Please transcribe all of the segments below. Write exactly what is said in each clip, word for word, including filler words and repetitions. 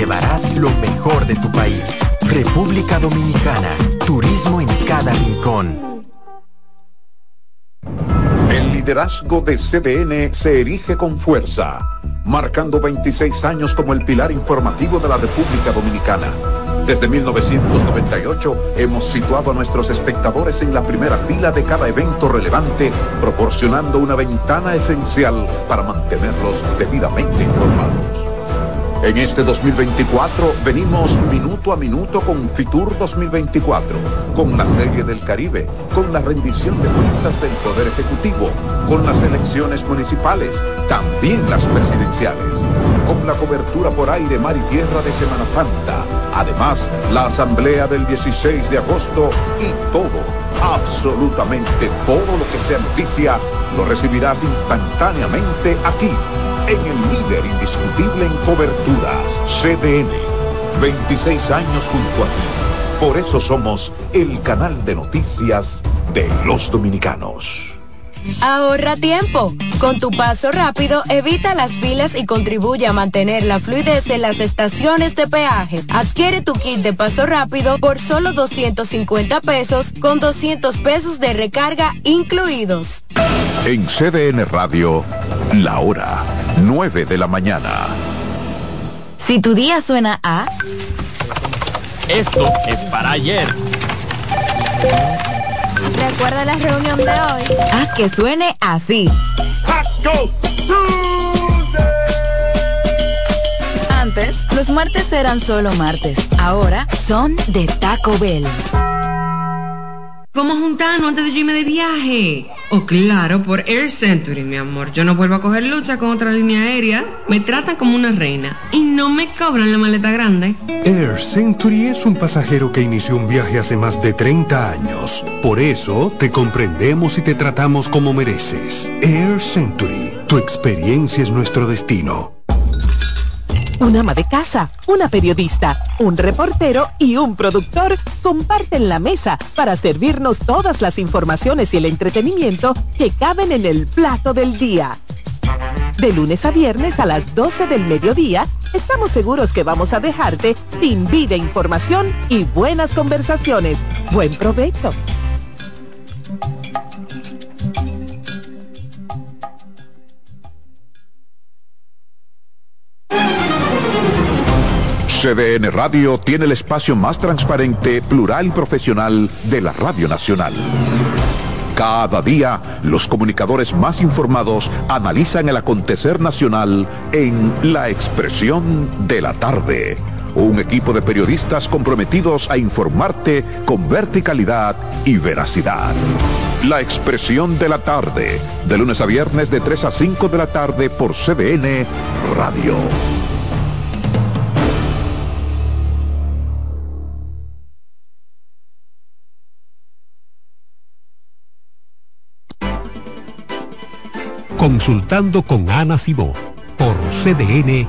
llevarás lo mejor de tu país. República Dominicana, turismo en cada rincón. El liderazgo de C D N se erige con fuerza, marcando veintiséis años como el pilar informativo de la República Dominicana. Desde mil novecientos noventa y ocho hemos situado a nuestros espectadores en la primera fila de cada evento relevante, proporcionando una ventana esencial para mantenerlos debidamente informados. En este dos mil veinticuatro venimos minuto a minuto con Fitur dos mil veinticuatro, con la Serie del Caribe, con la rendición de cuentas del Poder Ejecutivo, con las elecciones municipales, también las presidenciales, con la cobertura por aire, mar y tierra de Semana Santa, además la asamblea del dieciséis de agosto y todo, absolutamente todo lo que sea noticia, lo recibirás instantáneamente aquí, en el líder indiscutible en coberturas, C D N. veintiséis años junto a ti. Por eso somos el canal de noticias de los dominicanos. Ahorra tiempo. Con tu paso rápido, evita las filas y contribuye a mantener la fluidez en las estaciones de peaje. Adquiere tu kit de paso rápido por solo doscientos cincuenta pesos con doscientos pesos de recarga incluidos. En C D N Radio, la hora nueve de la mañana. Si tu día suena a... Esto es para ayer. Recuerda la reunión de hoy. Haz que suene así. Antes, los martes eran solo martes. Ahora son de Taco Bell. Vamos a juntarnos antes de yo irme de viaje. Oh, claro, por Air Century, mi amor. Yo no vuelvo a coger lucha con otra línea aérea. Me tratan como una reina y no me cobran la maleta grande. Air Century es un pasajero que inició un viaje hace más de treinta años. Por eso te comprendemos y te tratamos como mereces. Air Century, tu experiencia es nuestro destino. Una ama de casa, una periodista, un reportero y un productor comparten la mesa para servirnos todas las informaciones y el entretenimiento que caben en el plato del día. De lunes a viernes a las doce del mediodía, estamos seguros que vamos a dejarte sin vida, información y buenas conversaciones. ¡Buen provecho! C D N Radio tiene el espacio más transparente, plural y profesional de la Radio Nacional. Cada día, los comunicadores más informados analizan el acontecer nacional en La Expresión de la Tarde. Un equipo de periodistas comprometidos a informarte con verticalidad y veracidad. La Expresión de la Tarde, de lunes a viernes de tres a cinco de la tarde por C D N Radio. Consultando con Ana Simó por C D N.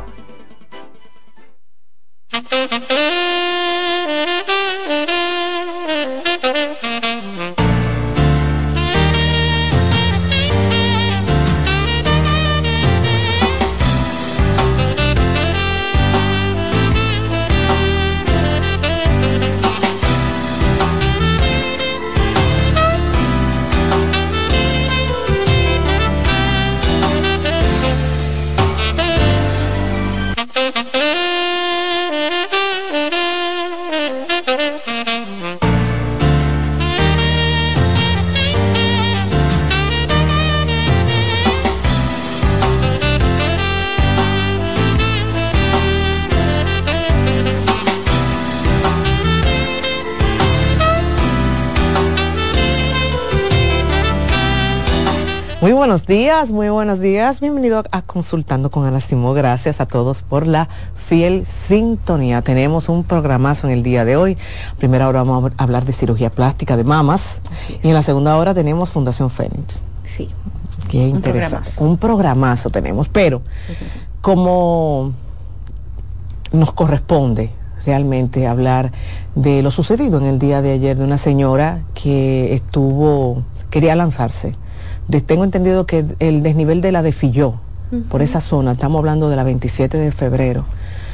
Muy buenos días, muy buenos días. Bienvenido a Consultando con Ana Simó. Gracias a todos por la fiel sintonía. Tenemos un programazo en el día de hoy. Primera hora vamos a hablar de cirugía plástica de mamas. Y en la segunda hora tenemos Fundación Fénix. Sí. Qué interesante. Un programazo, un programazo tenemos. Pero uh-huh. como nos corresponde realmente hablar de lo sucedido en el día de ayer de una señora que estuvo, quería lanzarse. De, tengo entendido que el desnivel de la de Filló, uh-huh. por esa zona, estamos hablando de la veintisiete de febrero,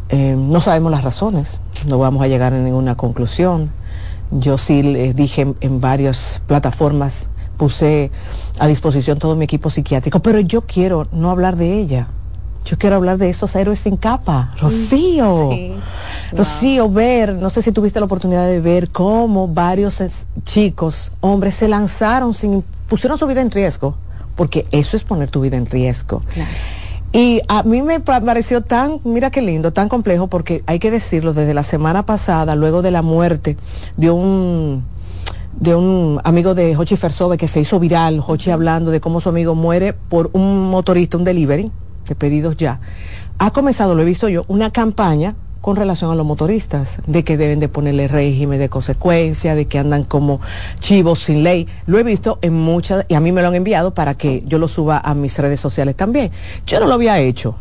Eh, no sabemos las razones, no vamos a llegar a ninguna conclusión. Yo sí les dije en, en varias plataformas, puse a disposición todo mi equipo psiquiátrico, pero yo quiero no hablar de ella. Yo quiero hablar de esos héroes sin capa. Rocío. Sí. Rocío, wow. Ver, no sé si tuviste la oportunidad de ver cómo varios es, chicos, hombres, se lanzaron, sin, pusieron su vida en riesgo, porque eso es poner tu vida en riesgo. Claro. Y a mí me pareció tan, mira qué lindo, tan complejo, porque hay que decirlo, desde la semana pasada, luego de la muerte de un de un amigo de Jochi Fersobe, que se hizo viral, Jochi hablando de cómo su amigo muere por un motorista, un delivery, de pedidos ya, ha comenzado, lo he visto yo, una campaña con relación a los motoristas, de que deben de ponerle régimen de consecuencia, de que andan como chivos sin ley. Lo he visto en muchas, y a mí me lo han enviado para que yo lo suba a mis redes sociales también. Yo no lo había hecho.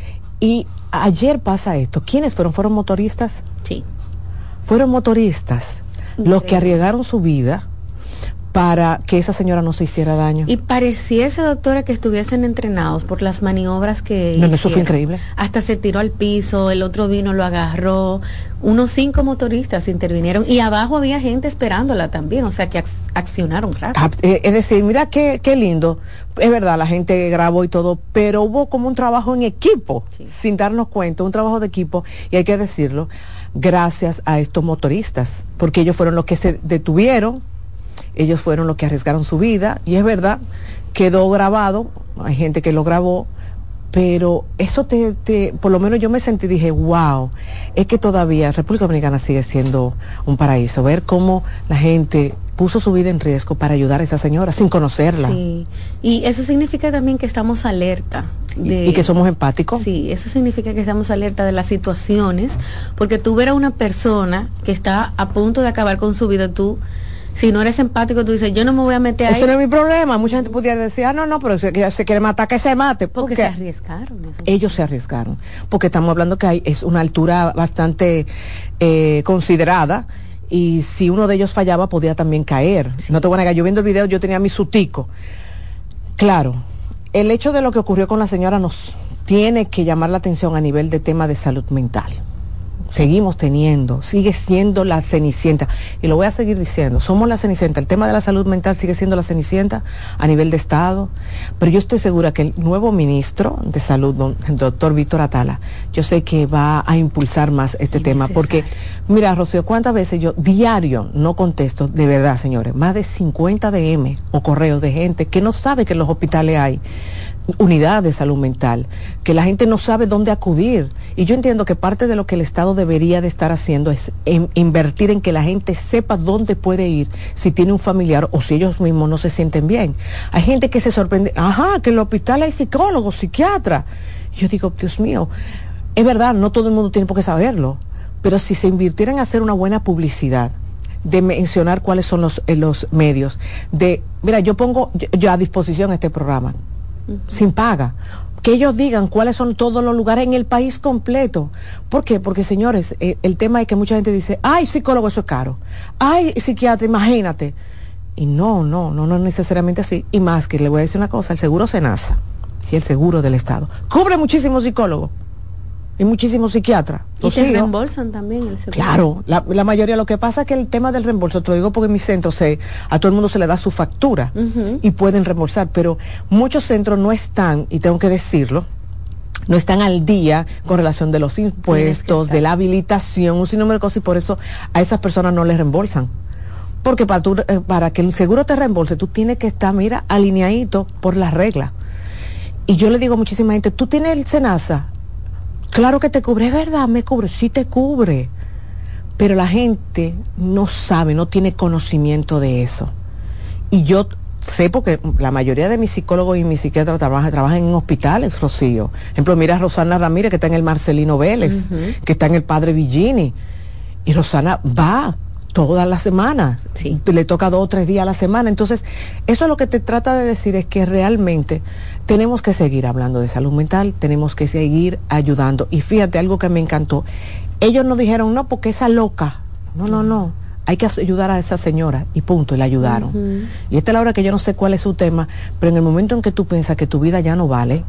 Y ayer pasa esto. ¿Quiénes fueron? ¿Fueron motoristas? Sí. Fueron motoristas los que arriesgaron su vida para que esa señora no se hiciera daño. Y pareciese, doctora, que estuviesen entrenados por las maniobras que no, no, eso fue increíble. Hasta se tiró al piso, el otro vino, lo agarró. Unos cinco motoristas intervinieron y abajo había gente esperándola también, o sea que ac accionaron rápido. Ah, eh, es decir, mira qué, qué lindo. Es verdad, la gente grabó y todo, pero hubo como un trabajo en equipo, sí, sin darnos cuenta, un trabajo de equipo, y hay que decirlo, gracias a estos motoristas, porque ellos fueron los que se detuvieron. Ellos fueron los que arriesgaron su vida, y es verdad, quedó grabado, hay gente que lo grabó, pero eso te, te, por lo menos yo me sentí, dije, wow, es que todavía República Dominicana sigue siendo un paraíso, ver cómo la gente puso su vida en riesgo para ayudar a esa señora, sin conocerla. Sí, y eso significa también que estamos alerta. De, y, y que somos empáticos. Sí, eso significa que estamos alerta de las situaciones, porque tú ver a una persona que está a punto de acabar con su vida, tú... Si no eres empático, tú dices, yo no me voy a meter ahí. Eso no es mi problema. Mucha gente pudiera decir, ah, no, no, pero si se quiere matar, que se mate. Porque, porque se arriesgaron. Eso ellos se arriesgaron. Porque estamos hablando que hay, es una altura bastante eh, considerada, y si uno de ellos fallaba, podía también caer. Sí. No te voy a negar, yo viendo el video, yo tenía mi sutico. Claro, el hecho de lo que ocurrió con la señora nos tiene que llamar la atención a nivel de tema de salud mental. Seguimos teniendo, sigue siendo la cenicienta, y lo voy a seguir diciendo, somos la cenicienta, el tema de la salud mental sigue siendo la cenicienta a nivel de Estado, pero yo estoy segura que el nuevo ministro de Salud, el doctor Víctor Atala, yo sé que va a impulsar más este tema, porque, mira, Rocío, ¿cuántas veces yo diario no contesto, de verdad, señores, más de cincuenta D M o correos de gente que no sabe que en los hospitales hay unidad de salud mental, que la gente no sabe dónde acudir, y yo entiendo que parte de lo que el Estado debería de estar haciendo es en, invertir en que la gente sepa dónde puede ir si tiene un familiar o si ellos mismos no se sienten bien. Hay gente que se sorprende, ajá, que en el hospital hay psicólogos, psiquiatras. Yo digo, Dios mío, es verdad, no todo el mundo tiene por qué saberlo, pero si se invirtiera en hacer una buena publicidad, de mencionar cuáles son los, eh, los medios, de, mira, yo pongo yo, yo a disposición este programa, Uh-huh. sin paga, que ellos digan cuáles son todos los lugares en el país completo. ¿Por qué? Porque, señores, eh, el tema es que mucha gente dice, ay, psicólogo, eso es caro, ay, psiquiatra, imagínate, y no, no, no, no necesariamente así, y más que le voy a decir una cosa, el seguro SENASA, y el seguro del Estado, cubre muchísimos psicólogos y muchísimos psiquiatras. Y te reembolsan también el seguro. Claro, la, la mayoría. Lo que pasa es que el tema del reembolso, te lo digo porque en mi centro se, a todo el mundo se le da su factura, uh-huh, y pueden reembolsar, pero muchos centros no están, y tengo que decirlo, no están al día con relación de los impuestos, de la habilitación, un sinnúmero de cosas, y por eso a esas personas no les reembolsan. Porque para, tu, eh, para que el seguro te reembolse, tú tienes que estar, mira, alineadito por las reglas. Y yo le digo a muchísima gente, ¿tú tienes el SENASA? Claro que te cubre, es verdad, me cubre, sí te cubre, pero la gente no sabe, no tiene conocimiento de eso. Y yo sé, porque la mayoría de mis psicólogos y mis psiquiatras trabajan, trabajan en hospitales, Rocío. Por ejemplo, mira a Rosana Ramírez, que está en el Marcelino Vélez, uh-huh, que está en el Padre Villini, y Rosana va todas las semanas, sí, le toca dos o tres días a la semana. Entonces, eso es lo que te trata de decir, es que realmente tenemos que seguir hablando de salud mental, tenemos que seguir ayudando. Y fíjate, algo que me encantó, ellos no dijeron, no, porque esa loca, no, no, no, hay que ayudar a esa señora, y punto, y la ayudaron. Uh-huh. Y esta es la hora que yo no sé cuál es su tema, pero en el momento en que tú piensas que tu vida ya no vale,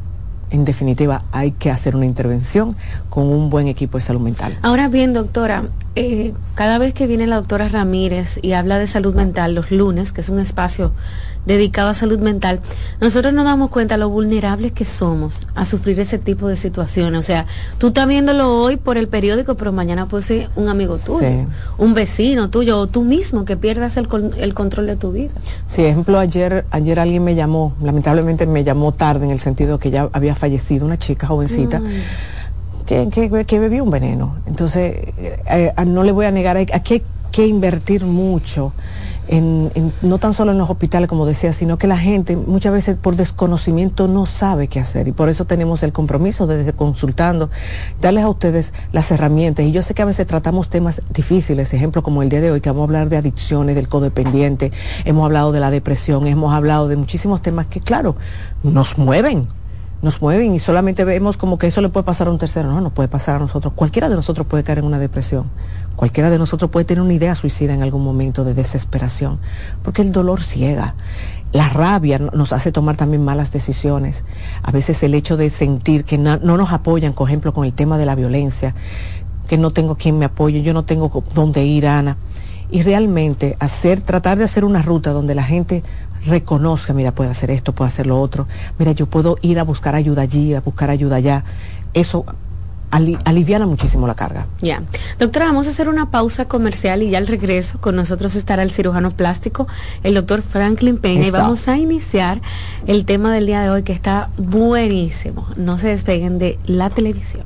en definitiva, hay que hacer una intervención con un buen equipo de salud mental. Ahora bien, doctora, eh, cada vez que viene la doctora Ramírez y habla de salud mental los lunes, que es un espacio dedicado a salud mental, nosotros nos damos cuenta lo vulnerables que somos a sufrir ese tipo de situaciones. O sea, tú estás viéndolo hoy por el periódico, pero mañana puede ser un amigo tuyo, sí, un vecino tuyo, o tú mismo que pierdas el, el control de tu vida. Sí, ejemplo, ayer ayer alguien me llamó, lamentablemente me llamó tarde en el sentido que ya había fallecido una chica jovencita, mm. que, que, que bebió un veneno. Entonces, eh, eh, no le voy a negar, aquí hay que invertir mucho. En, en, no tan solo en los hospitales, como decía, sino que la gente muchas veces por desconocimiento no sabe qué hacer, y por eso tenemos el compromiso de, de consultando, darles a ustedes las herramientas. Y yo sé que a veces tratamos temas difíciles, ejemplo como el día de hoy, que vamos a hablar de adicciones, del codependiente, hemos hablado de la depresión, hemos hablado de muchísimos temas que, claro, nos mueven, nos mueven y solamente vemos como que eso le puede pasar a un tercero. No, no puede pasar a nosotros. Cualquiera de nosotros puede caer en una depresión. Cualquiera de nosotros puede tener una idea suicida en algún momento de desesperación, porque el dolor ciega. La rabia nos hace tomar también malas decisiones. A veces el hecho de sentir que no, no nos apoyan, por ejemplo, con el tema de la violencia, que no tengo quien me apoye, yo no tengo dónde ir, Ana. Y realmente hacer, tratar de hacer una ruta donde la gente reconozca, mira, puede hacer esto, puede hacer lo otro, mira, yo puedo ir a buscar ayuda allí, a buscar ayuda allá. Eso ali, aliviana muchísimo la carga. Ya. Yeah. Doctora, vamos a hacer una pausa comercial y ya al regreso con nosotros estará el cirujano plástico, el doctor Franklin Peña, Exacto. y vamos a iniciar el tema del día de hoy que está buenísimo. No se despeguen de la televisión.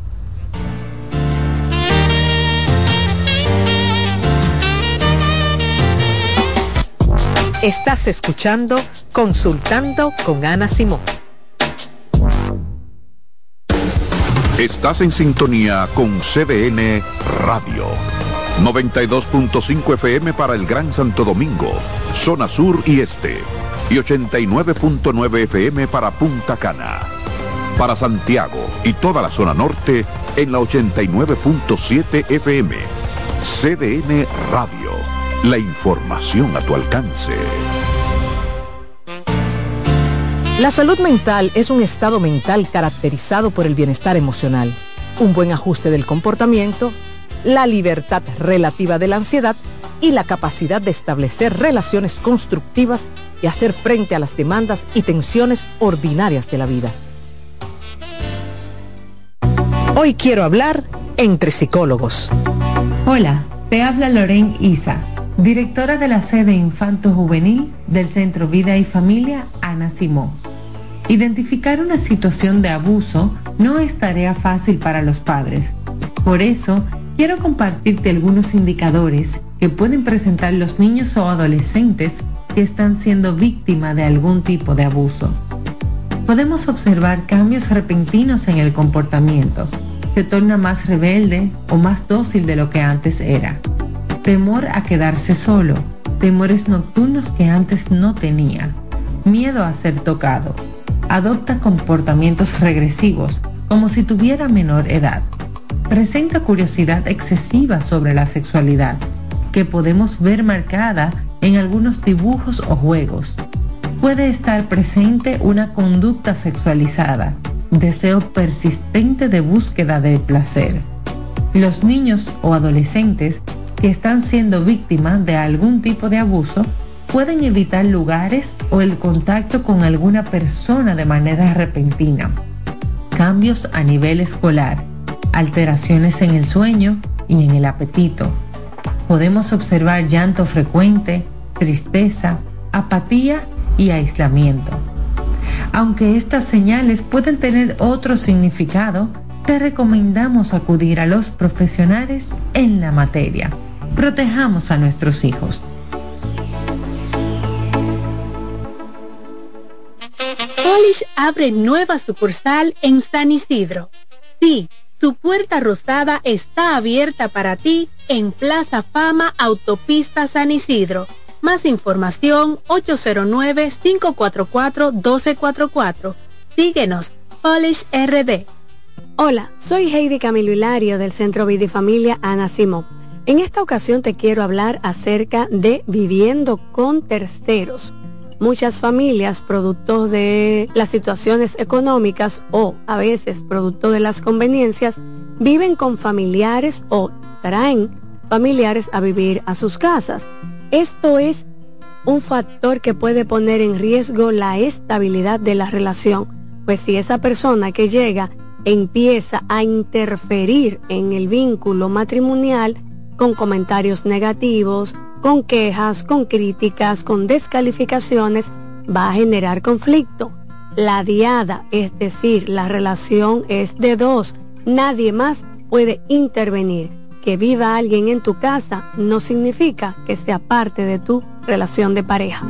Estás escuchando Consultando con Ana Simón. Estás en sintonía con C D N Radio. noventa y dos punto cinco F M para el Gran Santo Domingo, zona sur y este. Y ochenta y nueve punto nueve F M para Punta Cana. Para Santiago y toda la zona norte en la ochenta y nueve punto siete F M. C D N Radio. La información a tu alcance. La salud mental es un estado mental caracterizado por el bienestar emocional, un buen ajuste del comportamiento, la libertad relativa de la ansiedad y la capacidad de establecer relaciones constructivas y hacer frente a las demandas y tensiones ordinarias de la vida. Hoy quiero hablar entre psicólogos. Hola, te habla Lorén Isa, directora de la sede Infanto Juvenil del Centro Vida y Familia Ana Simón. Identificar una situación de abuso no es tarea fácil para los padres. Por eso, quiero compartirte algunos indicadores que pueden presentar los niños o adolescentes que están siendo víctimas de algún tipo de abuso. Podemos observar cambios repentinos en el comportamiento. Se torna más rebelde o más dócil de lo que antes era. Temor a quedarse solo, temores nocturnos que antes no tenía, miedo a ser tocado, adopta comportamientos regresivos como si tuviera menor edad, presenta curiosidad excesiva sobre la sexualidad, que podemos ver marcada en algunos dibujos o juegos. Puede estar presente una conducta sexualizada, deseo persistente de búsqueda de placer. Los niños o adolescentes que están siendo víctimas de algún tipo de abuso pueden evitar lugares o el contacto con alguna persona de manera repentina. Cambios a nivel escolar, alteraciones en el sueño y en el apetito. Podemos observar llanto frecuente, tristeza, apatía y aislamiento. Aunque estas señales pueden tener otro significado, te recomendamos acudir a los profesionales en la materia. Protejamos a nuestros hijos. Polish abre nueva sucursal en San Isidro. Sí, su puerta rosada está abierta para ti en Plaza Fama, Autopista San Isidro. Más información ocho cero nueve, cinco cuatro cuatro, uno dos cuatro cuatro. Síguenos, Polish R D. Hola, soy Heidi Camilo Hilario del Centro Vida y Familia Ana Simón. En esta ocasión te quiero hablar acerca de viviendo con terceros. Muchas familias, producto de las situaciones económicas o a veces producto de las conveniencias, viven con familiares o traen familiares a vivir a sus casas. Esto es un factor que puede poner en riesgo la estabilidad de la relación, pues si esa persona que llega empieza a interferir en el vínculo matrimonial con comentarios negativos, con quejas, con críticas, con descalificaciones, va a generar conflicto. La diada, es decir, la relación es de dos, nadie más puede intervenir. Que viva alguien en tu casa no significa que sea parte de tu relación de pareja.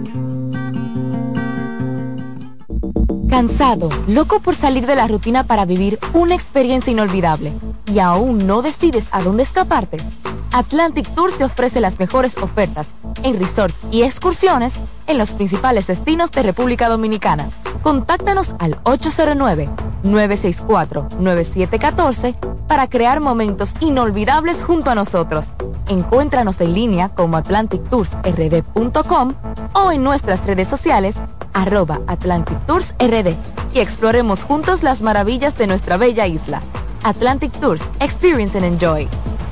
Cansado, loco por salir de la rutina para vivir una experiencia inolvidable y aún no decides a dónde escaparte. Atlantic Tours te ofrece las mejores ofertas en resorts y excursiones en los principales destinos de República Dominicana. Contáctanos al ocho cero nueve, nueve seis cuatro, nueve siete uno cuatro para crear momentos inolvidables junto a nosotros. Encuéntranos en línea como atlantic tours r d punto com o en nuestras redes sociales arroba Atlantic Tours R D y exploremos juntos las maravillas de nuestra bella isla. Atlantic Tours, experience and enjoy.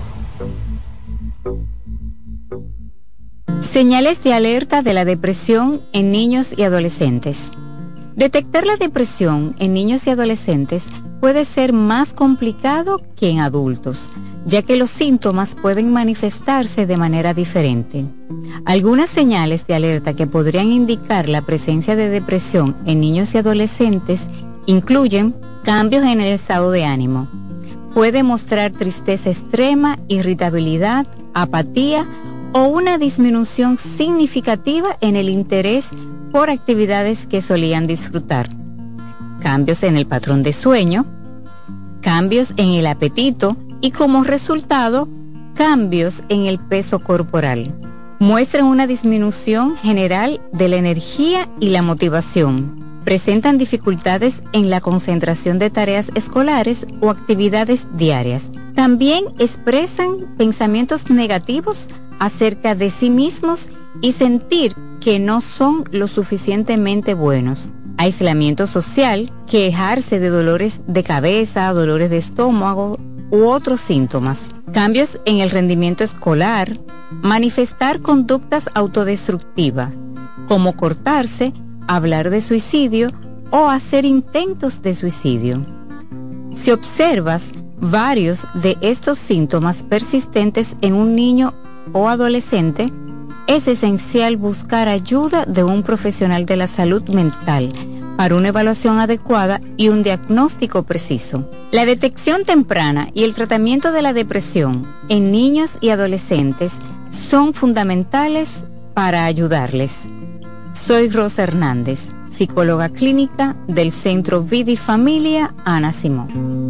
Señales de alerta de la depresión en niños y adolescentes. Detectar la depresión en niños y adolescentes puede ser más complicado que en adultos, ya que los síntomas pueden manifestarse de manera diferente. Algunas señales de alerta que podrían indicar la presencia de depresión en niños y adolescentes incluyen cambios en el estado de ánimo. Puede mostrar tristeza extrema, irritabilidad, apatía o una disminución significativa en el interés por actividades que solían disfrutar. Cambios en el patrón de sueño, cambios en el apetito y como resultado, cambios en el peso corporal. Muestran una disminución general de la energía y la motivación. Presentan dificultades en la concentración de tareas escolares o actividades diarias. También expresan pensamientos negativos acerca de sí mismos y sentir que no son lo suficientemente buenos. Aislamiento social, quejarse de dolores de cabeza, dolores de estómago u otros síntomas. Cambios en el rendimiento escolar, manifestar conductas autodestructivas, como cortarse, hablar de suicidio o hacer intentos de suicidio. Si observas varios de estos síntomas persistentes en un niño o adolescente, es esencial buscar ayuda de un profesional de la salud mental para una evaluación adecuada y un diagnóstico preciso. La detección temprana y el tratamiento de la depresión en niños y adolescentes son fundamentales para ayudarles. Soy Rosa Hernández, psicóloga clínica del Centro Vida y Familia Ana Simón.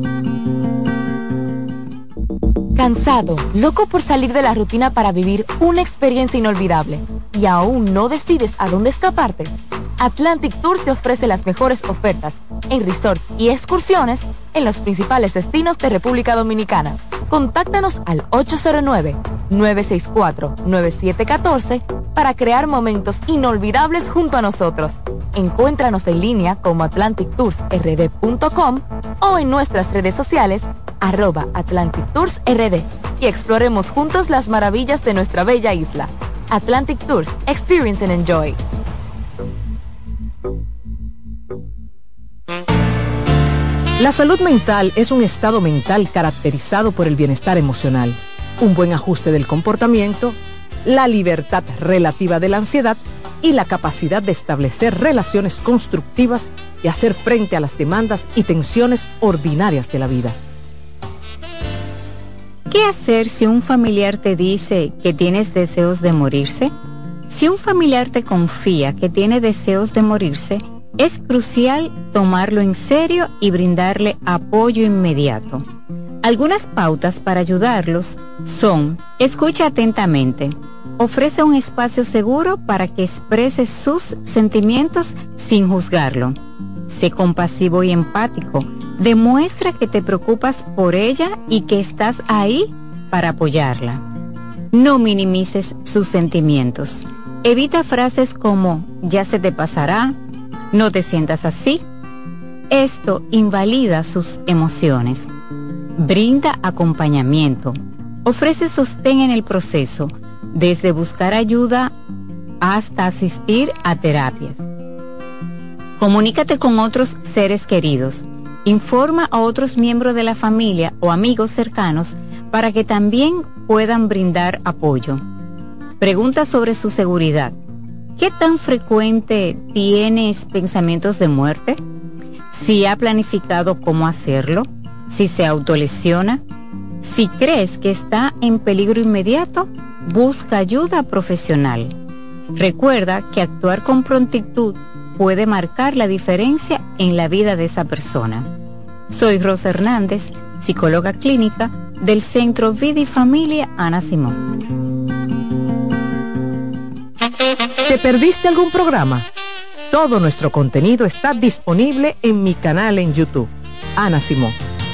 Cansado, loco por salir de la rutina para vivir una experiencia inolvidable y aún no decides a dónde escaparte. Atlantic Tours te ofrece las mejores ofertas en resorts y excursiones en los principales destinos de República Dominicana. Contáctanos al ocho cero nueve, nueve seis cuatro, nueve siete uno cuatro para crear momentos inolvidables junto a nosotros. Encuéntranos en línea como atlantic tours r d punto com o en nuestras redes sociales arroba Atlantic Tours R D y exploremos juntos las maravillas de nuestra bella isla. Atlantic Tours, experience and enjoy. La salud mental es un estado mental caracterizado por el bienestar emocional, un buen ajuste del comportamiento, la libertad relativa de la ansiedad y la capacidad de establecer relaciones constructivas y hacer frente a las demandas y tensiones ordinarias de la vida. ¿Qué hacer si un familiar te dice que tienes deseos de morirse? Si un familiar te confía que tiene deseos de morirse, es crucial tomarlo en serio y brindarle apoyo inmediato. Algunas pautas para ayudarlos son: escucha atentamente, ofrece un espacio seguro para que exprese sus sentimientos sin juzgarlo. Sé compasivo y empático, demuestra que te preocupas por ella y que estás ahí para apoyarla. No minimices sus sentimientos. Evita frases como ya se te pasará, no te sientas así. Esto invalida sus emociones. Brinda acompañamiento. Ofrece sostén en el proceso, desde buscar ayuda hasta asistir a terapias. Comunícate con otros seres queridos. Informa a otros miembros de la familia o amigos cercanos para que también puedan brindar apoyo. Pregunta sobre su seguridad. ¿Qué tan frecuente tienes pensamientos de muerte? Si ha planificado cómo hacerlo, si se autolesiona, si crees que está en peligro inmediato, busca ayuda profesional. Recuerda que actuar con prontitud puede marcar la diferencia en la vida de esa persona. Soy Rosa Hernández, psicóloga clínica del Centro Vida y Familia Ana Simón. ¿Te perdiste algún programa? Todo nuestro contenido está disponible en mi canal en YouTube, Ana Simón.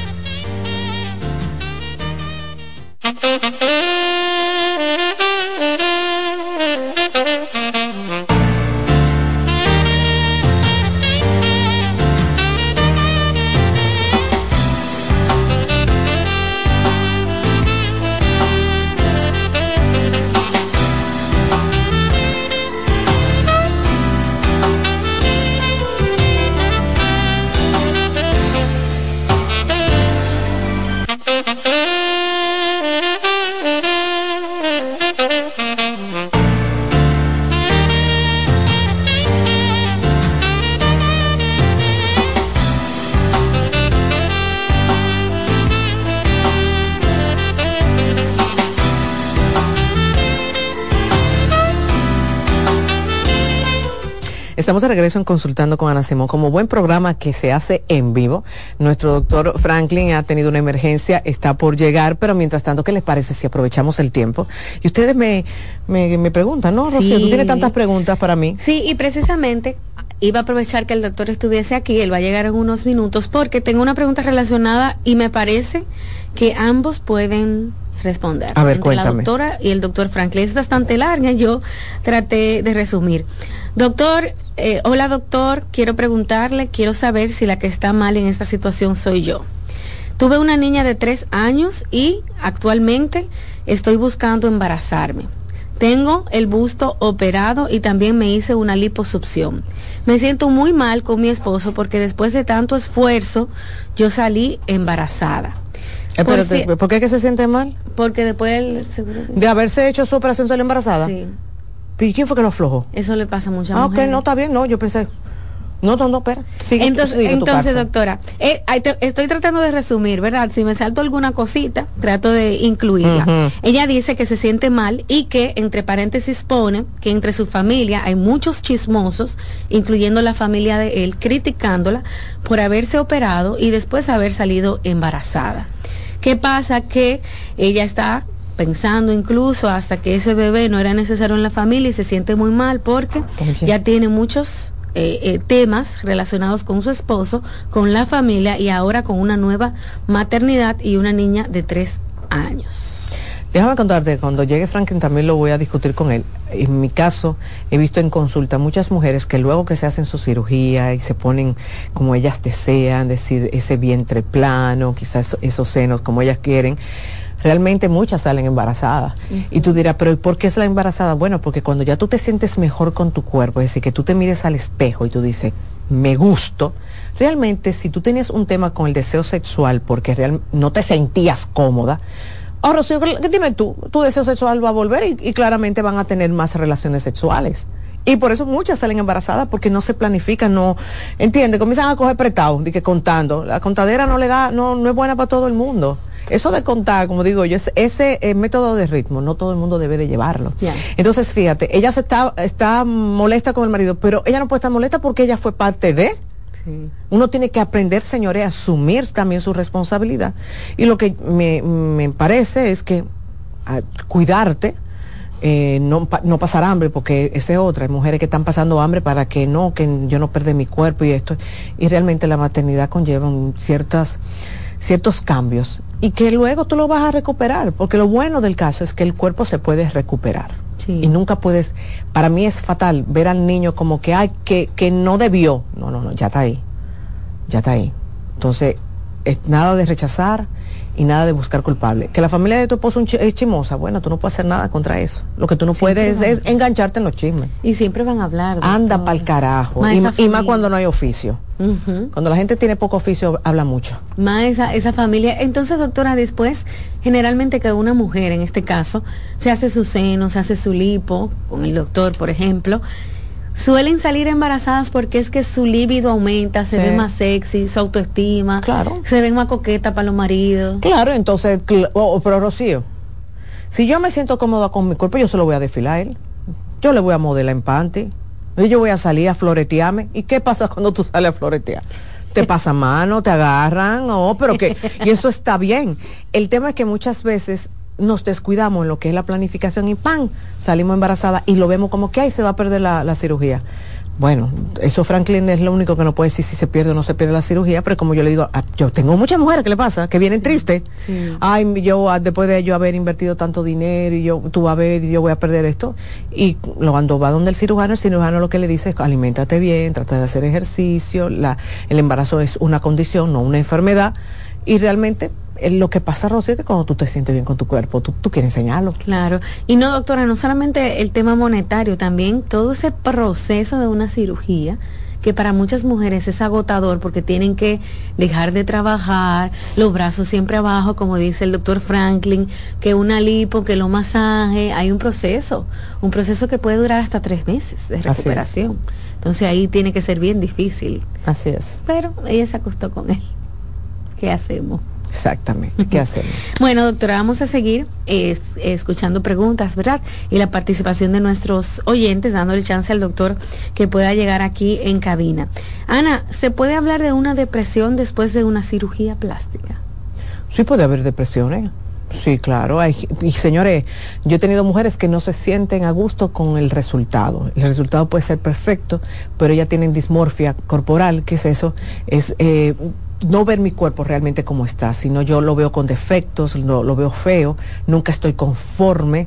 Estamos de regreso en Consultando con Ana Simón, como buen programa que se hace en vivo. Nuestro doctor Franklin ha tenido una emergencia, está por llegar, pero mientras tanto, ¿qué les parece si aprovechamos el tiempo? Y ustedes me, me, me preguntan, ¿no, Rocío? Sí. ¿Tú tienes tantas preguntas para mí? Sí, y precisamente iba a aprovechar que el doctor estuviese aquí, él va a llegar en unos minutos, porque tengo una pregunta relacionada y me parece que ambos pueden responder. A ver, entre cuéntame. La doctora y el doctor Franklin. Es bastante larga, yo traté de resumir. Doctor, eh, hola doctor, quiero preguntarle, quiero saber si la que está mal en esta situación soy yo. Tuve una niña de tres años y actualmente estoy buscando embarazarme. Tengo el busto operado y también me hice una liposucción. Me siento muy mal con mi esposo porque después de tanto esfuerzo yo salí embarazada. Espérate, ¿por, si, ¿por qué es que se siente mal? Porque después el seguro de... de haberse hecho su operación salió embarazada. Sí. ¿Y quién fue que lo aflojó? Eso le pasa a muchas ah, mujeres. Ah, ok, no, está bien, no, yo pensé... No, no, no, espera. Sigue, entonces, sigue entonces doctora, eh, te, estoy tratando de resumir, ¿verdad? Si me salto alguna cosita, trato de incluirla. Uh-huh. Ella dice que se siente mal y que, entre paréntesis, pone que entre su familia hay muchos chismosos, incluyendo la familia de él, criticándola por haberse operado y después haber salido embarazada. ¿Qué pasa? Que ella está pensando incluso hasta que ese bebé no era necesario en la familia y se siente muy mal porque Oye. ya tiene muchos... Eh, eh, temas relacionados con su esposo, con la familia y ahora con una nueva maternidad y una niña de tres años. Déjame contarte, cuando llegue Franklin también lo voy a discutir con él. En mi caso, he visto en consulta muchas mujeres que luego que se hacen su cirugía y se ponen como ellas desean, decir, ese vientre plano, quizás esos senos como ellas quieren, realmente muchas salen embarazadas. Uh-huh. Y tú dirás, pero ¿por qué es la embarazada? Bueno, porque cuando ya tú te sientes mejor con tu cuerpo, es decir, que tú te mires al espejo y tú dices, me gusto, realmente si tú tenías un tema con el deseo sexual porque real, no te sentías cómoda, ahora Rocío, dime tú, tu deseo sexual va a volver y, y claramente van a tener más relaciones sexuales. Y por eso muchas salen embarazadas porque no se planifican, no, entiende, comienzan a coger prestado, de que contando. La contadera no le da, no, no es buena para todo el mundo. Eso de contar, como digo yo, ese, ese eh, método de ritmo, no todo el mundo debe de llevarlo. Yeah. Entonces, fíjate, ella se está, está molesta con el marido, pero ella no puede estar molesta porque ella fue parte de. Sí. Uno tiene que aprender, señores, a asumir también su responsabilidad. Y lo que me, me parece es que a, cuidarte, Eh, no, no pasar hambre, porque esa es otra, hay mujeres que están pasando hambre para que no, que yo no pierda mi cuerpo y esto, y realmente la maternidad conlleva un, ciertas, ciertos cambios, y que luego tú lo vas a recuperar, porque lo bueno del caso es que el cuerpo se puede recuperar. Sí. Y nunca puedes, para mí es fatal ver al niño como que, ay, que, que no debió. No, no, no, ya está ahí. Ya está ahí. Entonces, es nada de rechazar y nada de buscar culpable. Que la familia de tu esposo es chimosa, bueno, tú no puedes hacer nada contra eso. Lo que tú no siempre puedes es, es engancharte en los chismes. Y siempre van a hablar. Anda pa'l carajo. Más y, y más cuando no hay oficio. Uh-huh. Cuando la gente tiene poco oficio, habla mucho. Más esa, esa familia. Entonces, doctora, después, generalmente que una mujer, en este caso, se hace su seno, se hace su lipo, con el doctor, por ejemplo, suelen salir embarazadas porque es que su líbido aumenta, se sí. ve más sexy, su autoestima, claro. se ven más coqueta para los maridos. Claro, entonces, cl- oh, pero Rocío, si yo me siento cómoda con mi cuerpo, yo se lo voy a desfilar a él. Yo le voy a modelar en panty. Y yo voy a salir a floretearme. ¿Y qué pasa cuando tú sales a floretear? Te pasan mano, te agarran, oh, pero que, y eso está bien. El tema es que muchas veces nos descuidamos en lo que es la planificación y ¡pam! Salimos embarazadas y lo vemos como que ahí se va a perder la, la cirugía. Bueno, eso Franklin es lo único que no puede decir si se pierde o no se pierde la cirugía, pero como yo le digo, ah, yo tengo muchas mujeres que le pasa, que vienen tristes. Sí. Ay, yo después de yo haber invertido tanto dinero y yo, tú vas a ver, y yo voy a perder esto. Y cuando va donde el cirujano, el cirujano lo que le dice es, aliméntate bien, trata de hacer ejercicio, la, el embarazo es una condición, no una enfermedad, y realmente lo que pasa, Rosy, es que cuando tú te sientes bien con tu cuerpo, tú, tú quieres enseñarlo. Claro. Y no, doctora, no solamente el tema monetario, también todo ese proceso de una cirugía, que para muchas mujeres es agotador porque tienen que dejar de trabajar, los brazos siempre abajo, como dice el doctor Franklin, que una lipo, que lo masaje, hay un proceso, un proceso que puede durar hasta tres meses de recuperación. Entonces ahí tiene que ser bien difícil. Así es. Pero ella se acostó con él. ¿Qué hacemos? Exactamente, ¿qué hacemos? Bueno, doctora, vamos a seguir eh, escuchando preguntas, ¿verdad? Y la participación de nuestros oyentes, dándole chance al doctor que pueda llegar aquí en cabina. Ana, ¿se puede hablar de una depresión después de una cirugía plástica? Sí puede haber depresiones. Sí, claro. Hay, y señores, yo he tenido mujeres que no se sienten a gusto con el resultado. El resultado puede ser perfecto, pero ellas tienen dismorfia corporal. ¿Qué es eso? Es eh, no ver mi cuerpo realmente como está, sino yo lo veo con defectos, lo, lo veo feo, nunca estoy conforme,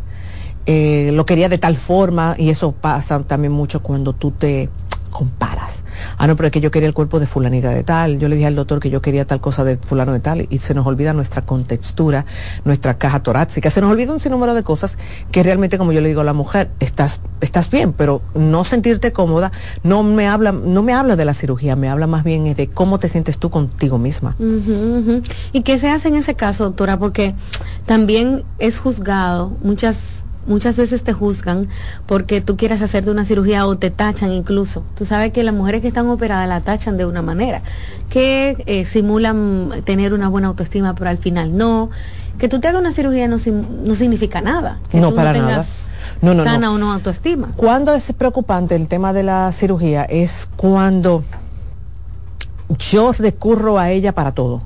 eh, lo quería de tal forma, y eso pasa también mucho cuando tú te comparas. Ah, no, pero es que yo quería el cuerpo de fulanita de tal, yo le dije al doctor que yo quería tal cosa de fulano de tal, y se nos olvida nuestra contextura, nuestra caja torácica, se nos olvida un sinnúmero de cosas que realmente, como yo le digo a la mujer, estás estás bien, pero no sentirte cómoda no me habla no me habla de la cirugía, me habla más bien de cómo te sientes tú contigo misma. Uh-huh, uh-huh. ¿Y qué se hace en ese caso, doctora? Porque también es juzgado, muchas Muchas veces te juzgan porque tú quieras hacerte una cirugía o te tachan incluso. Tú sabes que las mujeres que están operadas la tachan de una manera, que eh, simulan tener una buena autoestima, pero al final no. Que tú te hagas una cirugía no, no significa nada. Que no, tú para no tengas nada. No, no, sana no. o no autoestima. Cuando es preocupante el tema de la cirugía es cuando yo recurro a ella para todo.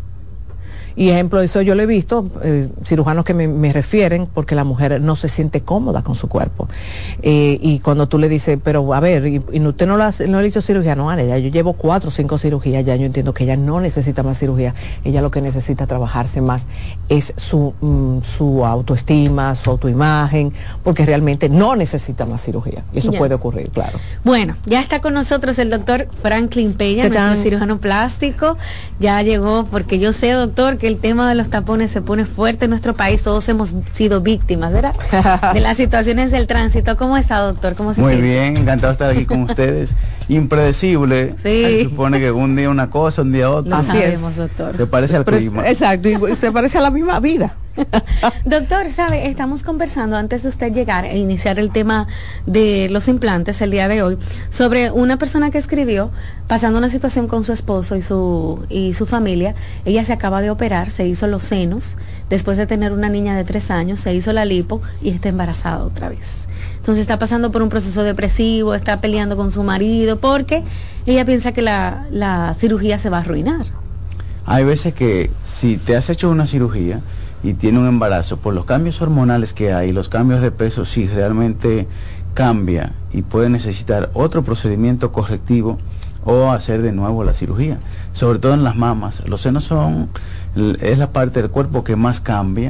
Y ejemplo, eso yo lo he visto, eh, cirujanos que me, me refieren porque la mujer no se siente cómoda con su cuerpo. Eh, y cuando tú le dices, pero a ver, y, y usted no, la, no le hizo cirugía, no, Ana, ya yo llevo cuatro o cinco cirugías, ya yo entiendo que ella no necesita más cirugía, ella lo que necesita trabajarse más es su, mm, su autoestima, su autoimagen, porque realmente no necesita más cirugía. Y eso ya puede ocurrir, claro. Bueno, ya está con nosotros el doctor Franklin Peña, ¡Chachán! Nuestro cirujano plástico. Ya llegó, porque yo sé, doctor, que el tema de los tapones se pone fuerte en nuestro país, todos hemos sido víctimas, ¿verdad? De las situaciones del tránsito. ¿Cómo está, doctor? ¿Cómo se Muy siente? bien, encantado de estar aquí con ustedes. Impredecible. Sí. Se supone que un día una cosa, un día otra. Lo Así sabemos, es. doctor. Se parece al Pero clima. Es, exacto, y se parece a la misma vida. Doctor, sabe, estamos conversando antes de usted llegar e iniciar el tema de los implantes el día de hoy, sobre una persona que escribió pasando una situación con su esposo y su y su familia. Ella se acaba de operar, se hizo los senos, después de tener una niña de tres años, se hizo la lipo y está embarazada otra vez. Entonces está pasando por un proceso depresivo, está peleando con su marido porque ella piensa que la, la cirugía se va a arruinar. Hay veces que si te has hecho una cirugía y tiene un embarazo, por los cambios hormonales que hay, los cambios de peso, sí realmente cambia y puede necesitar otro procedimiento correctivo o hacer de nuevo la cirugía, sobre todo en las mamas. Los senos son, es la parte del cuerpo que más cambia,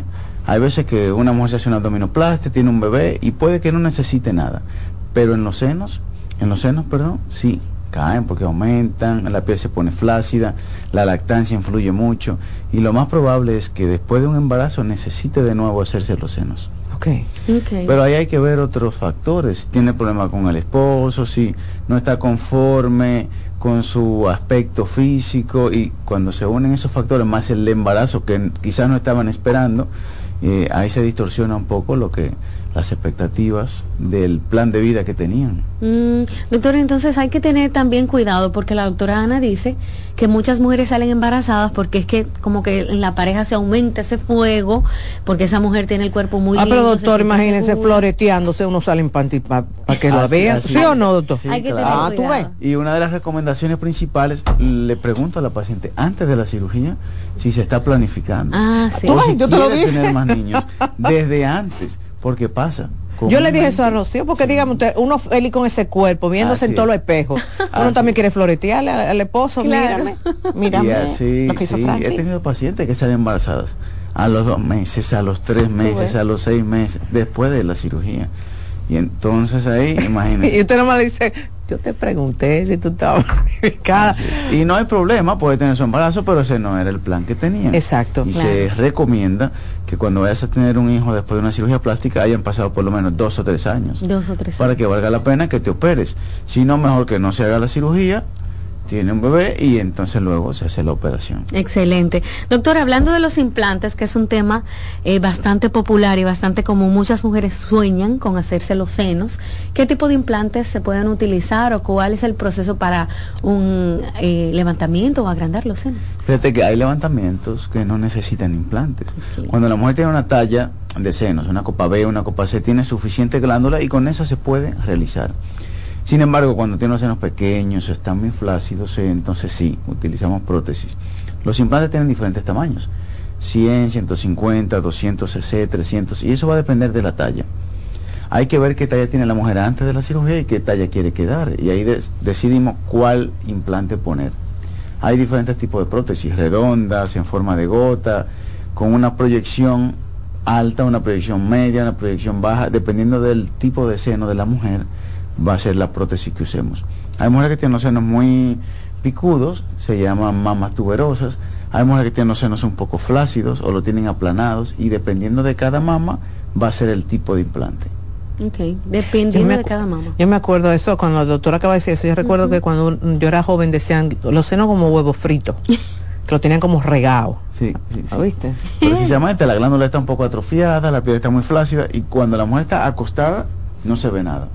Hay veces que una mujer se hace una abdominoplastia, tiene un bebé y puede que no necesite nada, pero en los senos, en los senos, perdón, sí, caen porque aumentan, la piel se pone flácida, la lactancia influye mucho y lo más probable es que después de un embarazo necesite de nuevo hacerse los senos. Okay. Okay. Pero ahí hay que ver otros factores, si tiene problemas con el esposo, si no está conforme con su aspecto físico, y cuando se unen esos factores más el embarazo que quizás no estaban esperando, eh, ahí se distorsiona un poco lo que las expectativas del plan de vida que tenían. Mm, doctor, entonces hay que tener también cuidado, porque la doctora Ana dice que muchas mujeres salen embarazadas porque es que como que en la pareja se aumenta ese fuego, porque esa mujer tiene el cuerpo muy ah, lindo. Ah, pero doctor, imagínense floreteándose, uno sale en panty para pa que la vean, ¿sí o no, doctor? Sí, hay que claro. tener Ah, cuidado. ¿tú ves? Y una de las recomendaciones principales, le pregunto a la paciente antes de la cirugía si se está planificando. Ah, sí. O si Yo te lo quiere dije. tener más niños desde antes, porque pasa. Yo le dije eso a Rocío, porque dígame usted, uno feliz con ese cuerpo, viéndose Así en todos los es. espejos. Uno Así también es. quiere floretearle al, al esposo, Claro. mírame, mírame. Y así, lo que hizo sí, Franklin. he tenido pacientes que salen embarazadas a los dos meses, a los tres meses, ves? a los seis meses, después de la cirugía. Y entonces ahí, imagínense. Y usted nomás le dice, yo te pregunté si tú estabas planificada. Y no hay problema, puede tener su embarazo, pero ese no era el plan que tenían. Exacto. Y Claro. se recomienda que cuando vayas a tener un hijo después de una cirugía plástica hayan pasado por lo menos dos o tres años. Dos o tres Para años. que valga la pena que te operes. Si no, mejor que no se haga la cirugía, tiene un bebé y entonces luego se hace la operación. Excelente. Doctor, hablando de los implantes, que es un tema eh, bastante popular y bastante común, muchas mujeres sueñan con hacerse los senos. ¿Qué tipo de implantes se pueden utilizar o cuál es el proceso para un eh, levantamiento o agrandar los senos? Fíjate que hay levantamientos que no necesitan implantes. Okay. Cuando la mujer tiene una talla de senos, una copa B, una copa C, tiene suficiente glándula y con esa se puede realizar. Sin embargo, cuando tiene los senos pequeños o están muy flácidos, eh, entonces sí, utilizamos prótesis. Los implantes tienen diferentes tamaños, cien, ciento cincuenta, doscientos cc, trescientos, y eso va a depender de la talla. Hay que ver qué talla tiene la mujer antes de la cirugía y qué talla quiere quedar, y ahí des- decidimos cuál implante poner. Hay diferentes tipos de prótesis, redondas, en forma de gota, con una proyección alta, una proyección media, una proyección baja, dependiendo del tipo de seno de la mujer, va a ser la prótesis que usemos. Hay mujeres que tienen los senos muy picudos, se llaman mamas tuberosas. Hay mujeres que tienen los senos un poco flácidos o lo tienen aplanados, y dependiendo de cada mama va a ser el tipo de implante. Ok, dependiendo me de acu- cada mamá. Yo me acuerdo de eso, cuando la doctora acaba de decir eso, yo recuerdo que cuando un- yo era joven decían los senos como huevos fritos, que lo tenían como regado. Sí, sí, sí. ¿Viste? Precisamente la glándula está un poco atrofiada, la piel está muy flácida, y cuando la mujer está acostada no se ve nada,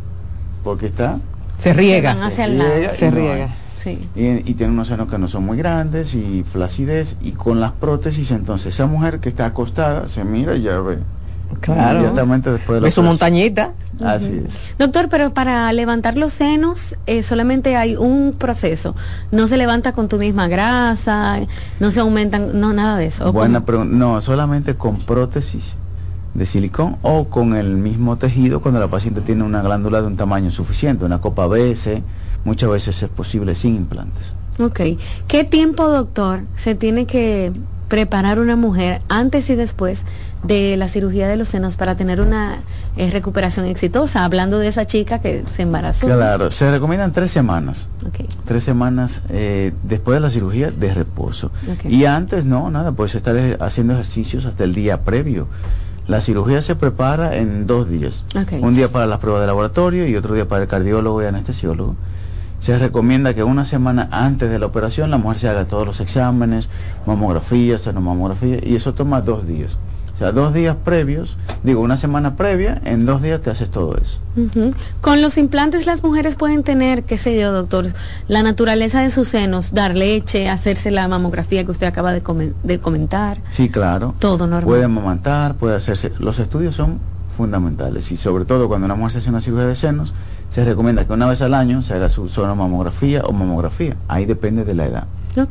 porque está Se riega. Se van hacia el lado. riega y Se no riega. hay. Sí. Y, y tiene unos senos que no son muy grandes y flacidez, y con las prótesis entonces esa mujer que está acostada se mira y ya ve Claro. inmediatamente después de la Ve su operación. montañita. Así es. Doctor, pero para levantar los senos eh, solamente hay un proceso. No se levanta con tu misma grasa, no se aumentan, no, nada de eso. ¿O Buena cómo? pregunta. No, solamente con prótesis de silicón o con el mismo tejido cuando la paciente tiene una glándula de un tamaño suficiente, una copa B, C, muchas veces es posible sin implantes. Ok. ¿Qué tiempo, doctor, se tiene que preparar una mujer antes y después de la cirugía de los senos para tener una eh, recuperación exitosa? Hablando de esa chica que se embarazó. Claro, se recomiendan tres semanas. Okay. Tres semanas eh, después de la cirugía de reposo. Okay. Y antes no, nada, pues estar eh, haciendo ejercicios hasta el día previo. La cirugía se prepara en dos días. Okay. Un día para las pruebas de laboratorio y otro día para el cardiólogo y anestesiólogo. Se recomienda que una semana antes de la operación la mujer se haga todos los exámenes, mamografía, senomamografía, y eso toma dos días. O sea, dos días previos, digo, una semana previa, en dos días te haces todo eso. Ujú. Con los implantes las mujeres pueden tener, qué sé yo, doctor, la naturaleza de sus senos, dar leche, hacerse la mamografía que usted acaba de, comen- de comentar. Sí, claro. Todo normal. Puede amamantar, puede hacerse. Los estudios son fundamentales, y sobre todo cuando una mujer se hace una cirugía de senos, se recomienda que una vez al año se haga su sonomamografía o mamografía. Ahí depende de la edad. Ok.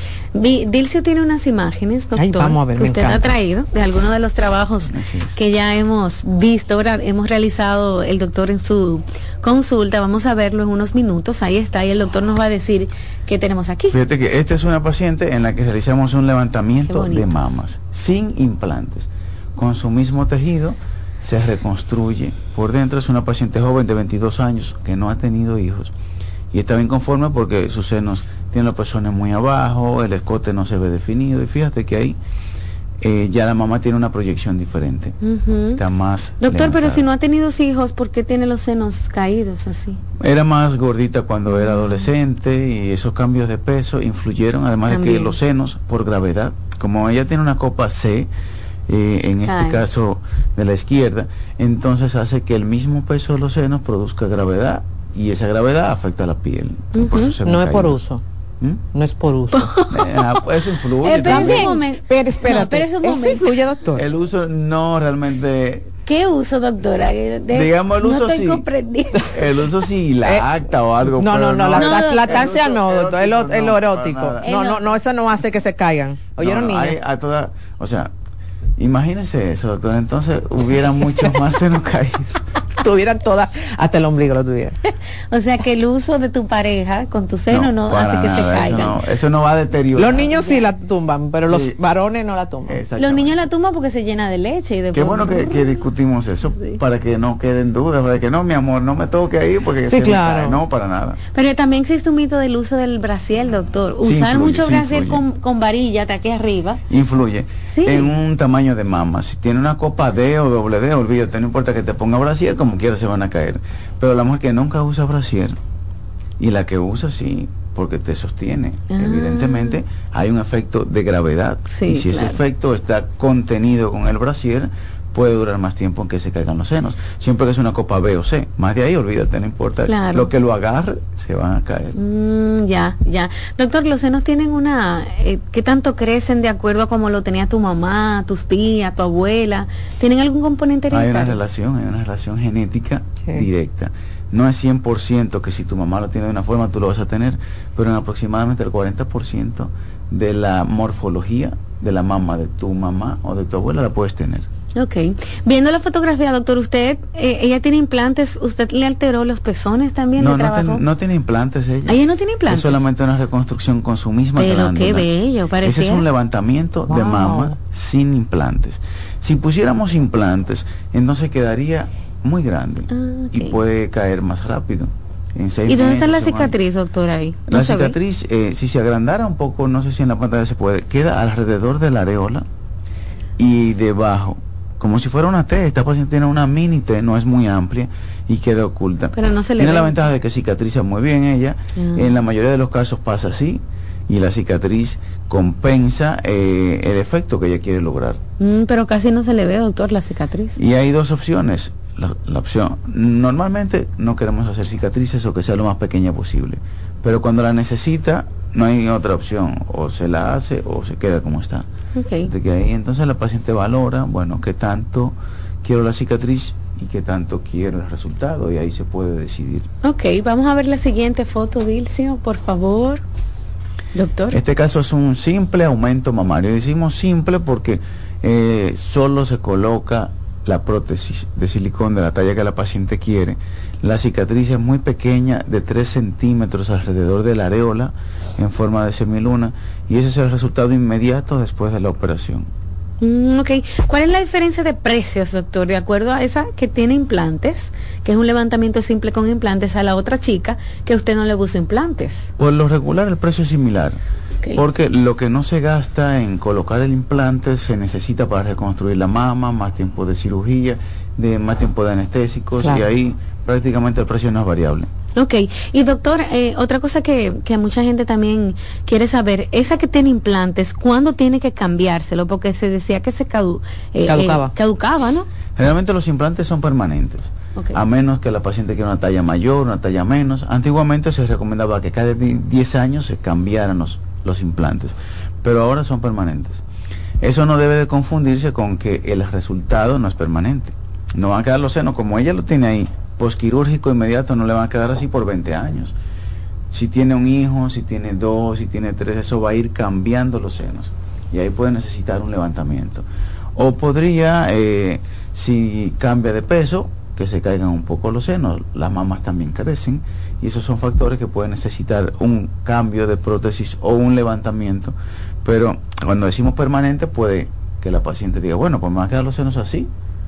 Vi- Dilcio tiene unas imágenes, doctor, Ay, vamos a ver, que me usted ha encanta. traído de algunos de los trabajos Así es. que ya hemos visto, ahora hemos realizado el doctor en su consulta. Vamos a verlo en unos minutos. Ahí está, y el doctor nos va a decir qué tenemos aquí. Fíjate que esta es una paciente en la que realizamos un Qué levantamiento bonitos. de mamas, sin implantes. con su mismo tejido, se reconstruye. Por dentro es una paciente joven de veintidós años que no ha tenido hijos y está bien conforme porque sus senos tienen los pezones muy abajo, el escote no se ve definido y fíjate que ahí eh, ya la mamá tiene una proyección diferente. Uh-huh. Está más Doctor, levantada. Pero si no ha tenido hijos, ¿por qué tiene los senos caídos así? Era más gordita cuando era adolescente y esos cambios de peso influyeron, además También. de que los senos, por gravedad, como ella tiene una copa C, eh, en este Ay. caso de la izquierda, entonces hace que el mismo peso de los senos produzca gravedad y esa gravedad afecta a la piel. Uh-huh. Por eso se no es por uso. ¿Mm? No es por uso. eh, eso influye. Eh, pero, pero espérate, no, pero eso, ¿eso influye, doctor? El uso no realmente. ¿Qué uso, doctora? De, Digamos el uso no sí. El uso sí lacta eh, o algo. No, no, no, no, la, no, la lactancia no, doctor, el, el, el erótico. No, no, no, no, eso no hace que se caigan. ¿Oyeron, no, no, niñas? Hay, a toda, o sea, imagínese eso, doctor. Entonces hubiera muchos más senos caídos. Tuvieran todas, hasta el ombligo lo tuvieran. O sea que el uso de tu pareja con tu seno no, no hace que nada, se caigan. Eso no, eso no va a deteriorar. Los niños sí la tumban, pero sí. los varones no la tumban. Los niños la tumban porque se llena de leche y de. Qué bueno que, que discutimos eso, sí. para que no queden dudas, para que no, mi amor, no me toque ahí porque sí, se claro. me cae, no, para nada. Pero también existe un mito del uso del brasier, doctor. Sí, Usar influye, mucho sí, brasier con, con varilla hasta aquí arriba. Influye. Sí. En un tamaño de mama. Si tiene una copa D o doble D, olvídate, no importa que te ponga brasier, como quiera se van a caer. Pero la mujer que nunca usa brasier y la que usa sí, porque te sostiene, ah. evidentemente hay un efecto de gravedad. Sí, y si claro. ese efecto está contenido con el brasier, puede durar más tiempo en que se caigan los senos. Siempre que es una copa B o C, más de ahí olvídate, no importa. Claro. Lo que lo agarre, se van a caer. Mm, ya, ya. Doctor, los senos tienen una... Eh, ¿Qué tanto crecen de acuerdo a como lo tenía tu mamá, tus tías, tu abuela? ¿Tienen algún componente hereditario? Hay una relación, hay una relación genética sí. directa. No es cien por ciento que si tu mamá lo tiene de una forma, tú lo vas a tener, pero en aproximadamente el cuarenta por ciento de la morfología de la mama de tu mamá o de tu abuela la puedes tener. Ok. Viendo la fotografía, doctor, usted, eh, ella tiene implantes, ¿usted le alteró los pezones también no, de no trabajo? Ten, no tiene implantes ella. ¿Ella no tiene implantes? Es solamente una reconstrucción con su misma Pero glándula. qué bello, parecía. Ese es un levantamiento wow. de mama sin implantes. Si pusiéramos implantes, entonces quedaría muy grande ah, okay. y puede caer más rápido. En seis ¿Y dónde meses, está la cicatriz, doctor, ahí? ¿No la cicatriz, eh, si se agrandara un poco, no sé si en la pantalla se puede, queda alrededor de la areola y debajo, como si fuera una T. Esta paciente tiene una mini T, no es muy amplia y queda oculta. Pero no se le tiene ve. La ventaja de que cicatriza muy bien ella. Uh-huh. En la mayoría de los casos pasa así y la cicatriz compensa eh, el efecto que ella quiere lograr. Mm, pero casi no se le ve, doctor, la cicatriz. Y hay dos opciones. La, la opción, normalmente no queremos hacer cicatrices o que sea lo más pequeña posible, pero cuando la necesita no hay otra opción, o se la hace o se queda como está. Okay. De que ahí entonces la paciente valora, bueno, qué tanto quiero la cicatriz y qué tanto quiero el resultado, y ahí se puede decidir. Ok, vamos a ver la siguiente foto, Dilcio, por favor. Doctor. Este caso es un simple aumento mamario. Decimos simple porque eh, solo se coloca la prótesis de silicón de la talla que la paciente quiere. La cicatriz es muy pequeña, de tres centímetros alrededor de la areola, en forma de semiluna, y ese es el resultado inmediato después de la operación. Mm, ok. ¿Cuál es la diferencia de precios, doctor, de acuerdo a esa que tiene implantes, que es un levantamiento simple con implantes, a la otra chica que usted no le puso implantes? Por lo regular el precio es similar. Okay. Porque lo que no se gasta en colocar el implante se necesita para reconstruir la mama, más tiempo de cirugía, de más tiempo de anestésicos, claro. Y ahí prácticamente el precio no es variable. Ok, y doctor, eh, otra cosa que, que mucha gente también quiere saber, esa que tiene implantes, ¿cuándo tiene que cambiárselo? Porque se decía que se cadu eh, caducaba. Eh, caducaba, ¿no? Generalmente los implantes son permanentes, okay. A menos que la paciente quiera una talla mayor, una talla menos. Antiguamente se recomendaba que cada diez años se cambiaran los los implantes, pero ahora son permanentes. Eso no debe de confundirse con que el resultado no es permanente. No van a quedar los senos como ella lo tiene ahí, posquirúrgico inmediato, no le van a quedar así por veinte años. Si tiene un hijo, si tiene dos, si tiene tres, eso va a ir cambiando los senos y ahí puede necesitar un levantamiento. O podría, eh, si cambia de peso, que se caigan un poco los senos, las mamas también crecen, y esos son factores que pueden necesitar un cambio de prótesis o un levantamiento, pero cuando decimos permanente puede que la paciente diga, bueno, pues me van a quedar los senos así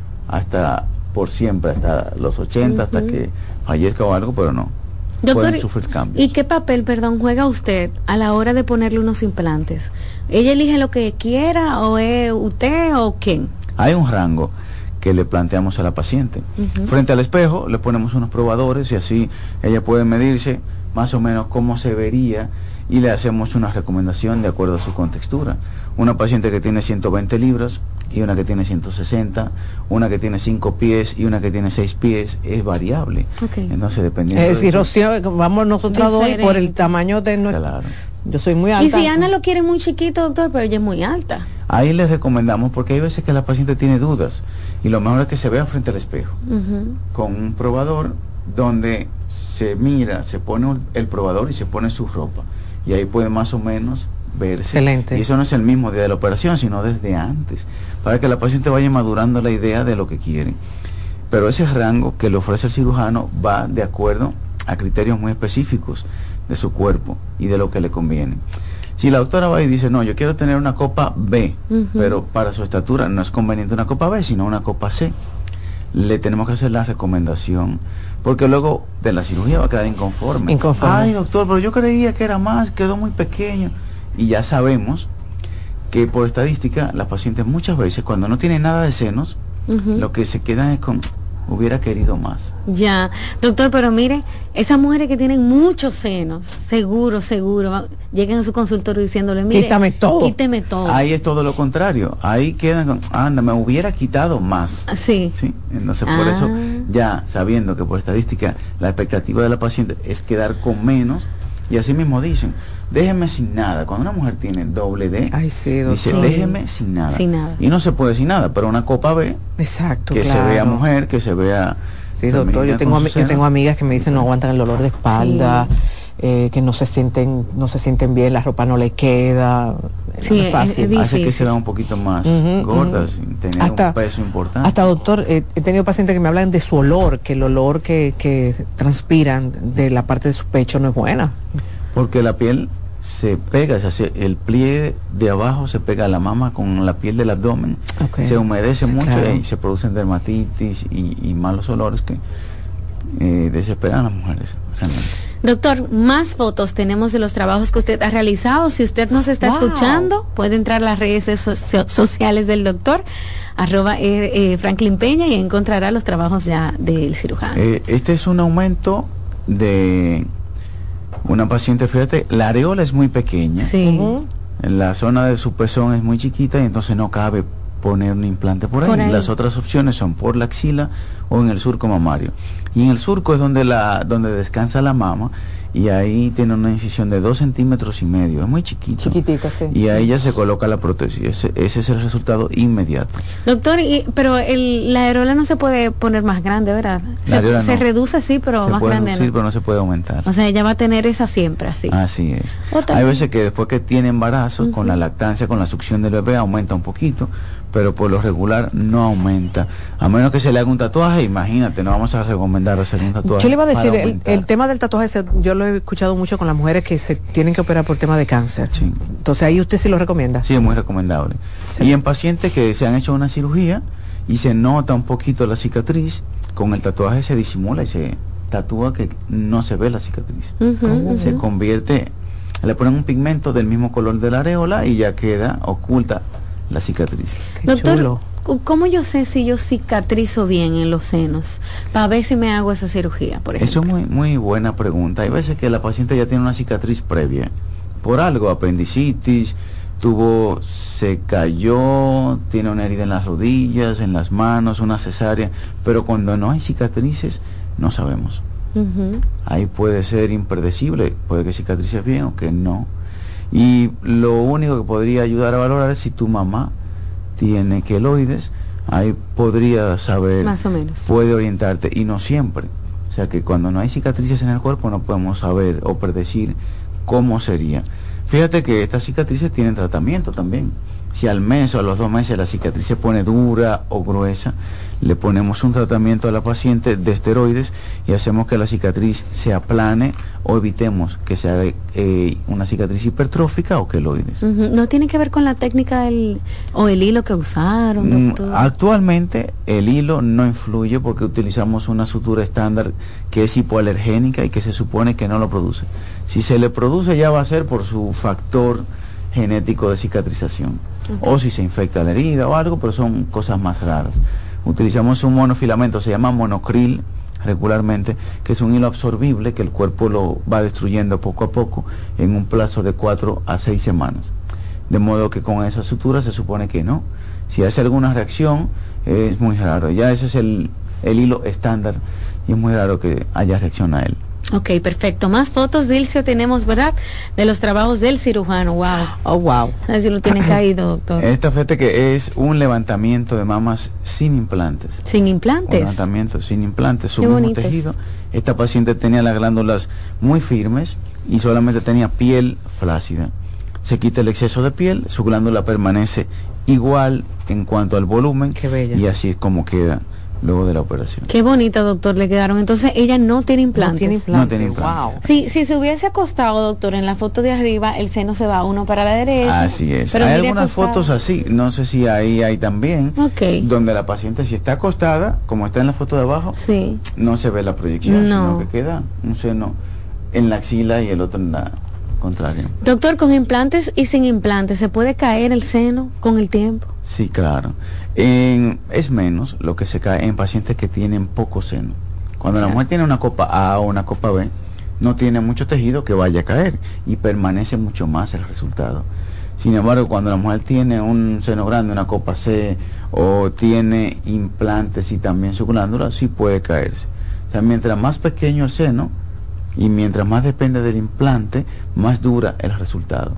hasta por siempre, hasta los ochenta, uh-huh. hasta que fallezca o algo, pero no. Doctor, pueden sufrir cambios. ¿Y qué papel, perdón, juega usted a la hora de ponerle unos implantes? ¿Ella elige lo que quiera o es usted o quién? Hay un rango que le planteamos a la paciente. Uh-huh. Frente al espejo le ponemos unos probadores y así ella puede medirse más o menos cómo se vería y le hacemos una recomendación de acuerdo a su contextura. Una paciente que tiene ciento veinte libras y una que tiene ciento sesenta, una que tiene cinco pies y una que tiene seis pies, es variable. Okay. Entonces, dependiendo es decir, de Rocío, vamos nosotros dos por el tamaño de nuestro... Claro. Yo soy muy alta. Y si Ana lo quiere muy chiquito, doctor, pero ella es muy alta. Ahí le recomendamos, porque hay veces que la paciente tiene dudas y lo mejor es que se vea frente al espejo uh-huh. con un probador donde se mira, se pone el probador y se pone su ropa y ahí puede más o menos verse. Excelente. Y eso no es el mismo día de la operación, sino desde antes, para que la paciente vaya madurando la idea de lo que quiere. Pero ese rango que le ofrece el cirujano va de acuerdo a criterios muy específicos de su cuerpo y de lo que le conviene. Si la doctora va y dice, no, yo quiero tener una copa B, uh-huh. pero para su estatura no es conveniente una copa B, sino una copa C, le tenemos que hacer la recomendación, porque luego de la cirugía va a quedar inconforme. Inconforme. Ay, doctor, pero yo creía que era más, quedó muy pequeño. Y ya sabemos que por estadística, las pacientes muchas veces, cuando no tienen nada de senos, uh-huh. lo que se quedan es con... hubiera querido más. Ya, doctor, pero mire, esas mujeres que tienen muchos senos, seguro, seguro, va, llegan a su consultorio diciéndole, mire, quítame todo. Quíteme todo. Ahí es todo lo contrario. Ahí quedan con, anda, me hubiera quitado más. Sí. Sí. Entonces, por ah. eso, ya sabiendo que por estadística la expectativa de la paciente es quedar con menos, y así mismo dicen, déjeme sin nada. Cuando una mujer tiene doble D, Ay, sí, dice, sí. déjeme sin nada. Sin nada. Y no se puede sin nada, pero una copa B, exacto, que claro. se vea mujer, que se vea... Sí, doctor, yo tengo, ami- yo tengo amigas que me dicen no aguantan el dolor de espalda, sí. eh, que no se sienten no se sienten bien, la ropa no le queda. Sí, no es fácil. Es, es hace que se vean un poquito más uh-huh, gordas, uh-huh. tener hasta, un peso importante. Hasta, doctor, eh, he tenido pacientes que me hablan de su olor, que el olor que, que transpiran de la parte de su pecho no es buena. Porque la piel se pega, o sea, el pliegue de abajo se pega a la mama con la piel del abdomen, okay. se humedece sí, mucho claro. y se producen dermatitis y, y malos olores que eh, desesperan a las mujeres realmente. Doctor, más fotos tenemos de los trabajos que usted ha realizado. Si usted nos está wow. escuchando, puede entrar a las redes so- so- sociales del doctor, arroba eh, eh, Franklin Peña, y encontrará los trabajos ya del cirujano. Eh, este es un aumento de una paciente, fíjate, la areola es muy pequeña, sí. uh-huh. en la zona de su pezón es muy chiquita y entonces no cabe poner un implante por ahí. por ahí. Las otras opciones son por la axila o en el surco mamario. Y en el surco es donde la donde descansa la mama y ahí tiene una incisión de dos centímetros y medio, es muy chiquito. Chiquitito, sí. Y ahí ya se coloca la prótesis, ese, ese es el resultado inmediato. Doctor, y, pero el, la areola no se puede poner más grande, ¿verdad? La se, no. se reduce sí, pero se más puede grande reducir, no. pero no se puede aumentar. O sea, ella va a tener esa siempre así. Así es. Hay veces que después que tiene embarazos, uh-huh. con la lactancia, con la succión del bebé, aumenta un poquito, pero por lo regular no aumenta. A menos que se le haga un tatuaje, imagínate, no vamos a recomendar hacer un tatuaje. Yo le iba a decir, el, el tema del tatuaje, se, yo lo he escuchado mucho con las mujeres que se tienen que operar por tema de cáncer. Sí. Entonces ahí usted sí lo recomienda. Sí, es muy recomendable. Sí. Y en pacientes que se han hecho una cirugía y se nota un poquito la cicatriz, con el tatuaje se disimula y se tatúa que no se ve la cicatriz. Uh-huh, se uh-huh. convierte, le ponen un pigmento del mismo color de la areola y ya queda oculta la cicatriz. Qué Doctor, chulo. ¿Cómo yo sé si yo cicatrizo bien en los senos? Para ver si me hago esa cirugía, por ejemplo. Eso es muy, muy buena pregunta. Hay veces que la paciente ya tiene una cicatriz previa. Por algo, apendicitis, tuvo, se cayó, tiene una herida en las rodillas, en las manos, una cesárea. Pero cuando no hay cicatrices, no sabemos. Uh-huh. Ahí puede ser impredecible, puede que cicatrices bien o que no. Y lo único que podría ayudar a valorar es si tu mamá tiene queloides, ahí podría saber, más o menos, puede orientarte, y no siempre. O sea que cuando no hay cicatrices en el cuerpo no podemos saber o predecir cómo sería. Fíjate que estas cicatrices tienen tratamiento también. Si al mes o a los dos meses la cicatriz se pone dura o gruesa, le ponemos un tratamiento a la paciente de esteroides y hacemos que la cicatriz se aplane o evitemos que se haga eh, una cicatriz hipertrófica o queloides. Uh-huh. ¿No tiene que ver con la técnica del, o el hilo que usaron, doctor? Mm, actualmente el hilo no influye porque utilizamos una sutura estándar que es hipoalergénica y que se supone que no lo produce. Si se le produce ya va a ser por su factor genético de cicatrización, okay. o si se infecta la herida o algo, pero son cosas más raras. Utilizamos un monofilamento, se llama monocril regularmente, que es un hilo absorbible que el cuerpo lo va destruyendo poco a poco en un plazo de cuatro a seis semanas. De modo que con esa sutura se supone que no. Si hace alguna reacción, eh, es muy raro. Ya ese es el, el hilo estándar y es muy raro que haya reacción a él. Ok, perfecto. Más fotos, Dilcio, tenemos, ¿verdad? De los trabajos del cirujano. Wow. Oh, wow. A ver si lo tiene caído, doctor. Esta, fíjate que es un levantamiento de mamas sin implantes. ¿Sin implantes? Un levantamiento sin implantes, su mismo tejido. Esta paciente tenía las glándulas muy firmes y solamente tenía piel flácida. Se quita el exceso de piel, su glándula permanece igual en cuanto al volumen. Qué bella. Y así es como queda luego de la operación. Qué bonita, doctor, le quedaron. Entonces ella no tiene implantes. No tiene implantes. No tiene implantes. Wow. Sí, si se hubiese acostado, doctor, en la foto de arriba, el seno se va uno para la derecha. Así es. Pero hay mire algunas acostado. fotos así, no sé si ahí hay también, okay. donde la paciente si está acostada, como está en la foto de abajo, sí. no se ve la proyección, no. sino que queda un seno en la axila y el otro en la contraria. Doctor, con implantes y sin implantes, ¿se puede caer el seno con el tiempo? Sí, claro. En, es menos lo que se cae en pacientes que tienen poco seno. Cuando claro. la mujer tiene una copa A o una copa B, no tiene mucho tejido que vaya a caer y permanece mucho más el resultado. Sin embargo, cuando la mujer tiene un seno grande, una copa C, o tiene implantes y también su glándula, sí puede caerse. O sea, mientras más pequeño el seno y mientras más depende del implante, más dura el resultado.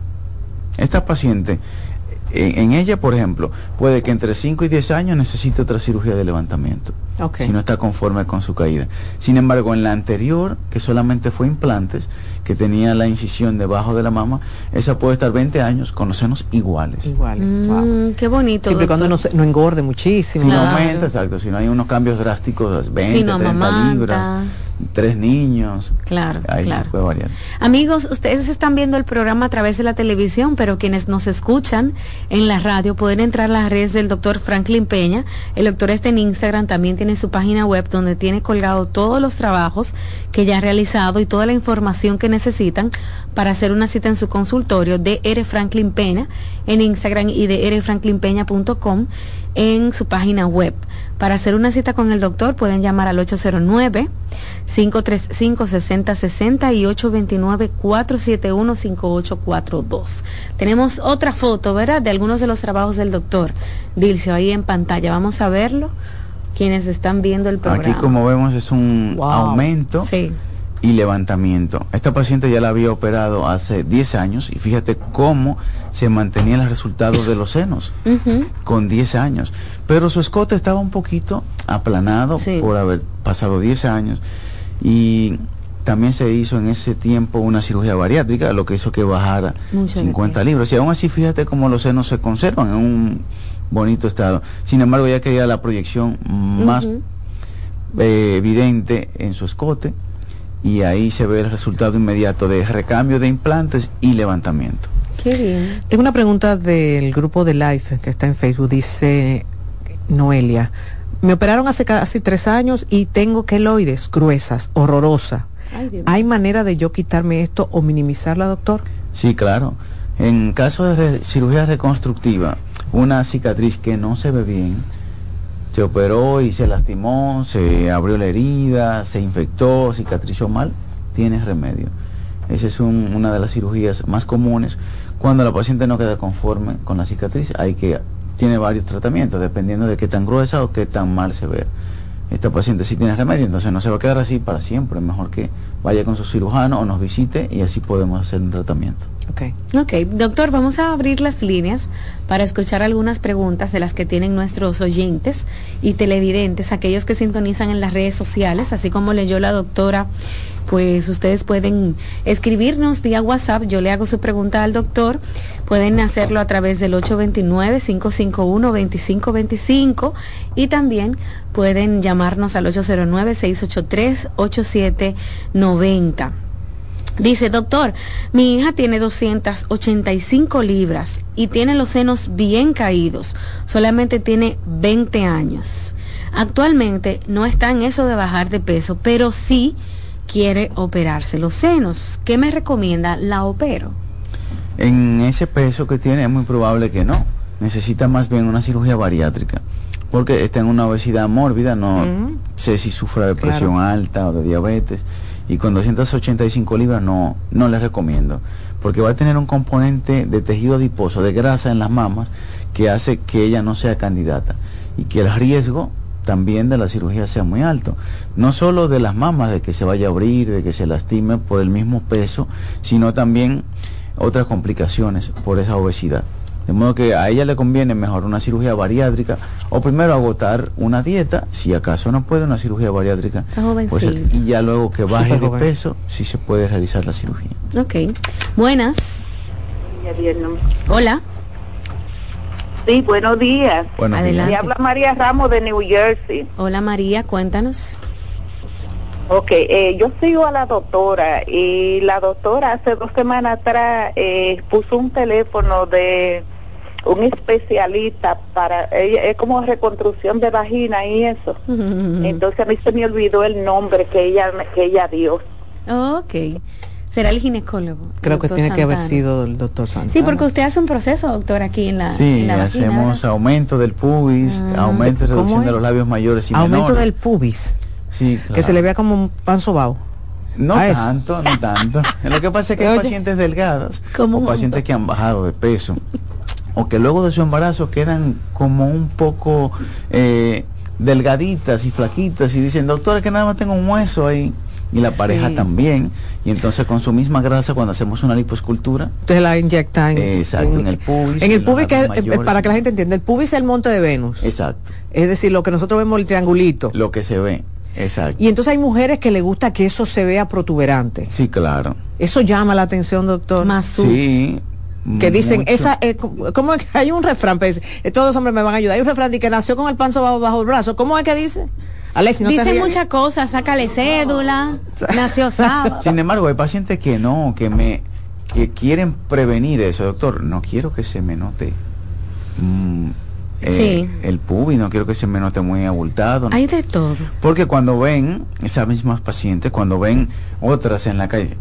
Esta paciente, en, en ella, por ejemplo, puede que entre cinco y diez años necesite otra cirugía de levantamiento, okay. si no está conforme con su caída. Sin embargo, en la anterior, que solamente fue implantes, que tenía la incisión debajo de la mama, esa puede estar veinte años con los senos iguales. Iguales, mm, wow. Qué bonito. Siempre cuando no, no engorde muchísimo. Si claro. no aumenta, exacto, si no hay unos cambios drásticos, veinte, si no treinta mamanta. libras, tres niños, claro, ahí claro. puede variar. Amigos, ustedes están viendo el programa a través de la televisión, pero quienes nos escuchan en la radio pueden entrar a las redes del doctor Franklin Peña. El doctor está en Instagram, también tiene su página web donde tiene colgado todos los trabajos que ya ha realizado y toda la información que necesitan para hacer una cita en su consultorio de R. Franklin Peña en Instagram y de r franklin peña punto com en su página web. Para hacer una cita con el doctor pueden llamar al ocho cero nueve, cinco tres cinco, seis cero seis cero y ocho dos nueve, cuatro siete uno, cinco ocho cuatro dos. Tenemos otra foto, ¿verdad?, de algunos de los trabajos del doctor Dilcio ahí en pantalla. Vamos a verlo, quienes están viendo el programa. Aquí, como vemos, es un wow. aumento sí. y levantamiento. Esta paciente ya la había operado hace diez años y fíjate cómo se mantenía el resultado de los senos uh-huh. con diez años. Pero su escote estaba un poquito aplanado sí. por haber pasado diez años y también se hizo en ese tiempo una cirugía bariátrica, lo que hizo que bajara Mucho cincuenta libras. Y aún así, fíjate cómo los senos se conservan en un bonito estado. Sin embargo, ya quería la proyección más uh-huh. eh, evidente en su escote. Y ahí se ve el resultado inmediato de recambio de implantes y levantamiento. Qué bien. Tengo una pregunta del grupo de Life que está en Facebook, dice Noelia. Me operaron hace casi tres años y tengo queloides gruesas, horrorosa. Ay, ¿hay manera de yo quitarme esto o minimizarla, doctor? Sí, claro. En caso de re- cirugía reconstructiva, una cicatriz que no se ve bien, se operó y se lastimó, se abrió la herida, se infectó, cicatrizó mal, tiene remedio. Esa es un, una de las cirugías más comunes. Cuando la paciente no queda conforme con la cicatriz, hay que tiene varios tratamientos, dependiendo de qué tan gruesa o qué tan mal se vea. Esta paciente sí tiene remedio, entonces no se va a quedar así para siempre. Es mejor que vaya con su cirujano o nos visite y así podemos hacer un tratamiento. Okay. ok, doctor, vamos a abrir las líneas para escuchar algunas preguntas de las que tienen nuestros oyentes y televidentes, aquellos que sintonizan en las redes sociales, así como leyó la doctora pues ustedes pueden escribirnos vía WhatsApp, yo le hago su pregunta al doctor, pueden hacerlo a través del ocho dos nueve, cinco cinco uno, dos cinco dos cinco y también pueden llamarnos al ocho cero nueve, seis ocho tres, ocho siete nueve cero. Dice, doctor, mi hija tiene doscientas ochenta y cinco libras y tiene los senos bien caídos, solamente tiene veinte años. Actualmente no está en eso de bajar de peso, pero sí quiere operarse los senos. ¿Qué me recomienda? ¿La opero? En ese peso que tiene es muy probable que no. Necesita más bien una cirugía bariátrica, porque está en una obesidad mórbida, no uh-huh. sé si sufra de presión claro. alta o de diabetes. Y con doscientas ochenta y cinco libras no, no les recomiendo, porque va a tener un componente de tejido adiposo, de grasa en las mamas, que hace que ella no sea candidata y que el riesgo también de la cirugía sea muy alto. No solo de las mamas, de que se vaya a abrir, de que se lastime por el mismo peso, sino también otras complicaciones por esa obesidad. De modo que a ella le conviene mejor una cirugía bariátrica, o primero agotar una dieta, si acaso no puede una cirugía bariátrica, pues, y ya luego que baje de peso, sí se puede realizar la cirugía. Ok. Buenas. Hola. Sí, buenos días. Buenos días. Me habla María Ramos de New Jersey. Hola María, cuéntanos. Ok, eh, yo sigo a la doctora y la doctora hace dos semanas atrás eh, puso un teléfono de un especialista para, eh, es como reconstrucción de vagina y eso. Mm-hmm. Entonces a mí se me olvidó el nombre que ella que ella dio. Oh, ok. ¿Será el ginecólogo? Creo que tiene Santana. Que haber sido el doctor Santana. Sí, porque usted hace un proceso, doctor, aquí en la Sí, en la hacemos vagina, ¿verdad? Aumento del pubis, ah, aumento y reducción de los labios mayores y aumento menores. Del pubis. Sí, claro. Que se le vea como un pan sobao. No tanto, no tanto. Lo que pasa es que hay pacientes delgadas o pacientes que han bajado de peso o que luego de su embarazo quedan como un poco eh, delgaditas y flaquitas y dicen, doctora, que nada más tengo un hueso ahí. Y la pareja sí. también, y entonces con su misma grasa cuando hacemos una lipoescultura entonces la inyectan eh, exacto, en, en el pubis en el pubis que es, para que la gente entienda, el pubis es el monte de Venus, exacto, es decir, lo que nosotros vemos, el triangulito, lo que se ve, exacto, y entonces hay mujeres que le gusta que eso se vea protuberante. Sí, claro, eso llama la atención, doctor. Más sí, que dicen mucho. Esa eh, como es que hay un refrán, pues, eh, todos los hombres me van a ayudar, hay un refrán de que nació con el pan sobao bajo el brazo. ¿Cómo es que dice? Alexi, no dicen muchas cosas, sácale cédula, nació sábado. Sin embargo, hay pacientes que no, que me que quieren prevenir eso, doctor. No quiero que se me note mm, eh, sí. el pubis, no quiero que se me note muy abultado. Hay de todo. Porque cuando ven esas mismas pacientes, cuando ven otras en la calle,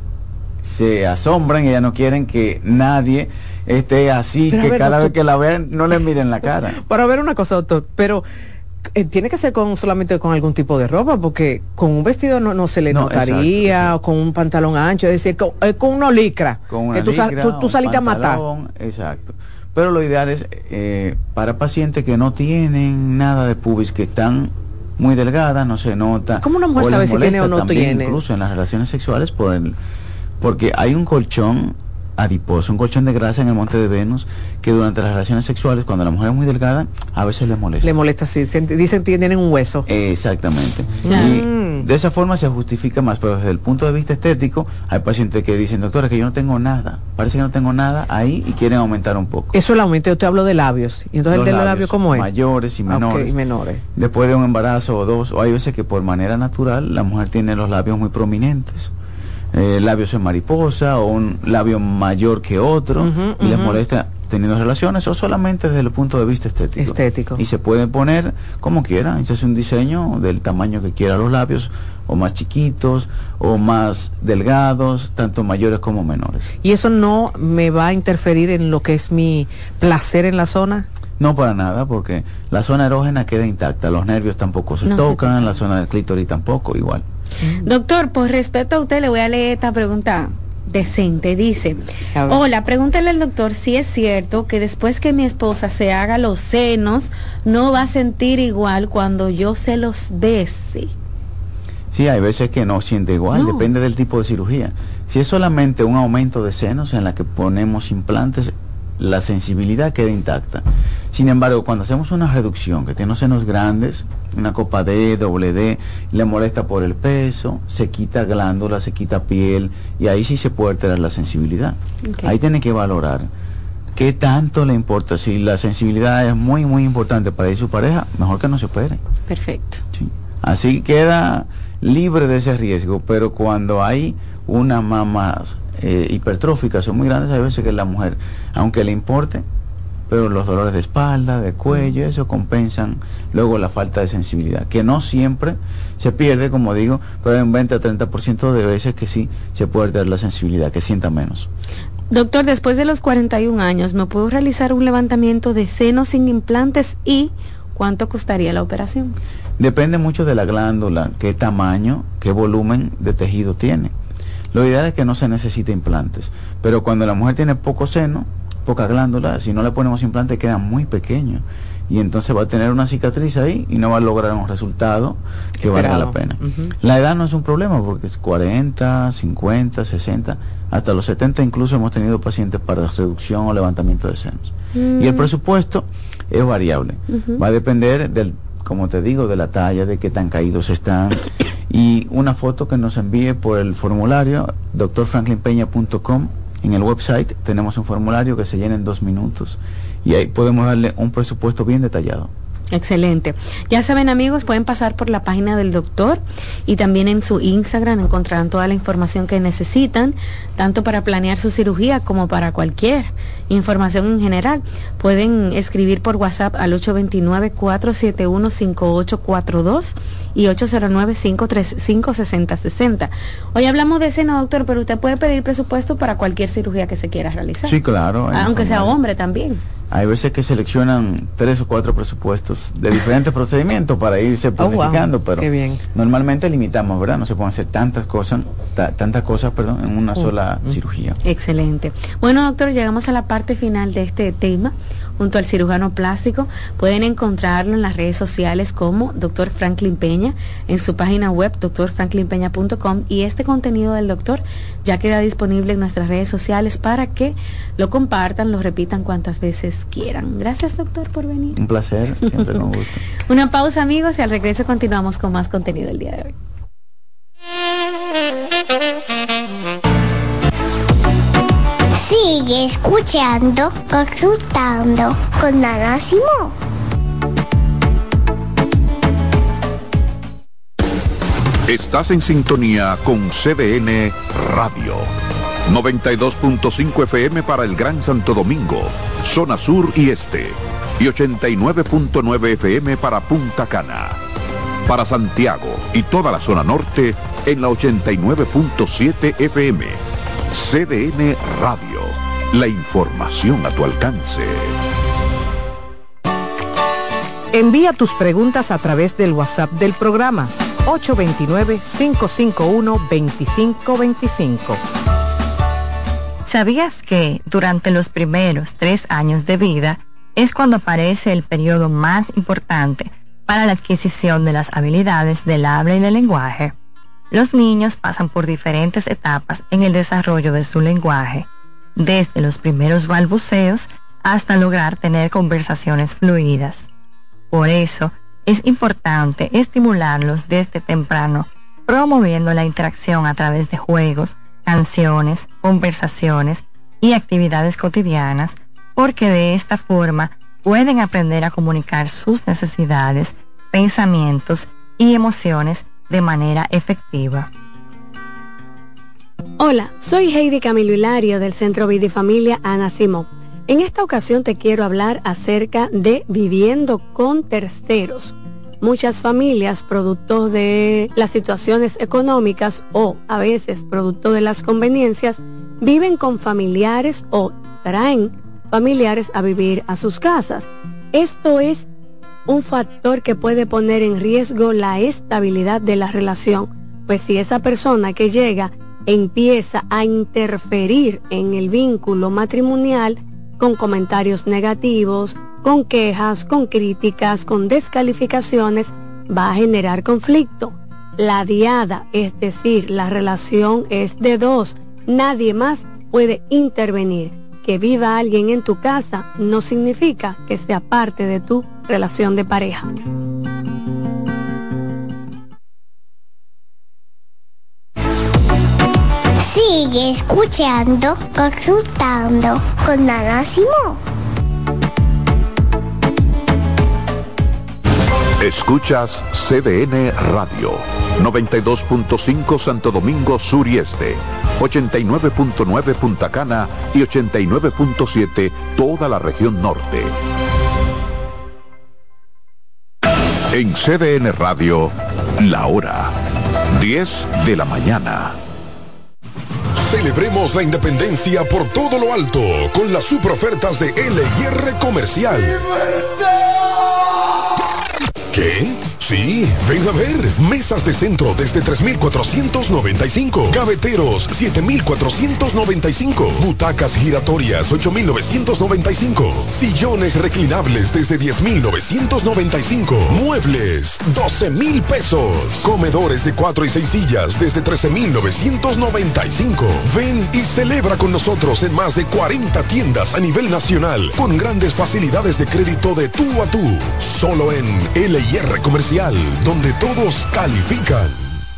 se asombran y ya no quieren que nadie esté así, pero que ver, cada doctor, vez que la vean no le miren la cara. Para ver una cosa, doctor, pero Eh, tiene que ser con solamente con algún tipo de ropa, porque con un vestido no, no se le no, notaría, exacto, o con un pantalón ancho, es decir, con, eh, con una licra, con una que tú, licra, tú, tú saliste a matar. Exacto. Pero lo ideal es eh, para pacientes que no tienen nada de pubis, que están muy delgadas, no se nota. ¿Cómo una mujer sabe si tiene o no también, tiene? Incluso en las relaciones sexuales, por el, porque hay un colchón adiposo, un colchón de grasa en el monte de Venus, que durante las relaciones sexuales, cuando la mujer es muy delgada, a veces le molesta. Le molesta, sí, dicen que tienen un hueso. Exactamente. Ya. Y de esa forma se justifica más, pero desde el punto de vista estético, hay pacientes que dicen, doctora, que yo no tengo nada, parece que no tengo nada ahí y quieren aumentar un poco. Eso es el aumento, yo te hablo de labios. ¿Y entonces Los el de los labios, labios cómo es? Mayores y menores. Okay, y menores. Después de un embarazo o dos, o hay veces que por manera natural la mujer tiene los labios muy prominentes. Eh, labios en mariposa o un labio mayor que otro, uh-huh, y uh-huh. les molesta teniendo relaciones, o solamente desde el punto de vista estético. Estético. Y se pueden poner como quieran, se hace un diseño del tamaño que quiera los labios, o más chiquitos, o más delgados, tanto mayores como menores. ¿Y eso no me va a interferir en lo que es mi placer en la zona? No, para nada, porque la zona erógena queda intacta, los nervios tampoco se no tocan, se la zona del clítoris tampoco, igual. Doctor, por respeto a usted le voy a leer esta pregunta decente. Dice, hola, pregúntale al doctor si es cierto que después que mi esposa se haga los senos, no va a sentir igual cuando yo se los bese. Sí, hay veces que no siente igual, no. Depende del tipo de cirugía. Si es solamente un aumento de senos en la que ponemos implantes, la sensibilidad queda intacta. Sin embargo, cuando hacemos una reducción, que tiene los senos grandes, una copa D, doble D, le molesta por el peso, se quita glándula, se quita piel, y ahí sí se puede alterar la sensibilidad. Okay. Ahí tiene que valorar qué tanto le importa. Si la sensibilidad es muy, muy importante para ir su pareja, mejor que no se opere. Perfecto. Sí. Así queda libre de ese riesgo, pero cuando hay una mama eh, hipertrófica, son muy grandes, hay veces que la mujer, aunque le importe, pero los dolores de espalda, de cuello, eso compensan luego la falta de sensibilidad, que no siempre se pierde, como digo, pero hay un veinte a treinta por ciento de veces que sí se puede perder la sensibilidad, que sienta menos. Doctor, después de los cuarenta y un años, ¿me puedo realizar un levantamiento de senos sin implantes y cuánto costaría la operación? Depende mucho de la glándula, qué tamaño, qué volumen de tejido tiene. Lo ideal es que no se necesite implantes, pero cuando la mujer tiene poco seno, poca glándula, si no le ponemos implante queda muy pequeño y entonces va a tener una cicatriz ahí y no va a lograr un resultado que valga la pena. Uh-huh. La edad no es un problema porque es cuarenta, cincuenta, sesenta, hasta los setenta incluso hemos tenido pacientes para reducción o levantamiento de senos. Uh-huh. Y el presupuesto es variable, uh-huh. va a depender del, como te digo, de la talla, de qué tan caídos están, y una foto que nos envíe por el formulario doctor franklin peña punto com. En el website tenemos un formulario que se llena en dos minutos y ahí podemos darle un presupuesto bien detallado. Excelente. Ya saben, amigos, pueden pasar por la página del doctor y también en su Instagram encontrarán toda la información que necesitan, tanto para planear su cirugía como para cualquier información en general. Pueden escribir por WhatsApp al ocho dos nueve, cuatro siete uno, cinco ocho cuatro dos y ocho cero nueve, cinco tres cinco, seis cero seis cero. Hoy hablamos de seno, doctor, pero usted puede pedir presupuesto para cualquier cirugía que se quiera realizar. Sí, claro. Aunque sea hombre también. Hay veces que seleccionan tres o cuatro presupuestos de diferentes procedimientos para irse planificando, oh, wow. pero Qué bien. Normalmente limitamos, ¿verdad? No se pueden hacer tantas cosas, ta, tantas cosas, perdón, en una uh, sola uh. cirugía. Excelente. Bueno, doctor, llegamos a la parte final de este tema. Junto al cirujano plástico, pueden encontrarlo en las redes sociales como doctor Franklin Peña, en su página web doctor franklin peña punto com, y este contenido del doctor ya queda disponible en nuestras redes sociales para que lo compartan, lo repitan cuantas veces quieran. Gracias, doctor, por venir. Un placer, siempre con gusto. Una pausa, amigos, y al regreso continuamos con más contenido el día de hoy. Sigue escuchando, consultando con Ana Simón. Estás en sintonía con C D N Radio. noventa y dos punto cinco F M para el Gran Santo Domingo, zona sur y este. Y ochenta y nueve punto nueve F M para Punta Cana. Para Santiago y toda la zona norte en la ochenta y nueve punto siete F M. C D N Radio, la información a tu alcance. Envía tus preguntas a través del WhatsApp del programa ocho dos nueve, cinco cinco uno, dos cinco dos cinco. ¿Sabías que durante los primeros tres años de vida es cuando aparece el periodo más importante para la adquisición de las habilidades del habla y del lenguaje? Los niños pasan por diferentes etapas en el desarrollo de su lenguaje, desde los primeros balbuceos hasta lograr tener conversaciones fluidas. Por eso, es importante estimularlos desde temprano, promoviendo la interacción a través de juegos, canciones, conversaciones y actividades cotidianas, porque de esta forma pueden aprender a comunicar sus necesidades, pensamientos y emociones de manera efectiva. Hola, soy Heidi Camilo Hilario del Centro Vida y Familia Ana Simón. En esta ocasión te quiero hablar acerca de viviendo con terceros. Muchas familias, producto de las situaciones económicas o a veces producto de las conveniencias, viven con familiares o traen familiares a vivir a sus casas. Esto es un factor que puede poner en riesgo la estabilidad de la relación, pues si esa persona que llega empieza a interferir en el vínculo matrimonial con comentarios negativos, con quejas, con críticas, con descalificaciones, va a generar conflicto. La diada, es decir, la relación es de dos, nadie más puede intervenir. que viva alguien en tu casa no significa que sea parte de tu relación de pareja. Sigue escuchando, consultando con Ana Simón. Escuchas C D N Radio, noventa y dos punto cinco Santo Domingo Sur y Este, ochenta y nueve punto nueve Punta Cana y ochenta y nueve punto siete toda la región norte. En C D N Radio, la hora, diez de la mañana. Celebremos la independencia por todo lo alto con las super ofertas de L y R Comercial. ¿Qué? Sí, ven a ver. Mesas de centro desde tres mil cuatrocientos noventa y cinco. Gaveteros, siete mil cuatrocientos noventa y cinco. Butacas giratorias, ocho mil novecientos noventa y cinco. Sillones reclinables desde diez mil novecientos noventa y cinco. Muebles, doce mil pesos. Comedores de cuatro y seis sillas desde trece mil novecientos noventa y cinco. Ven y celebra con nosotros en más de cuarenta tiendas a nivel nacional con grandes facilidades de crédito de tú a tú. Solo en L y R Comercial, donde todos califican.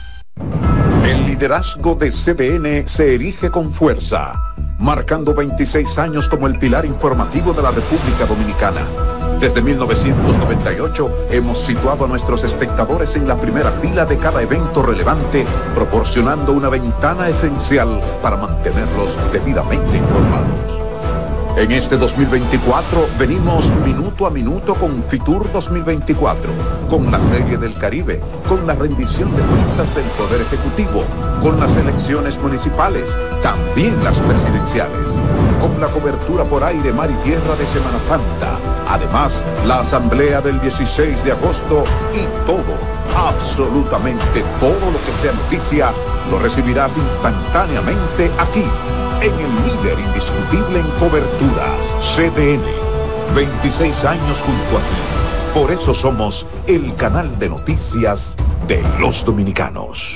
El liderazgo de C D N se erige con fuerza, marcando veintiséis años como el pilar informativo de la República Dominicana. Desde mil novecientos noventa y ocho hemos situado a nuestros espectadores en la primera fila de cada evento relevante, proporcionando una ventana esencial para mantenerlos debidamente informados. En este dos mil veinticuatro venimos minuto a minuto con Fitur dos mil veinticuatro, con la Serie del Caribe, con la rendición de cuentas del Poder Ejecutivo, con las elecciones municipales, también las presidenciales, con la cobertura por aire, mar y tierra de Semana Santa, además la asamblea del dieciséis de agosto y todo, absolutamente todo lo que sea noticia, lo recibirás instantáneamente aquí, en el líder indiscutible en coberturas, C D N. veintiséis años junto a ti. Por eso somos el canal de noticias de los dominicanos.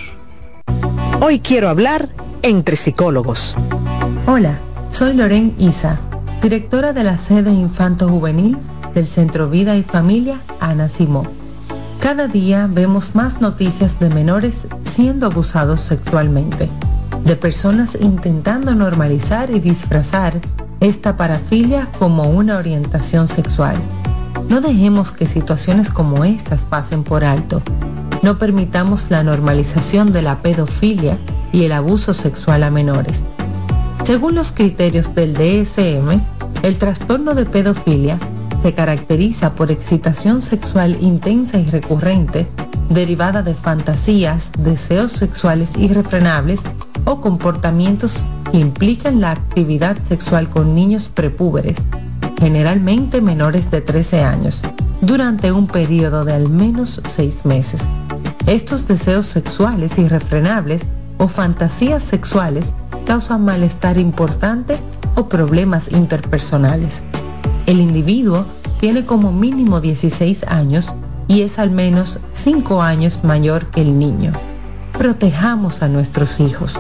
Hoy quiero hablar entre psicólogos. Hola, soy Loren Isa, directora de la sede Infanto Juvenil del Centro Vida y Familia Ana Simó. Cada día vemos más noticias de menores siendo abusados sexualmente, de personas intentando normalizar y disfrazar esta parafilia como una orientación sexual. No dejemos que situaciones como estas pasen por alto. No permitamos la normalización de la pedofilia y el abuso sexual a menores. Según los criterios del D S M, el trastorno de pedofilia se caracteriza por excitación sexual intensa y recurrente, derivada de fantasías, deseos sexuales irrefrenables o comportamientos que implican la actividad sexual con niños prepúberes, generalmente menores de trece años, durante un periodo de al menos seis meses. Estos deseos sexuales irrefrenables o fantasías sexuales causan malestar importante o problemas interpersonales. El individuo tiene como mínimo dieciséis años y es al menos cinco años mayor que el niño. Protejamos a nuestros hijos.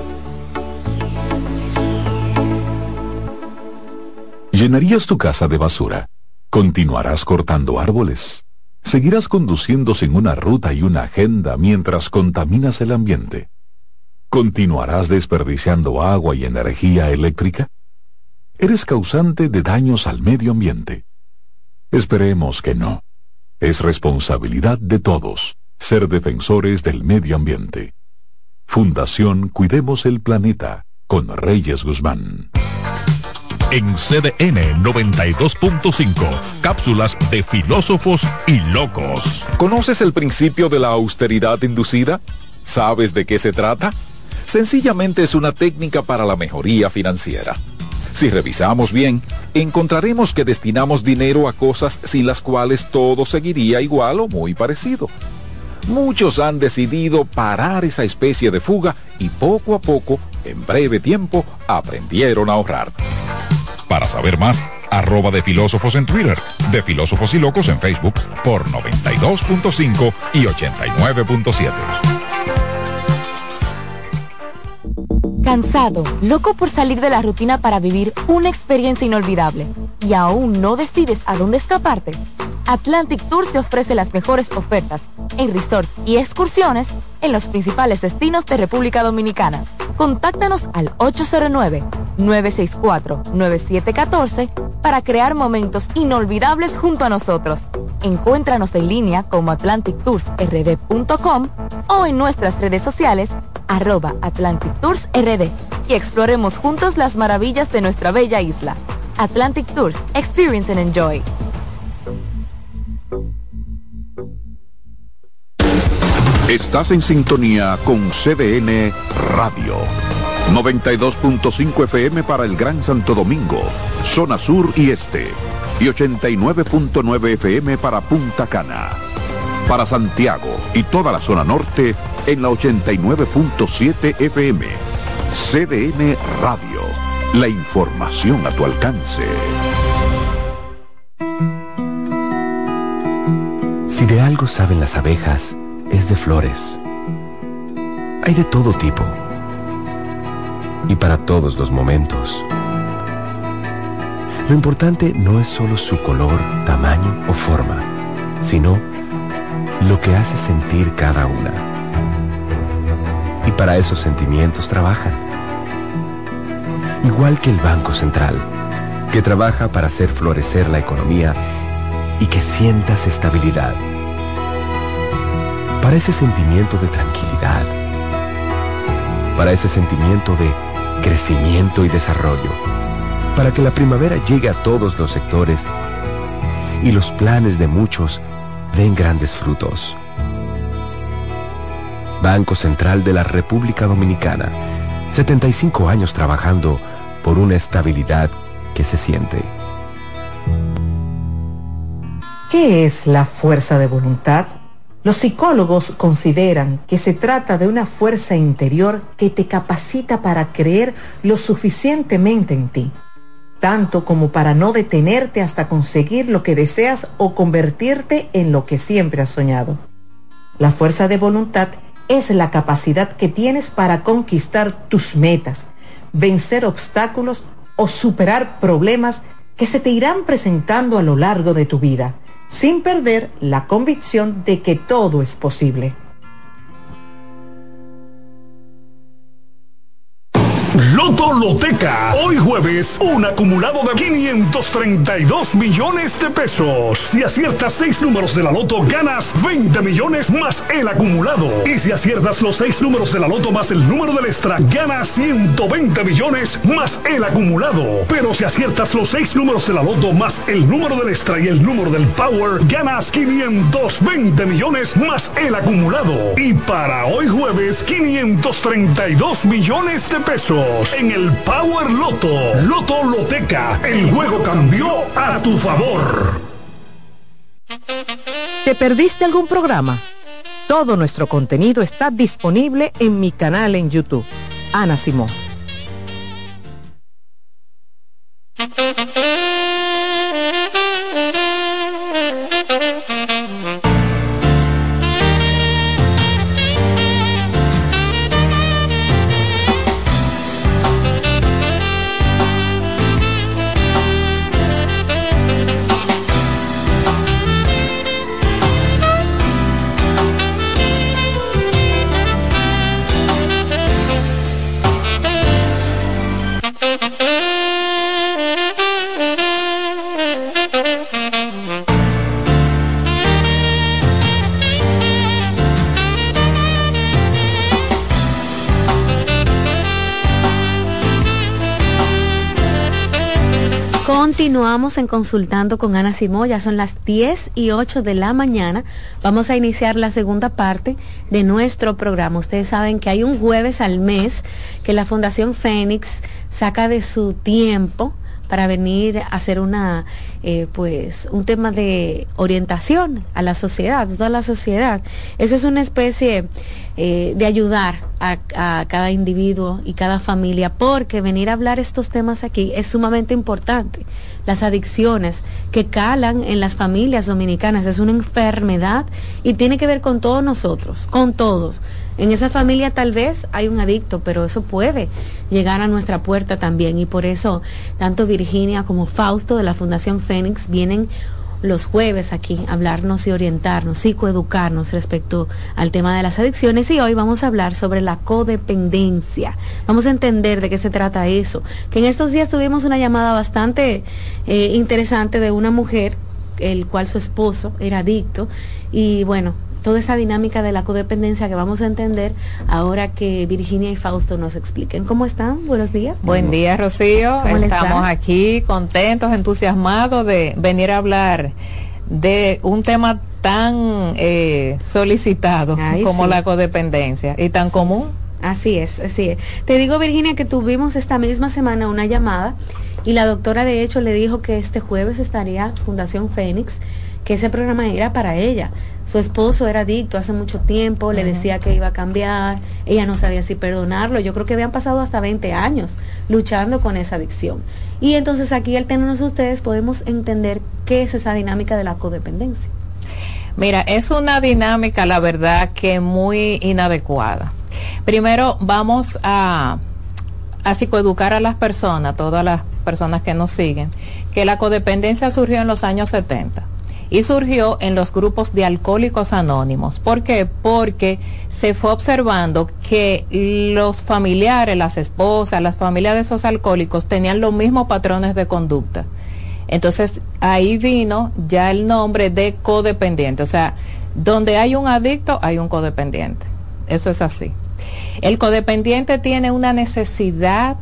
¿Llenarías tu casa de basura? ¿Continuarás cortando árboles? ¿Seguirás conduciendo sin una ruta y una agenda mientras contaminas el ambiente? ¿Continuarás desperdiciando agua y energía eléctrica? Eres causante de daños al medio ambiente. Esperemos que no. Es responsabilidad de todos ser defensores del medio ambiente. Fundación Cuidemos el Planeta, con Reyes Guzmán. En C D N noventa y dos punto cinco, cápsulas de filósofos y locos. ¿Conoces el principio de la austeridad inducida? ¿Sabes de qué se trata? Sencillamente es una técnica para la mejoría financiera. Si revisamos bien, encontraremos que destinamos dinero a cosas sin las cuales todo seguiría igual o muy parecido. Muchos han decidido parar esa especie de fuga y poco a poco, en breve tiempo, aprendieron a ahorrar. Para saber más, arroba de filósofos en Twitter, de filósofos y locos en Facebook, por noventa y dos punto cinco y ochenta y nueve punto siete. ¿Cansado, loco por salir de la rutina para vivir una experiencia inolvidable y aún no decides a dónde escaparte? Atlantic Tours te ofrece las mejores ofertas en resorts y excursiones en los principales destinos de República Dominicana. Contáctanos al ocho cero nueve, nueve seis cuatro, nueve siete uno cuatro para crear momentos inolvidables junto a nosotros. Encuéntranos en línea como atlantic tours r d punto com o en nuestras redes sociales arroba Atlantic Tours R D y exploremos juntos las maravillas de nuestra bella isla. Atlantic Tours, experience and enjoy. Estás en sintonía con C D N Radio. noventa y dos punto cinco F M para el Gran Santo Domingo, zona sur y este. Y ochenta y nueve punto nueve F M para Punta Cana. Para Santiago y toda la zona norte en la ochenta y nueve punto siete F M. C D N Radio. La información a tu alcance. Si de algo saben las abejas, es de flores. Hay de todo tipo y para todos los momentos. Lo importante no es solo su color, tamaño o forma, sino lo que hace sentir cada una. Y para esos sentimientos trabajan. Igual que el Banco Central, que trabaja para hacer florecer la economía y que sientas estabilidad. Para ese sentimiento de tranquilidad, para ese sentimiento de crecimiento y desarrollo, para que la primavera llegue a todos los sectores y los planes de muchos den grandes frutos. Banco Central de la República Dominicana, setenta y cinco años trabajando por una estabilidad que se siente. ¿Qué es la fuerza de voluntad? Los psicólogos consideran que se trata de una fuerza interior que te capacita para creer lo suficientemente en ti, tanto como para no detenerte hasta conseguir lo que deseas o convertirte en lo que siempre has soñado. La fuerza de voluntad es la capacidad que tienes para conquistar tus metas, vencer obstáculos o superar problemas que se te irán presentando a lo largo de tu vida, sin perder la convicción de que todo es posible. Loto Loteca, hoy jueves, un acumulado de quinientos treinta y dos millones de pesos. Si aciertas seis números de la Loto, ganas veinte millones más el acumulado. Y si aciertas los seis números de la Loto más el número del extra, ganas ciento veinte millones más el acumulado. Pero si aciertas los seis números de la Loto más el número del extra y el número del Power, ganas quinientos veinte millones más el acumulado. Y para hoy jueves, quinientos treinta y dos millones de pesos. En el Power Loto. Loto Loteca. El juego cambió a tu favor. ¿Te perdiste algún programa? Todo nuestro contenido está disponible en mi canal en YouTube, Ana Simón. Continuamos en Consultando con Ana Simó, ya son las diez y ocho de la mañana. Vamos a iniciar la segunda parte de nuestro programa. Ustedes saben que hay un jueves al mes que la Fundación Fénix saca de su tiempo para venir a hacer una, eh, pues, un tema de orientación a la sociedad, a toda la sociedad. Eso es una especie eh, de ayudar a, a cada individuo y cada familia, porque venir a hablar estos temas aquí es sumamente importante. Las adicciones que calan en las familias dominicanas es una enfermedad y tiene que ver con todos nosotros, con todos. En esa familia tal vez hay un adicto, pero eso puede llegar a nuestra puerta también, y por eso tanto Virginia como Fausto de la Fundación Fénix vienen los jueves aquí a hablarnos y orientarnos, psicoeducarnos respecto al tema de las adicciones, y hoy vamos a hablar sobre la codependencia. Vamos a entender de qué se trata eso, que en estos días tuvimos una llamada bastante eh, interesante de una mujer, el cual su esposo era adicto, y bueno, toda esa dinámica de la codependencia que vamos a entender ahora que Virginia y Fausto nos expliquen. ¿Cómo están? Buenos días. Buen día, Rocío. ¿Cómo Estamos aquí contentos, entusiasmados de venir a hablar de un tema tan eh, solicitado Ay, como sí. la codependencia y tan sí. común. Así es, así es. Te digo, Virginia, que tuvimos esta misma semana una llamada y la doctora de hecho le dijo que este jueves estaría Fundación Fénix, que ese programa era para ella. Su esposo era adicto hace mucho tiempo, uh-huh. le decía que iba a cambiar, ella no sabía si perdonarlo. Yo creo que habían pasado hasta veinte años luchando con esa adicción. Y entonces aquí al tenernos ustedes podemos entender qué es esa dinámica de la codependencia. Mira, es una dinámica, la verdad, que muy inadecuada. Primero vamos a, a psicoeducar a las personas, todas las personas que nos siguen, que la codependencia surgió en los años setenta. Y surgió en los grupos de alcohólicos anónimos. ¿Por qué? Porque se fue observando que los familiares, las esposas, las familias de esos alcohólicos tenían los mismos patrones de conducta. Entonces ahí vino ya el nombre de codependiente. O sea, donde hay un adicto, hay un codependiente. Eso es así. El codependiente tiene una necesidad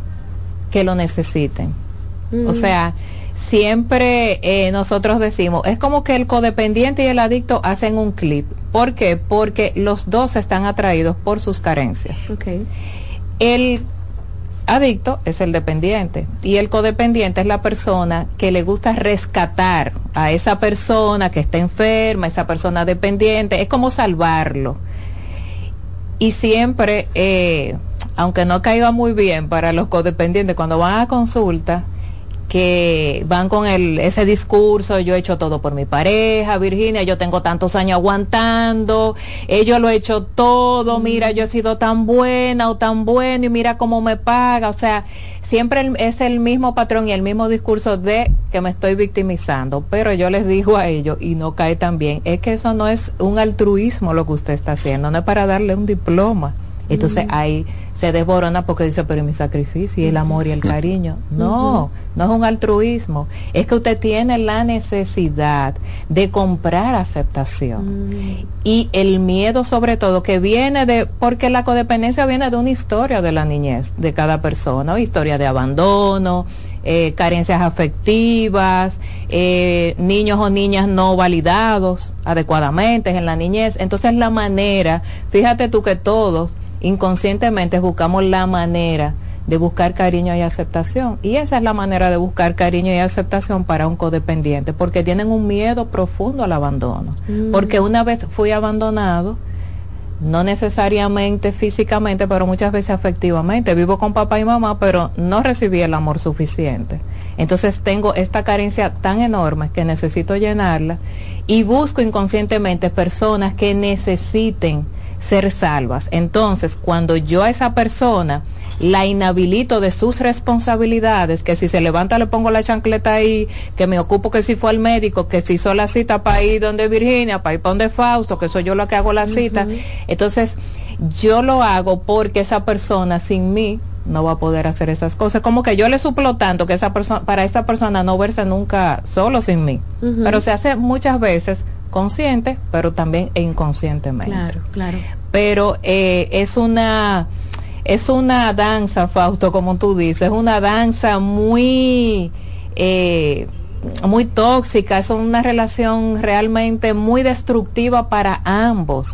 que lo necesiten. Mm. O sea, siempre eh, nosotros decimos, es como que el codependiente y el adicto hacen un clip. ¿Por qué? Porque los dos están atraídos por sus carencias. Okay. El adicto es el dependiente y el codependiente es la persona que le gusta rescatar a esa persona que está enferma, esa persona dependiente, es como salvarlo. Y siempre, eh, aunque no caiga muy bien para los codependientes, cuando van a consulta, que van con el ese discurso, yo he hecho todo por mi pareja, Virginia, yo tengo tantos años aguantando, eh, yo lo he hecho todo, mira, yo he sido tan buena o tan bueno y mira cómo me paga. O sea, siempre el, es el mismo patrón y el mismo discurso de que me estoy victimizando. Pero yo les digo a ellos, y no cae tan bien, es que eso no es un altruismo lo que usted está haciendo, no es para darle un diploma. Entonces uh-huh. ahí se desborona porque dice, pero ¿y mi sacrificio y el amor y el cariño? No, uh-huh. no es un altruismo, es que usted tiene la necesidad de comprar aceptación uh-huh. y el miedo sobre todo que viene de, porque la codependencia viene de una historia de la niñez de cada persona, historia de abandono, eh, carencias afectivas, eh, niños o niñas no validados adecuadamente en la niñez. Entonces la manera, fíjate tú que todos inconscientemente buscamos la manera de buscar cariño y aceptación, y esa es la manera de buscar cariño y aceptación para un codependiente, porque tienen un miedo profundo al abandono, mm. porque una vez fui abandonado, no necesariamente físicamente, pero muchas veces afectivamente, vivo con papá y mamá, pero no recibí el amor suficiente. Entonces tengo esta carencia tan enorme que necesito llenarla y busco inconscientemente personas que necesiten ser salvas. Entonces, cuando yo a esa persona la inhabilito de sus responsabilidades, que si se levanta le pongo la chancleta ahí, que me ocupo que si fue al médico, que si hizo la cita para ir donde Virginia, para ir para donde Fausto, que soy yo la que hago la uh-huh. cita. Entonces, yo lo hago porque esa persona sin mí no va a poder hacer esas cosas. Como que yo le suplo tanto que esa persona, para esa persona no verse nunca solo sin mí. Uh-huh. Pero se hace muchas veces consciente, pero también inconscientemente. Claro, claro. Pero eh, es una es una danza, Fausto, como tú dices, es una danza muy eh, muy tóxica, es una relación realmente muy destructiva para ambos,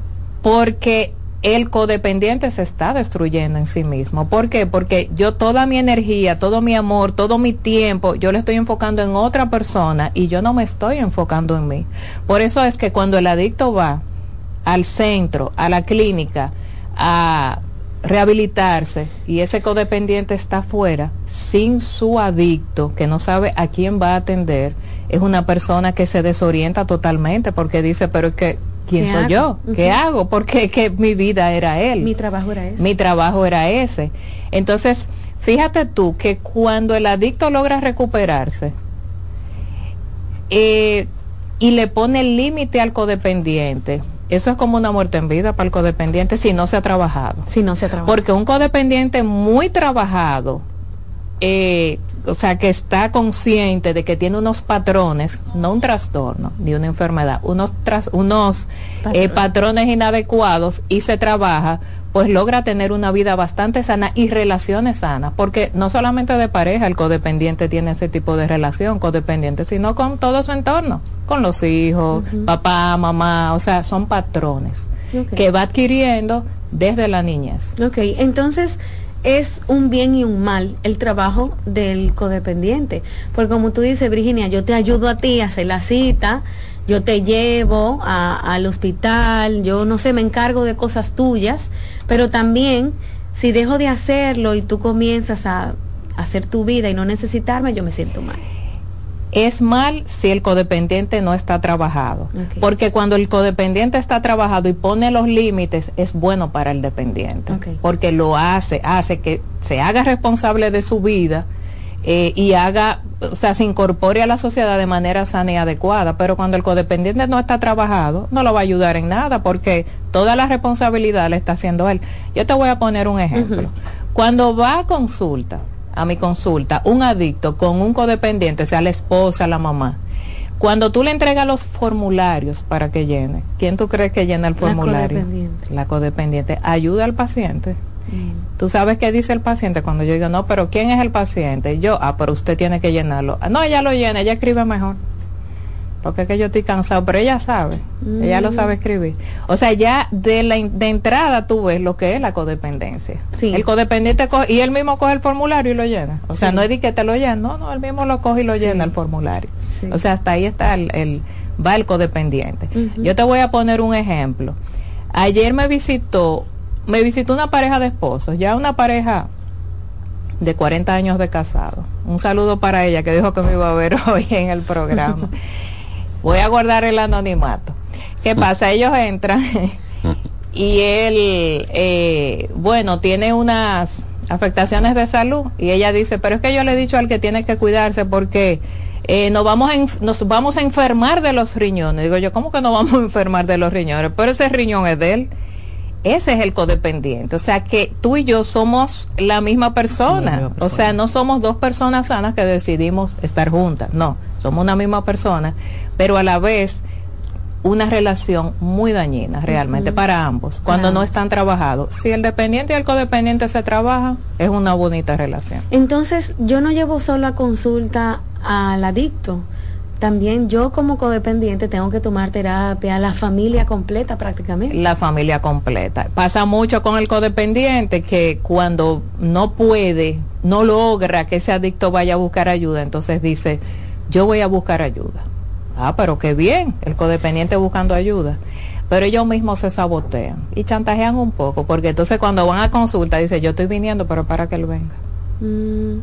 porque el codependiente se está destruyendo en sí mismo. ¿Por qué? Porque yo toda mi energía, todo mi amor, todo mi tiempo, yo le estoy enfocando en otra persona y yo no me estoy enfocando en mí. Por eso es que cuando el adicto va al centro, a la clínica, a rehabilitarse, y ese codependiente está afuera sin su adicto, que no sabe a quién va a atender, es una persona que se desorienta totalmente porque dice, pero es que ¿quién soy yo? ¿Qué uh-huh. hago? Porque que mi vida era él. Mi trabajo era ese. Mi trabajo era ese. Entonces, fíjate tú que cuando el adicto logra recuperarse eh, y le pone el límite al codependiente, eso es como una muerte en vida para el codependiente si no se ha trabajado. Si no se ha trabajado. Porque un codependiente muy trabajado, eh, o sea, que está consciente de que tiene unos patrones, no un trastorno ni una enfermedad, unos tras, unos Patrón. eh, patrones inadecuados, y se trabaja, pues logra tener una vida bastante sana y relaciones sanas, porque no solamente de pareja el codependiente tiene ese tipo de relación codependiente, sino con todo su entorno, con los hijos, uh-huh. papá, mamá, o sea, son patrones okay. que va adquiriendo desde la niñez. Ok, entonces es un bien y un mal el trabajo del codependiente, porque como tú dices, Virginia, yo te ayudo a ti a hacer la cita, yo te llevo a, al hospital, yo no sé, me encargo de cosas tuyas, pero también si dejo de hacerlo y tú comienzas a, a hacer tu vida y no necesitarme, yo me siento mal. Es mal si el codependiente no está trabajado, okay. porque cuando el codependiente está trabajado y pone los límites, es bueno para el dependiente, okay. porque lo hace, hace que se haga responsable de su vida eh, y haga, o sea, se incorpore a la sociedad de manera sana y adecuada. Pero cuando el codependiente no está trabajado, no lo va a ayudar en nada, porque toda la responsabilidad la está haciendo él. Yo te voy a poner un ejemplo. Uh-huh. Cuando va a consulta, a mi consulta, un adicto con un codependiente, sea la esposa, la mamá, cuando tú le entregas los formularios para que llene, ¿quién tú crees que llena el formulario? La codependiente. La codependiente. Ayuda al paciente. Mm. ¿Tú sabes qué dice el paciente cuando yo digo, no, pero ¿quién es el paciente? Yo, ah, pero usted tiene que llenarlo. No, ella lo llena, ella escribe mejor. Porque es que yo estoy cansado, pero ella sabe, mm. ella lo sabe escribir. O sea, ya de la de entrada tú ves lo que es la codependencia. Sí. El codependiente coge, y él mismo coge el formulario y lo llena. O sea, sí. no es de que te lo llena, no, no, él mismo lo coge y lo sí. llena el formulario. Sí. O sea, hasta ahí está el, el va el codependiente. Uh-huh. Yo te voy a poner un ejemplo. Ayer me visitó, me visitó una pareja de esposos, ya una pareja de cuarenta años de casado. Un saludo para ella que dijo que me iba a ver hoy en el programa. Voy a guardar el anonimato. ¿Qué pasa? Ellos entran y él, eh, bueno, tiene unas afectaciones de salud y ella dice, pero es que yo le he dicho al que tiene que cuidarse porque eh, nos, vamos a inf- nos vamos a enfermar de los riñones. Digo yo, ¿cómo que nos vamos a enfermar de los riñones? Pero ese riñón es de él. Ese es el codependiente. O sea que tú y yo somos la misma persona. La misma persona. O sea, no somos dos personas sanas que decidimos estar juntas. No, somos una misma persona, pero a la vez una relación muy dañina realmente uh-huh. para ambos, cuando no están trabajados. Si el dependiente y el codependiente se trabajan, es una bonita relación. Entonces, yo no llevo solo a consulta al adicto. También yo como codependiente tengo que tomar terapia, la familia completa prácticamente. La familia completa. Pasa mucho con el codependiente que cuando no puede, no logra que ese adicto vaya a buscar ayuda, entonces dice, yo voy a buscar ayuda. Ah, pero qué bien, el codependiente buscando ayuda. Pero ellos mismos se sabotean y chantajean un poco, porque entonces cuando van a consulta dice, yo estoy viniendo, pero para que él venga. Mm.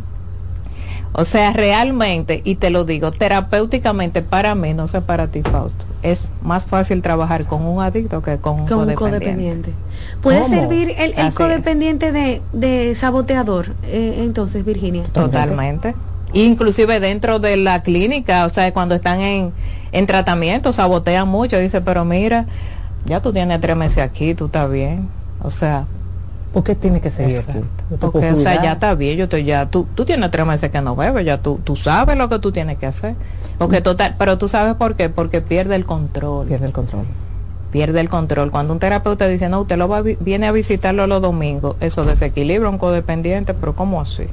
O sea, realmente, y te lo digo, terapéuticamente para mí, no sé para ti, Fausto, es más fácil trabajar con un adicto que con un con codependiente. codependiente. ¿Puede ¿Cómo? servir el, el codependiente de, de saboteador, eh, entonces, Virginia? Totalmente. Inclusive dentro de la clínica, o sea, cuando están en, en tratamiento, sabotean mucho. Dice, pero mira, ya tú tienes tres meses aquí, tú estás bien. O sea... ¿Por qué tiene que seguir aquí? Porque, o sea, ya está bien, yo estoy ya, tú, tú tienes tres meses que no bebes, ya tú, tú sabes lo que tú tienes que hacer. Porque total, pero tú sabes por qué, porque pierde el control. Pierde el control. Pierde el control. Cuando un terapeuta dice, no, usted lo va a vi- viene a visitarlo los domingos, eso desequilibra un codependiente, pero ¿cómo así?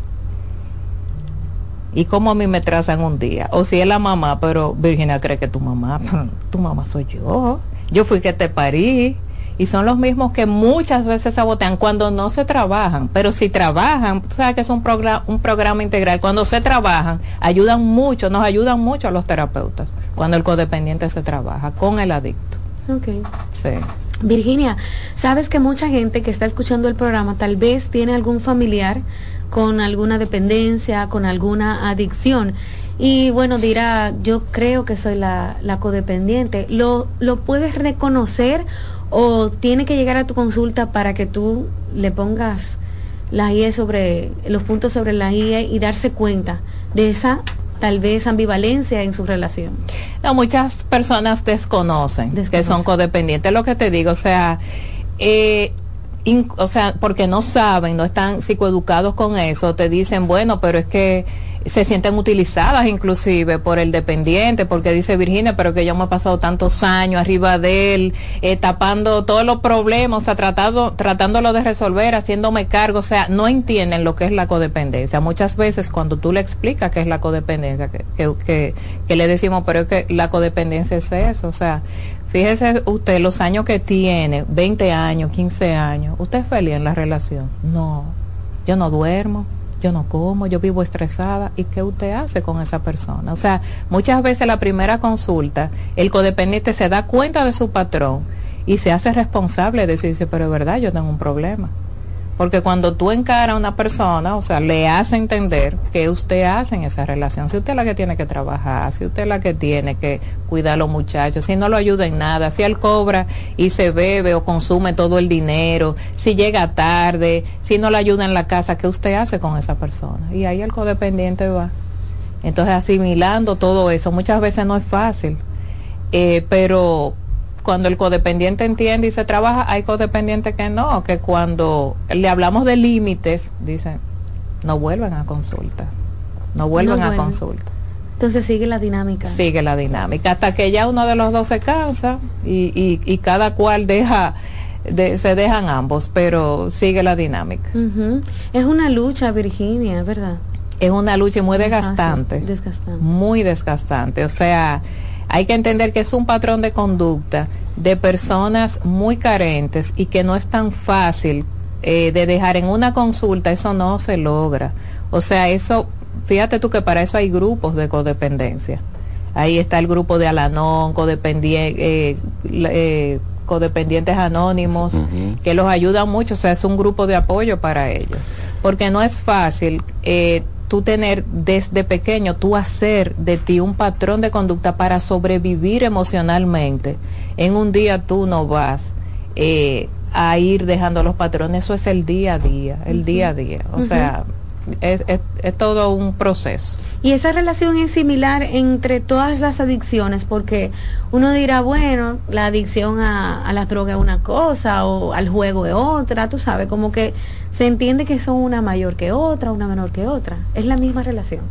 ¿Y cómo a mí me trazan un día? O si es la mamá, pero Virginia cree que tu mamá, tu mamá soy yo, yo fui que te parí. Y son los mismos que muchas veces sabotean cuando no se trabajan, pero si trabajan, tú sabes que es un programa, un programa integral, cuando se trabajan, ayudan mucho, nos ayudan mucho a los terapeutas, cuando el codependiente se trabaja con el adicto. Okay. Sí. Virginia, sabes que mucha gente que está escuchando el programa tal vez tiene algún familiar con alguna dependencia, con alguna adicción. Y bueno, dirá, yo creo que soy la, la codependiente. ¿Lo, ¿Lo puedes reconocer o tiene que llegar a tu consulta para que tú le pongas las I E sobre, los puntos sobre las I E y darse cuenta de esa tal vez ambivalencia en su relación? No, muchas personas desconocen, desconocen. que son codependientes, lo que te digo, o sea, eh, in, o sea, porque no saben, no están psicoeducados con eso, te dicen, bueno, pero es que se sienten utilizadas inclusive por el dependiente, porque dice Virginia, pero que yo me he pasado tantos años arriba de él, eh, tapando todos los problemas, o sea, tratado, tratándolo de resolver, haciéndome cargo, o sea, no entienden lo que es la codependencia. Muchas veces cuando tú le explicas qué es la codependencia, que, que, que, que le decimos, pero es que la codependencia es eso, o sea, fíjese usted los años que tiene, veinte años, quince años, ¿usted es feliz en la relación? No, yo no duermo, yo no como, yo vivo estresada. ¿Y qué usted hace con esa persona? O sea, muchas veces la primera consulta, el codependiente se da cuenta de su patrón y se hace responsable de decirse, pero es verdad, yo tengo un problema. Porque cuando tú encaras a una persona, o sea, le hace entender qué usted hace en esa relación. Si usted es la que tiene que trabajar, si usted es la que tiene que cuidar a los muchachos, si no lo ayuda en nada, si él cobra y se bebe o consume todo el dinero, si llega tarde, si no le ayuda en la casa, ¿qué usted hace con esa persona? Y ahí el codependiente va. Entonces, asimilando todo eso, muchas veces no es fácil, eh, pero cuando el codependiente entiende y se trabaja, hay codependientes que no, que cuando le hablamos de límites, dicen, no vuelven a consulta, no vuelven no a consulta. Entonces sigue la dinámica. Sigue la dinámica, hasta que ya uno de los dos se cansa y, y, y cada cual deja, de, se dejan ambos, pero sigue la dinámica. Uh-huh. Es una lucha, Virginia, ¿verdad? Es una lucha muy desgastante, desgastante, muy desgastante, o sea, hay que entender que es un patrón de conducta de personas muy carentes y que no es tan fácil eh, de dejar en una consulta, eso no se logra. O sea, eso, fíjate tú que para eso hay grupos de codependencia. Ahí está el grupo de Al-Anon, codependiente, eh, eh, codependientes anónimos, uh-huh. que los ayudan mucho, o sea, es un grupo de apoyo para ellos. Porque no es fácil eh, tú tener desde pequeño, tú hacer de ti un patrón de conducta para sobrevivir emocionalmente. En un día tú no vas eh, a ir dejando los patrones, eso es el día a día, el uh-huh. día a día. O uh-huh. sea, es, es, es todo un proceso. Y esa relación es similar entre todas las adicciones, porque uno dirá, bueno, la adicción a, a las drogas es una cosa, o al juego es otra, tú sabes, como que se entiende que son una mayor que otra, una menor que otra. Es la misma relación.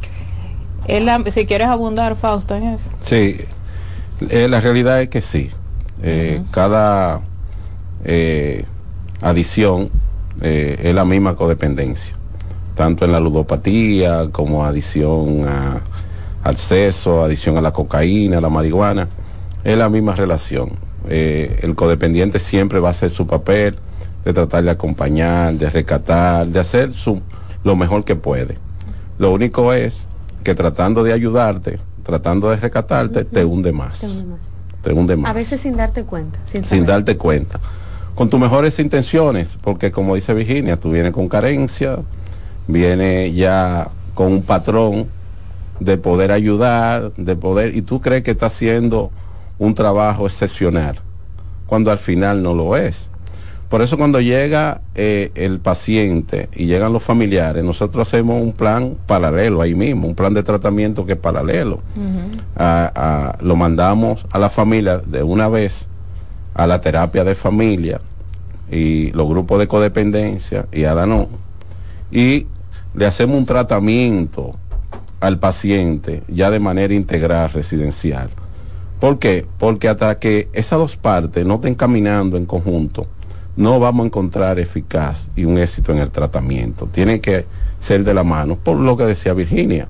Es la, si quieres abundar, Fausto, en eso. Sí, eh, la realidad es que sí. Eh, uh-huh. Cada eh, adicción eh, es la misma codependencia, tanto en la ludopatía como adicción a, al sexo, adicción a la cocaína, a la marihuana, es la misma relación. Eh, el codependiente siempre va a hacer su papel de tratar de acompañar, de rescatar, de hacer su, lo mejor que puede. Lo único es que tratando de ayudarte, tratando de rescatarte, uh-huh. te hunde más. Te hunde más. Te hunde más. A veces sin darte cuenta. Sin, sin darte cuenta. Con tus mejores intenciones, porque como dice Virginia, tú vienes con carencia, viene ya con un patrón de poder ayudar, de poder, y tú crees que está haciendo un trabajo excepcional, cuando al final no lo es. Por eso cuando llega eh, el paciente y llegan los familiares, nosotros hacemos un plan paralelo ahí mismo, un plan de tratamiento que es paralelo. Uh-huh. a, a, lo mandamos a la familia de una vez a la terapia de familia y los grupos de codependencia y a la no, y le hacemos un tratamiento al paciente ya de manera integral residencial. ¿Por qué? Porque hasta que esas dos partes no estén caminando en conjunto, no vamos a encontrar eficaz y un éxito en el tratamiento. Tiene que ser de la mano, por lo que decía Virginia.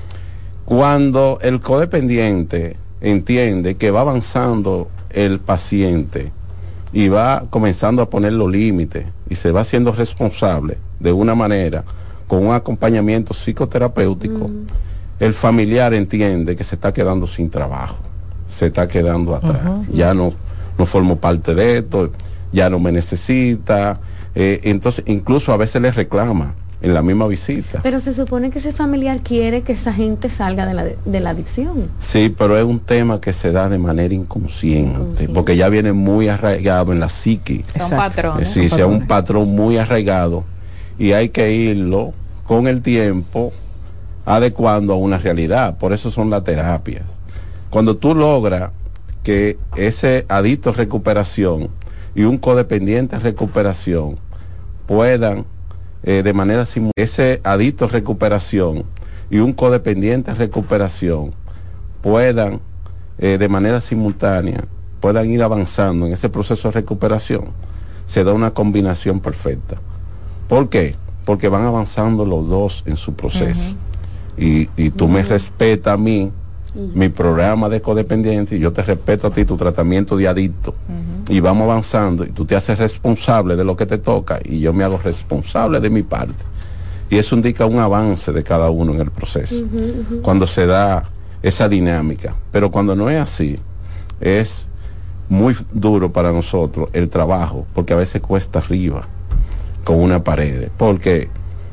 Cuando el codependiente entiende que va avanzando el paciente y va comenzando a poner los límites y se va haciendo responsable de una manera, con un acompañamiento psicoterapéutico, mm. el familiar entiende que se está quedando sin trabajo, se está quedando atrás, uh-huh. ya no, no formo parte de esto, ya no me necesita, eh, entonces incluso a veces les reclama en la misma visita. Pero se supone que ese familiar quiere que esa gente salga de la, de la adicción. Sí, pero es un tema que se da de manera inconsciente, inconsciente. porque ya viene muy arraigado en la psique. Son patrones. Sí, sea un patrón muy arraigado y hay que irlo con el tiempo adecuando a una realidad. Por eso son las terapias. Cuando tú logras que ese adicto a recuperación y un codependiente a recuperación puedan eh, de manera simultánea, ese adicto a recuperación y un codependiente a recuperación puedan eh, de manera simultánea, puedan ir avanzando en ese proceso de recuperación, se da una combinación perfecta. ¿Por qué? Porque van avanzando los dos en su proceso. Uh-huh. Y, y tú uh-huh. me respetas a mí, uh-huh. mi programa de codependiente, y yo te respeto a ti, tu tratamiento de adicto. Uh-huh. Y vamos avanzando, y tú te haces responsable de lo que te toca, y yo me hago responsable de mi parte. Y eso indica un avance de cada uno en el proceso. Uh-huh, uh-huh. Cuando se da esa dinámica. Pero cuando no es así, es muy duro para nosotros el trabajo, porque a veces cuesta arriba con una pared. Porque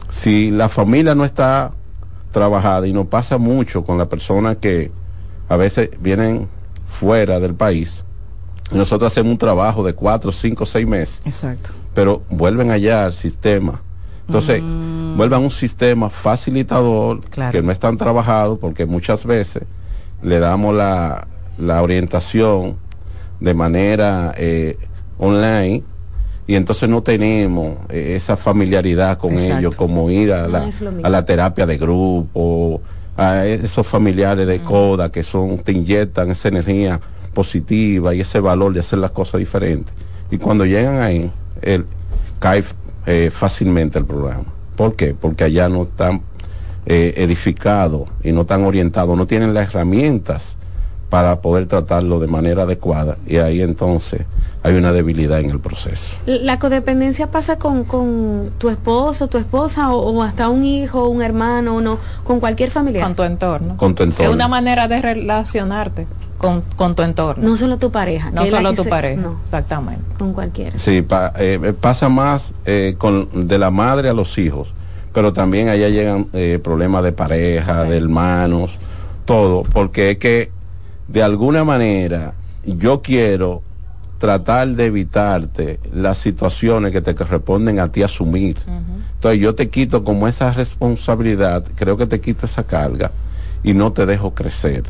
si la familia no está trabajada, y nos pasa mucho con las personas que a veces vienen fuera del país, nosotros hacemos un trabajo de cuatro, cinco, seis meses. Exacto. Pero vuelven allá al sistema. Entonces, mm. vuelvan a un sistema facilitador, claro. que no están trabajados, porque muchas veces le damos la, la orientación de manera eh, online, y entonces no tenemos eh, esa familiaridad con Exacto. ellos, como ir a la, no a la terapia de grupo, a esos familiares de mm. coda que son, te inyectan esa energía positiva y ese valor de hacer las cosas diferentes. Y cuando llegan ahí, el, cae eh, fácilmente el programa. ¿Por qué? Porque allá no están eh, edificados y no están orientados, no tienen las herramientas para poder tratarlo de manera adecuada, y ahí entonces hay una debilidad en el proceso. ¿La codependencia pasa con, con tu esposo, tu esposa, o, o hasta un hijo, un hermano, o no, con cualquier familiar? Con tu entorno. Con tu entorno. Es una manera de relacionarte con, con tu entorno. No solo tu pareja. No solo tu se, pareja, no. exactamente. Con cualquiera. Sí, pa, eh, pasa más eh, con de la madre a los hijos, pero también allá llegan eh, problemas de pareja, sí. de hermanos, todo, porque es que de alguna manera yo quiero tratar de evitarte las situaciones que te corresponden a ti asumir. Uh-huh. Entonces yo te quito como esa responsabilidad, creo que te quito esa carga y no te dejo crecer.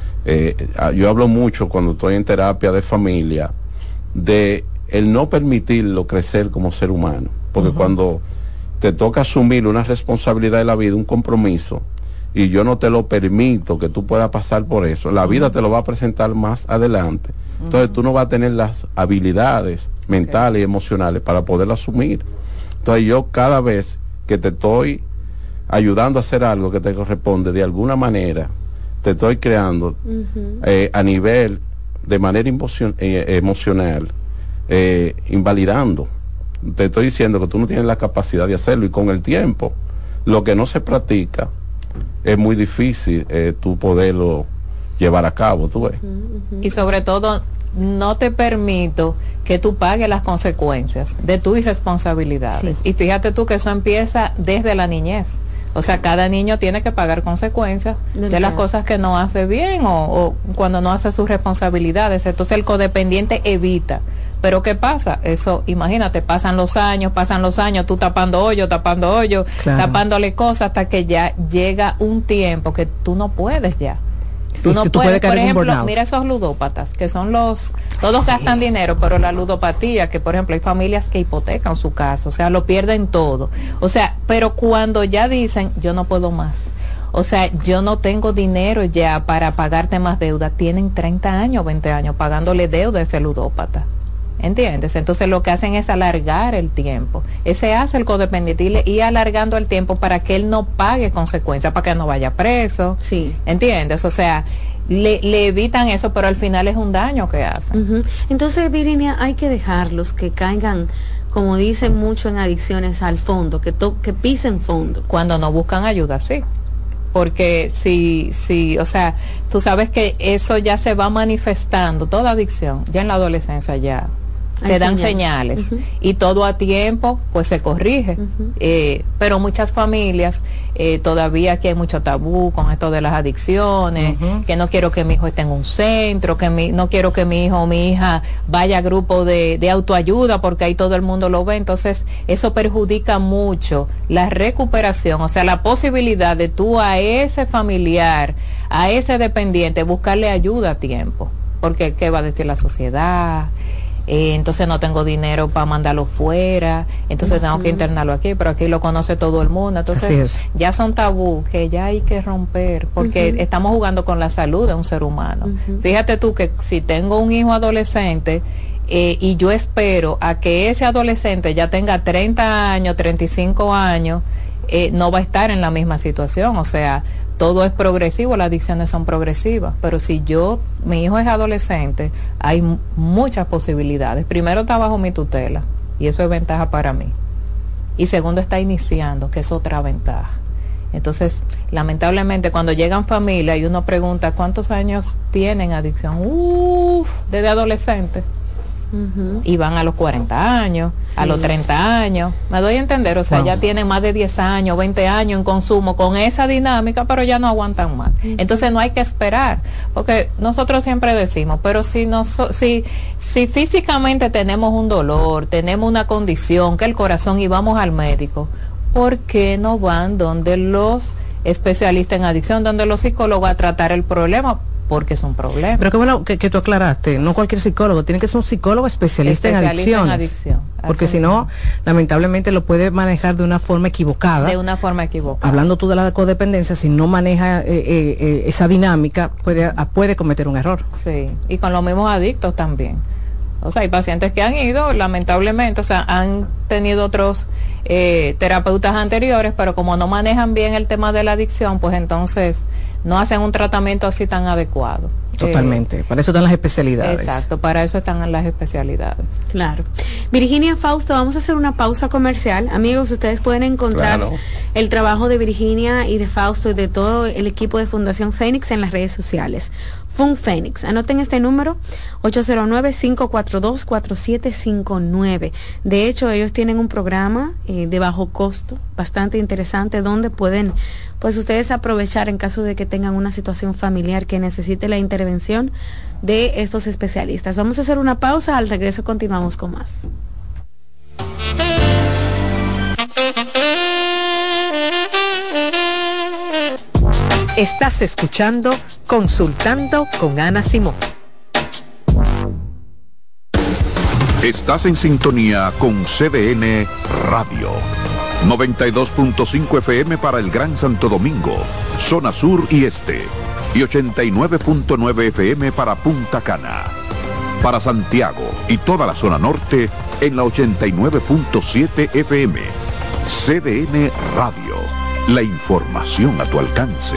Eh, yo hablo mucho cuando estoy en terapia de familia de el no permitirlo crecer como ser humano, porque uh-huh. cuando te toca asumir una responsabilidad de la vida, un compromiso, y yo no te lo permito que tú puedas pasar por eso, la vida te lo va a presentar más adelante. Entonces uh-huh. tú no vas a tener las habilidades mentales okay. y emocionales para poderlo asumir. Entonces yo cada vez que te estoy ayudando a hacer algo que te corresponde, de alguna manera te estoy creando uh-huh. eh, a nivel de manera emocion- eh, emocional, eh, invalidando. Te estoy diciendo que tú no tienes la capacidad de hacerlo, y con el tiempo lo que no se practica es muy difícil eh, tú poderlo llevar a cabo, tú ves. Uh-huh, uh-huh. Y sobre todo, no te permito que tú pagues las consecuencias de tus irresponsabilidades. Sí. Y fíjate tú que eso empieza desde la niñez. O sea, cada niño tiene que pagar consecuencias de, de las cosas que no hace bien o, o cuando no hace sus responsabilidades. Entonces el codependiente evita. Pero ¿qué pasa? Eso, imagínate, pasan los años, pasan los años, tú tapando hoyo, tapando hoyo, claro. tapándole cosas, hasta que ya llega un tiempo que tú no puedes ya. Tú no tú puedes, por ejemplo, mira esos ludópatas, que son los, todos sí. gastan dinero, pero la ludopatía, que por ejemplo hay familias que hipotecan su casa, o sea, lo pierden todo. O sea, pero cuando ya dicen, yo no puedo más, o sea, yo no tengo dinero ya para pagarte más deuda, tienen treinta años, veinte años pagándole deuda a ese ludópata. ¿Entiendes? Entonces lo que hacen es alargar el tiempo. Ese hace el codependiente y alargando el tiempo para que él no pague consecuencias, para que no vaya preso. Sí. ¿Entiendes? O sea, le, le evitan eso, pero al final es un daño que hacen. Uh-huh. Entonces, Virginia, hay que dejarlos que caigan, como dicen mucho en adicciones, al fondo, que, to- que pisen fondo. Cuando no buscan ayuda, sí. porque si, si, o sea, tú sabes que eso ya se va manifestando, toda adicción, ya en la adolescencia ya te dan señales, señales. Uh-huh. Y todo a tiempo pues se corrige. Uh-huh. eh, pero muchas familias eh, todavía aquí hay mucho tabú con esto de las adicciones, uh-huh. que no quiero que mi hijo esté en un centro, que mi, no quiero que mi hijo o mi hija vaya a grupo de, de autoayuda porque ahí todo el mundo lo ve. Entonces eso perjudica mucho la recuperación, o sea, la posibilidad de tú a ese familiar, a ese dependiente, buscarle ayuda a tiempo, porque ¿qué va a decir la sociedad? Eh, entonces no tengo dinero para mandarlo fuera, entonces uh-huh. tengo que internarlo aquí, pero aquí lo conoce todo el mundo. Entonces ya son tabú que ya hay que romper, porque uh-huh. estamos jugando con la salud de un ser humano. Uh-huh. Fíjate tú que si tengo un hijo adolescente eh, y yo espero a que ese adolescente ya tenga treinta años, treinta y cinco años, eh, no va a estar en la misma situación. O sea, todo es progresivo, las adicciones son progresivas, pero si yo, mi hijo es adolescente, hay m- muchas posibilidades. Primero, está bajo mi tutela, y eso es ventaja para mí. Y segundo, está iniciando, que es otra ventaja. Entonces, lamentablemente, cuando llegan familias y uno pregunta cuántos años tienen adicción, uff, desde adolescente. Uh-huh. Y van a los cuarenta años, sí. a los treinta años, me doy a entender, o sea, wow. ya tienen más de diez años, veinte años en consumo con esa dinámica, pero ya no aguantan más. Uh-huh. Entonces no hay que esperar, porque nosotros siempre decimos, pero si, nos, si, si físicamente tenemos un dolor, tenemos una condición, que el corazón, y vamos al médico, ¿por qué no van donde los especialistas en adicción, donde los psicólogos a tratar el problema? Porque es un problema. Pero qué bueno que, que tú aclaraste, no cualquier psicólogo, tiene que ser un psicólogo especialista, especialista en adicciones. En adicción. Porque si no, lamentablemente lo puede manejar de una forma equivocada. De una forma equivocada. Hablando tú de la codependencia, si no maneja eh, eh, eh, esa dinámica, puede, puede cometer un error. Sí, y con los mismos adictos también. O sea, hay pacientes que han ido, lamentablemente, o sea, han tenido otros eh, terapeutas anteriores, pero como no manejan bien el tema de la adicción, pues entonces no hacen un tratamiento así tan adecuado. Totalmente, eh, para eso están las especialidades. Exacto, para eso están las especialidades. Claro. Virginia, Fausto, vamos a hacer una pausa comercial. Amigos, ustedes pueden encontrar claro. el trabajo de Virginia y de Fausto y de todo el equipo de Fundación Fénix en las redes sociales. Fun Fénix, anoten este número ocho cero nueve, cinco cuatro dos, cuatro siete cinco nueve. De hecho, ellos tienen un programa eh, de bajo costo, bastante interesante, donde pueden pues ustedes aprovechar en caso de que tengan una situación familiar que necesite la intervención de estos especialistas. Vamos a hacer una pausa, al regreso continuamos con más. Estás escuchando Consultando con Ana Simón. Estás en sintonía con C D N Radio. noventa y dos punto cinco F M para el Gran Santo Domingo, zona sur y este. Y ochenta y nueve punto nueve F M para Punta Cana. Para Santiago y toda la zona norte en la ochenta y nueve punto siete F M. C D N Radio. La información a tu alcance.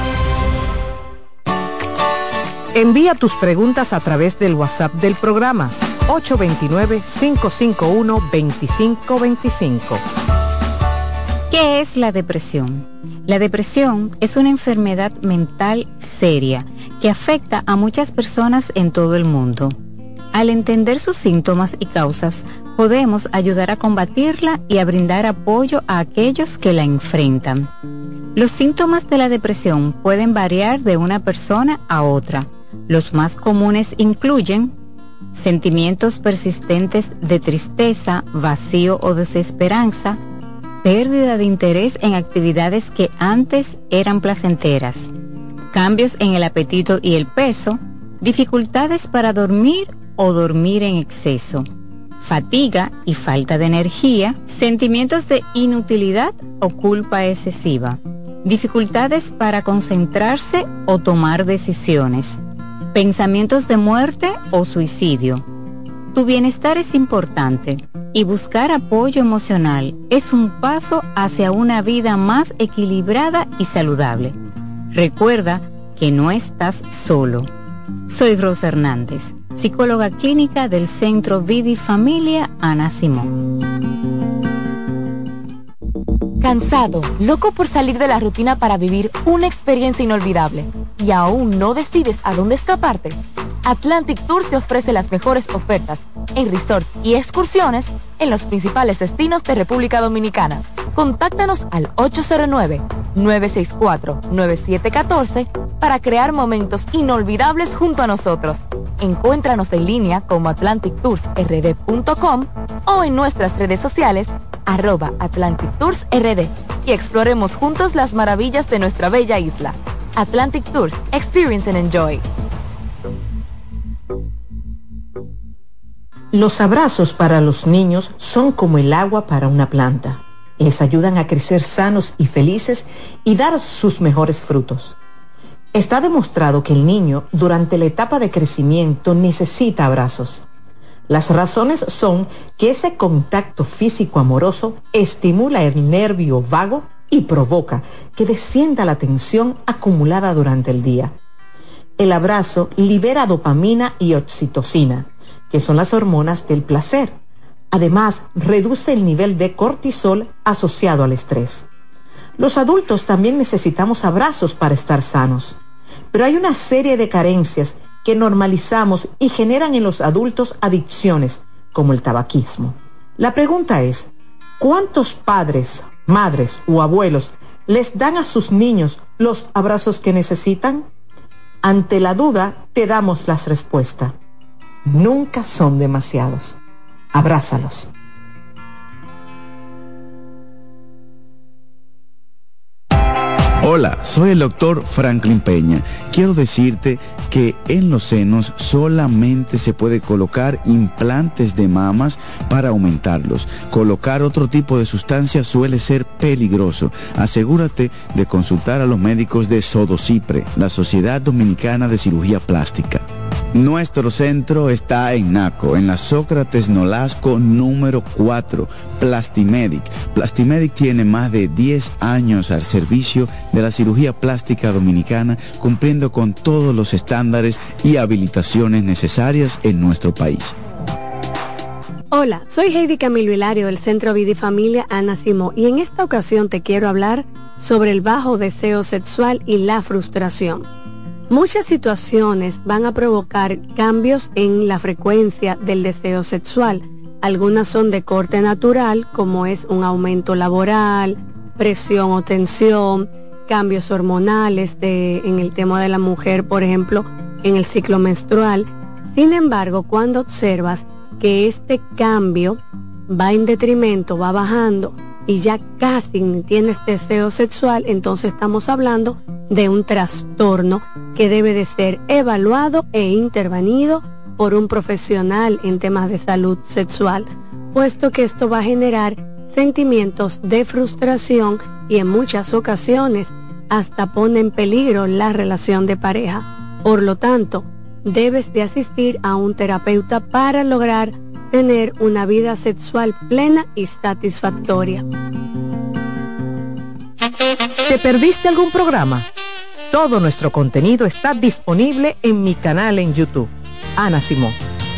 Envía tus preguntas a través del WhatsApp del programa ocho dos nueve, cinco cinco uno, dos cinco dos cinco. ¿Qué es la depresión? La depresión es una enfermedad mental seria que afecta a muchas personas en todo el mundo. Al entender sus síntomas y causas, podemos ayudar a combatirla y a brindar apoyo a aquellos que la enfrentan. Los síntomas de la depresión pueden variar de una persona a otra. Los más comunes incluyen sentimientos persistentes de tristeza, vacío o desesperanza, pérdida de interés en actividades que antes eran placenteras, cambios en el apetito y el peso, dificultades para dormir o dormir en exceso, fatiga y falta de energía, sentimientos de inutilidad o culpa excesiva, dificultades para concentrarse o tomar decisiones, pensamientos de muerte o suicidio. Tu bienestar es importante y buscar apoyo emocional es un paso hacia una vida más equilibrada y saludable. Recuerda que no estás solo. Soy Rosa Hernández, psicóloga clínica del Centro Vida y Familia Ana Simón. Cansado, loco por salir de la rutina para vivir una experiencia inolvidable y aún no decides a dónde escaparte. Atlantic Tours te ofrece las mejores ofertas en resorts y excursiones en los principales destinos de República Dominicana. Contáctanos al ocho cero nueve, nueve seis cuatro, nueve siete uno cuatro para crear momentos inolvidables junto a nosotros. Encuéntranos en línea como atlantic tours r d punto com o en nuestras redes sociales arroba Atlantic Tours R D y exploremos juntos las maravillas de nuestra bella isla. Atlantic Tours, experience and enjoy. Los abrazos para los niños son como el agua para una planta. Les ayudan a crecer sanos y felices y dar sus mejores frutos. Está demostrado que el niño, durante la etapa de crecimiento, necesita abrazos. Las razones son que ese contacto físico amoroso estimula el nervio vago y provoca que descienda la tensión acumulada durante el día. El abrazo libera dopamina y oxitocina, que son las hormonas del placer. Además, reduce el nivel de cortisol asociado al estrés. Los adultos también necesitamos abrazos para estar sanos, pero hay una serie de carencias que normalizamos y generan en los adultos adicciones, como el tabaquismo. La pregunta es, ¿cuántos padres, madres o abuelos les dan a sus niños los abrazos que necesitan? Ante la duda, te damos la respuesta. Nunca son demasiados. Abrázalos. Hola, soy el doctor Franklin Peña. Quiero decirte que en los senos solamente se puede colocar implantes de mamas para aumentarlos. Colocar otro tipo de sustancia suele ser peligroso. Asegúrate de consultar a los médicos de Sodocipre, la Sociedad Dominicana de Cirugía Plástica. Nuestro centro está en Naco, en la Sócrates Nolasco número cuatro, Plastimedic. Plastimedic tiene más de diez años al servicio de la cirugía plástica dominicana, cumpliendo con todos los estándares y habilitaciones necesarias en nuestro país. Hola, soy Heidi Camilo Hilario del Centro Vida y Familia Ana Simó y en esta ocasión te quiero hablar sobre el bajo deseo sexual y la frustración. Muchas situaciones van a provocar cambios en la frecuencia del deseo sexual. Algunas son de corte natural, como es un aumento laboral, presión o tensión, cambios hormonales de, en el tema de la mujer, por ejemplo, en el ciclo menstrual. Sin embargo, cuando observas que este cambio va en detrimento, va bajando y ya casi ni tienes deseo sexual, entonces estamos hablando de un trastorno que debe de ser evaluado e intervenido por un profesional en temas de salud sexual, puesto que esto va a generar sentimientos de frustración y en muchas ocasiones hasta pone en peligro la relación de pareja. Por lo tanto, debes de asistir a un terapeuta para lograr tener una vida sexual plena y satisfactoria. ¿Te perdiste algún programa? Todo nuestro contenido está disponible en mi canal en YouTube, Ana Simón.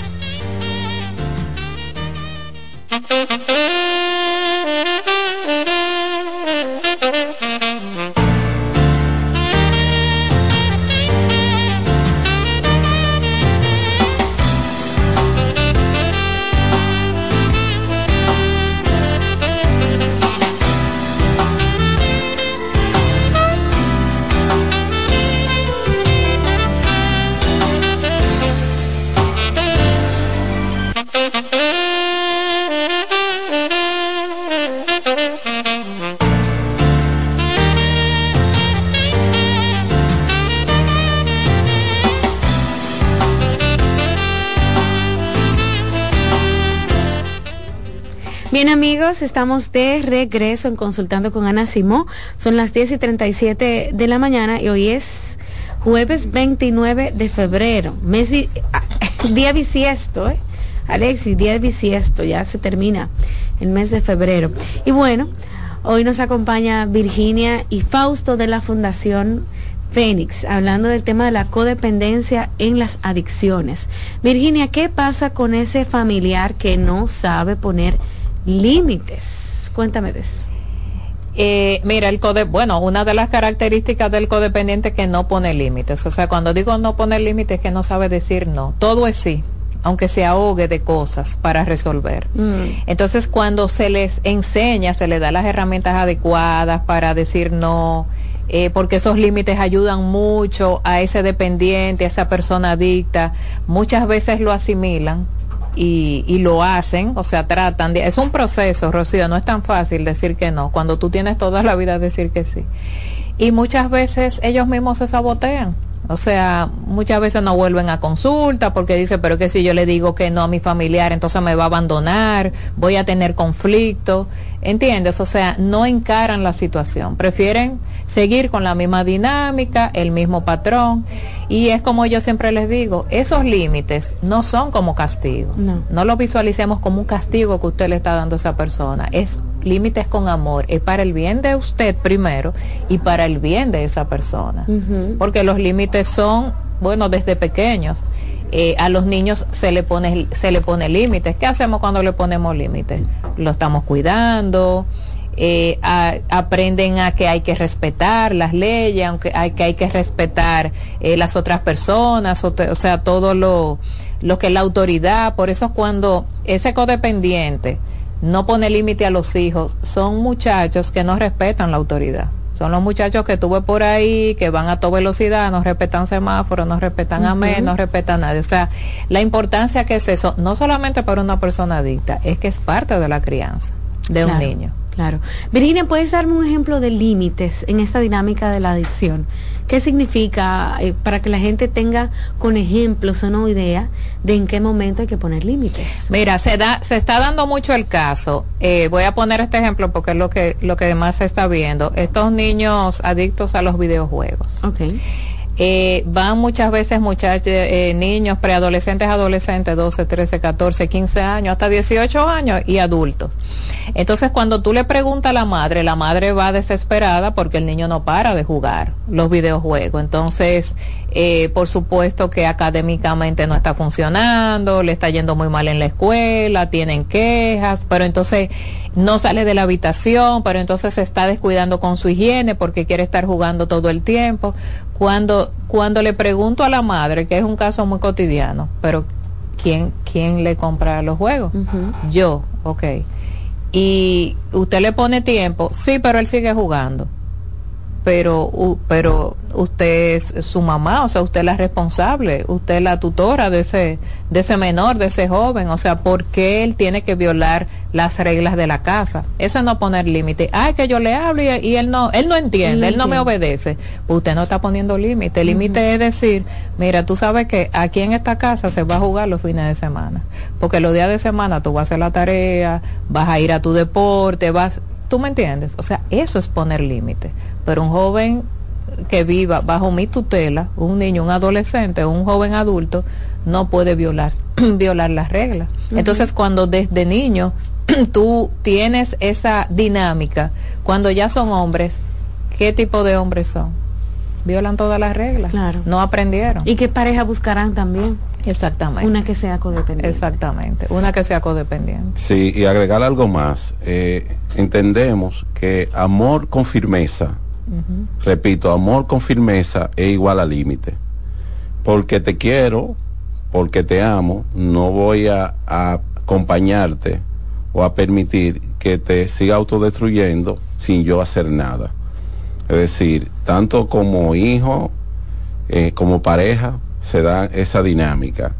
Bien amigos, estamos de regreso en Consultando con Ana Simó. Son las diez y treinta y siete de la mañana y hoy es jueves veintinueve de febrero, mes bi- día bisiesto, ¿eh? Alexis, día bisiesto, ya se termina el mes de febrero. Y bueno, hoy nos acompaña Virginia y Fausto de la Fundación Fénix, hablando del tema de la codependencia en las adicciones. Virginia, ¿qué pasa con ese familiar que no sabe poner límites? Cuéntame de eso. Eh, mira, el code, bueno, una de las características del codependiente es que no pone límites. O sea, cuando digo no pone límites es que no sabe decir no. Todo es sí, aunque se ahogue de cosas para resolver. Mm. Entonces, cuando se les enseña, se les da las herramientas adecuadas para decir no, eh, porque esos límites ayudan mucho a ese dependiente, a esa persona adicta. Muchas veces lo asimilan. Y, y lo hacen, o sea, tratan de, es un proceso, Rocío, no es tan fácil decir que no, cuando tú tienes toda la vida decir que sí. Y muchas veces ellos mismos se sabotean, o sea, muchas veces no vuelven a consulta porque dicen, pero que si yo le digo que no a mi familiar, entonces me va a abandonar, voy a tener conflicto, ¿entiendes? O sea, no encaran la situación, prefieren seguir con la misma dinámica, el mismo patrón, y es como yo siempre les digo, esos límites no son como castigo, no, no lo visualicemos como un castigo que usted le está dando a esa persona, es límites con amor, es para el bien de usted primero y para el bien de esa persona, uh-huh. Porque los límites son, bueno, desde pequeños. Eh, a los niños se le pone se le pone límites. ¿Qué hacemos cuando le ponemos límites? Lo estamos cuidando, eh, a, aprenden a que hay que respetar las leyes, aunque hay que hay que respetar eh, las otras personas, o, te, o sea, todo lo, lo que es la autoridad. Por eso cuando ese codependiente no pone límite a los hijos, son muchachos que no respetan la autoridad. Son los muchachos que tuve por ahí, que van a toda velocidad, no respetan semáforos, no respetan uh-huh. a mí, no respetan a nadie. O sea, la importancia que es eso, no solamente para una persona adicta, es que es parte de la crianza de claro, un niño. Claro. Virginia, ¿puedes darme un ejemplo de límites en esta dinámica de la adicción? ¿Qué significa eh, para que la gente tenga con ejemplos una idea de en qué momento hay que poner límites? Mira, se da, se está dando mucho el caso. Eh, voy a poner este ejemplo porque es lo que lo que más se está viendo. Estos niños adictos a los videojuegos. Okay. Eh, van muchas veces muchachos, eh, niños, preadolescentes, adolescentes, doce, trece, catorce, quince años, hasta dieciocho años y adultos. Entonces, cuando tú le preguntas a la madre, la madre va desesperada porque el niño no para de jugar los videojuegos. Entonces, eh, por supuesto que académicamente no está funcionando, le está yendo muy mal en la escuela, tienen quejas, pero entonces no sale de la habitación, pero entonces se está descuidando con su higiene porque quiere estar jugando todo el tiempo. Cuando cuando le pregunto a la madre, que es un caso muy cotidiano, pero ¿quién quién le compra los juegos? Uh-huh. Yo, okay. Y usted le pone tiempo, sí, pero él sigue jugando. Pero uh, pero usted es su mamá, o sea, usted es la responsable, usted es la tutora de ese de ese menor, de ese joven, o sea, ¿por qué él tiene que violar las reglas de la casa? Eso es no poner límite. Ay, que yo le hablo y, y él no él no entiende, él, él no me obedece. Pues usted no está poniendo límite. El límite uh-huh. es decir, mira, tú sabes que aquí en esta casa se va a jugar los fines de semana, porque los días de semana tú vas a hacer la tarea, vas a ir a tu deporte, vas ¿tú me entiendes? O sea, eso es poner límite. Pero un joven que viva bajo mi tutela, un niño, un adolescente, un joven adulto, no puede violar, violar las reglas. Uh-huh. Entonces, cuando desde niño tú tienes esa dinámica, cuando ya son hombres, ¿qué tipo de hombres son? Violan todas las reglas. Claro. No aprendieron. ¿Y qué pareja buscarán también? Exactamente. Una que sea codependiente. Exactamente, una que sea codependiente. Sí, y agregar algo más. Eh, entendemos que amor con firmeza, uh-huh. repito, amor con firmeza es igual a límite. Porque te quiero, porque te amo, no voy a, a acompañarte o a permitir que te siga autodestruyendo sin yo hacer nada. Es decir, tanto como hijo, eh, como pareja, se da esa dinámica.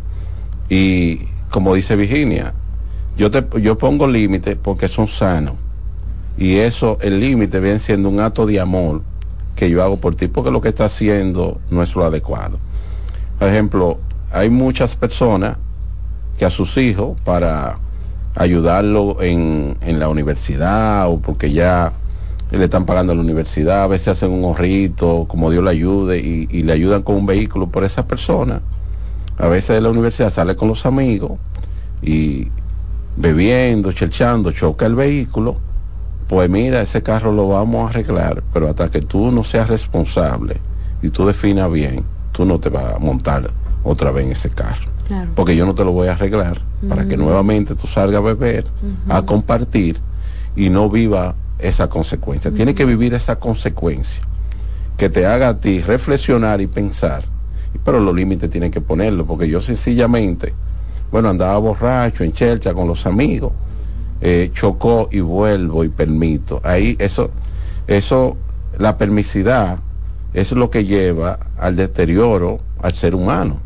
Y como dice Virginia, yo te yo pongo límites porque son sanos. Y eso, el límite viene siendo un acto de amor que yo hago por ti, porque lo que está haciendo no es lo adecuado. Por ejemplo, hay muchas personas que a sus hijos, para ayudarlo en, en la universidad o porque ya le están pagando a la universidad, a veces hacen un ahorrito, como Dios le ayude, y, y le ayudan con un vehículo por esa persona. A veces de la universidad sale con los amigos y bebiendo, chelchando, choca el vehículo. Pues mira, ese carro lo vamos a arreglar, pero hasta que tú no seas responsable y tú definas bien, tú no te vas a montar otra vez en ese carro. Claro. Porque yo no te lo voy a arreglar uh-huh. para que nuevamente tú salgas a beber, uh-huh. a compartir y no viva esa consecuencia, uh-huh. tiene que vivir esa consecuencia que te haga a ti reflexionar y pensar, pero los límites tienen que ponerlo, porque yo sencillamente, bueno, andaba borracho en Chelcha con los amigos, eh, chocó y vuelvo y permito, ahí eso, eso, la permisidad es lo que lleva al deterioro al ser humano,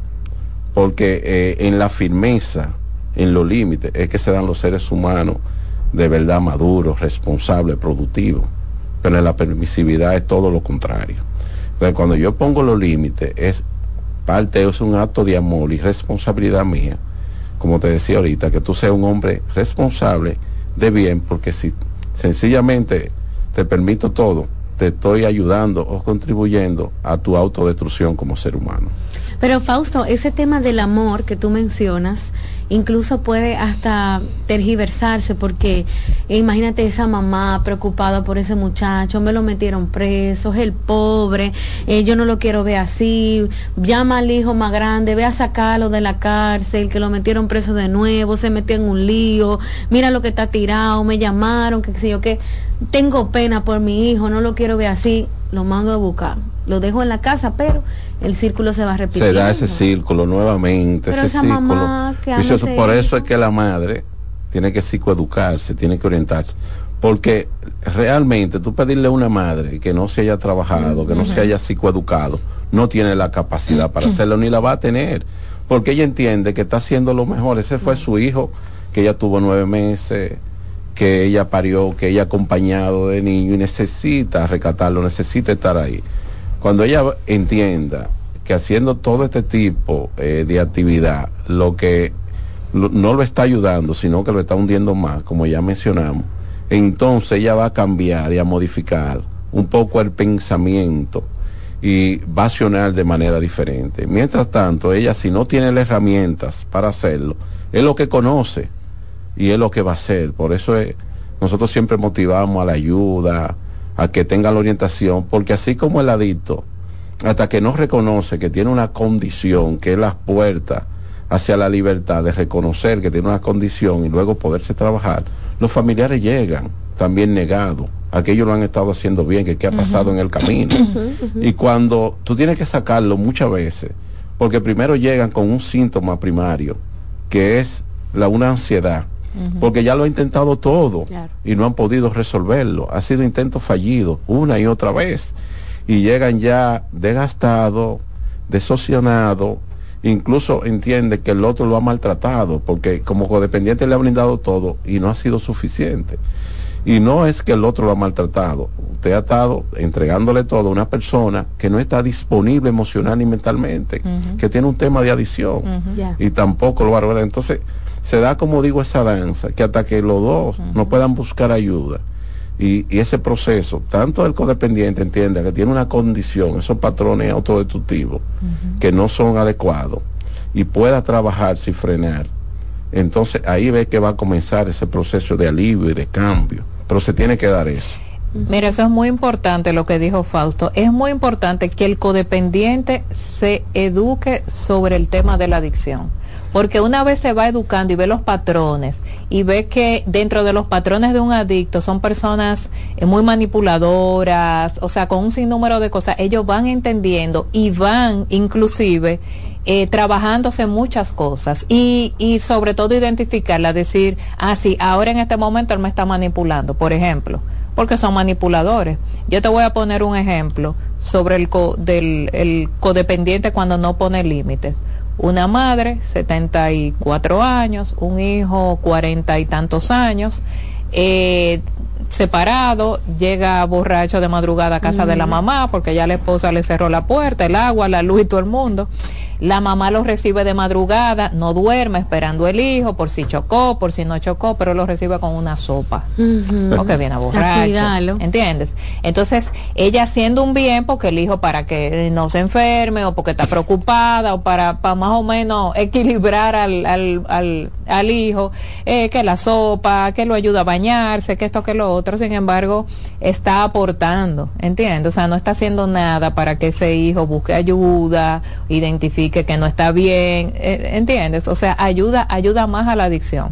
porque eh, en la firmeza, en los límites, es que se dan los seres humanos de verdad maduros, responsables, productivos, pero en la permisividad es todo lo contrario. Entonces, cuando yo pongo los límites, es parte, es un acto de amor y responsabilidad mía, como te decía ahorita, que tú seas un hombre responsable de bien, porque si sencillamente te permito todo, te estoy ayudando o contribuyendo a tu autodestrucción como ser humano. Pero Fausto, ese tema del amor que tú mencionas, incluso puede hasta tergiversarse, porque imagínate esa mamá preocupada por ese muchacho, me lo metieron preso, es el pobre, eh, yo no lo quiero ver así, llama al hijo más grande, ve a sacarlo de la cárcel, que lo metieron preso de nuevo, se metió en un lío, mira lo que está tirado, me llamaron, que sé yo qué, tengo pena por mi hijo, no lo quiero ver así, lo mando a buscar, lo dejo en la casa, pero el círculo se va repitiendo. Se da ese círculo nuevamente, pero ese círculo. Mamá que vicioso. Por eso es que la madre tiene que psicoeducarse, tiene que orientarse, porque realmente tú pedirle a una madre que no se haya trabajado, uh-huh. que no se haya psicoeducado, no tiene la capacidad para hacerlo, ni la va a tener, porque ella entiende que está haciendo lo mejor. Ese fue uh-huh. su hijo, que ella tuvo nueve meses, que ella parió, que ella acompañado de niño y necesita rescatarlo, necesita estar ahí. Cuando ella entienda que haciendo todo este tipo eh, de actividad, lo que lo, no lo está ayudando, sino que lo está hundiendo más, como ya mencionamos, entonces ella va a cambiar y a modificar un poco el pensamiento y va a accionar de manera diferente. Mientras tanto, ella, si no tiene las herramientas para hacerlo, es lo que conoce y es lo que va a hacer. Por eso es, nosotros siempre motivamos a la ayuda, a que tenga la orientación, porque así como el adicto, hasta que no reconoce que tiene una condición, que es la puerta hacia la libertad de reconocer que tiene una condición y luego poderse trabajar, los familiares llegan también negados, aquellos lo han estado haciendo bien, que qué ha pasado uh-huh. en el camino. Uh-huh. Y cuando tú tienes que sacarlo muchas veces, porque primero llegan con un síntoma primario, que es la una ansiedad, Uh-huh. porque ya lo ha intentado todo, claro. y no han podido resolverlo, ha sido intento fallido una y otra vez, y llegan ya desgastados, desocionados, incluso entiende que el otro lo ha maltratado, porque como codependiente le ha brindado todo y no ha sido suficiente, y no es que el otro lo ha maltratado, usted ha estado entregándole todo a una persona que no está disponible emocional ni mentalmente, uh-huh. que tiene un tema de adicción, uh-huh. yeah. y tampoco lo va a lograr. Entonces se da, como digo, esa danza, que hasta que los dos uh-huh. no puedan buscar ayuda, y, y ese proceso, tanto el codependiente entienda que tiene una condición, esos patrones autodestructivos, uh-huh. que no son adecuados, y pueda trabajarse y frenar, entonces ahí ve que va a comenzar ese proceso de alivio y de cambio, pero se tiene que dar eso. Mira, eso es muy importante lo que dijo Fausto. Es muy importante que el codependiente se eduque sobre el tema de la adicción, porque una vez se va educando y ve los patrones y ve que dentro de los patrones de un adicto son personas eh, muy manipuladoras, o sea, con un sinnúmero de cosas, ellos van entendiendo y van inclusive eh, trabajándose muchas cosas y, y sobre todo identificarla, decir, ah, sí, ahora en este momento él me está manipulando, por ejemplo, porque son manipuladores. Yo te voy a poner un ejemplo sobre el, co, del, el codependiente cuando no pone límites. Una madre, setenta y cuatro años, un hijo, cuarenta y tantos años, eh, separado, llega borracho de madrugada a casa mm. de la mamá, porque ya la esposa le cerró la puerta, el agua, la luz y todo el mundo. La mamá lo recibe de madrugada, no duerme esperando el hijo, por si chocó, por si no chocó, pero lo recibe con una sopa, uh-huh. porque viene borracho, ¿entiendes? Entonces, ella haciendo un bien porque el hijo, para que no se enferme, o porque está preocupada, o para, para más o menos equilibrar al, al, al, al hijo, eh, que la sopa, que lo ayuda a bañarse, que esto, que lo otro, sin embargo, está aportando, ¿entiendes? O sea, no está haciendo nada para que ese hijo busque ayuda, identifique que no está bien, ¿entiendes? O sea, ayuda, ayuda más a la adicción.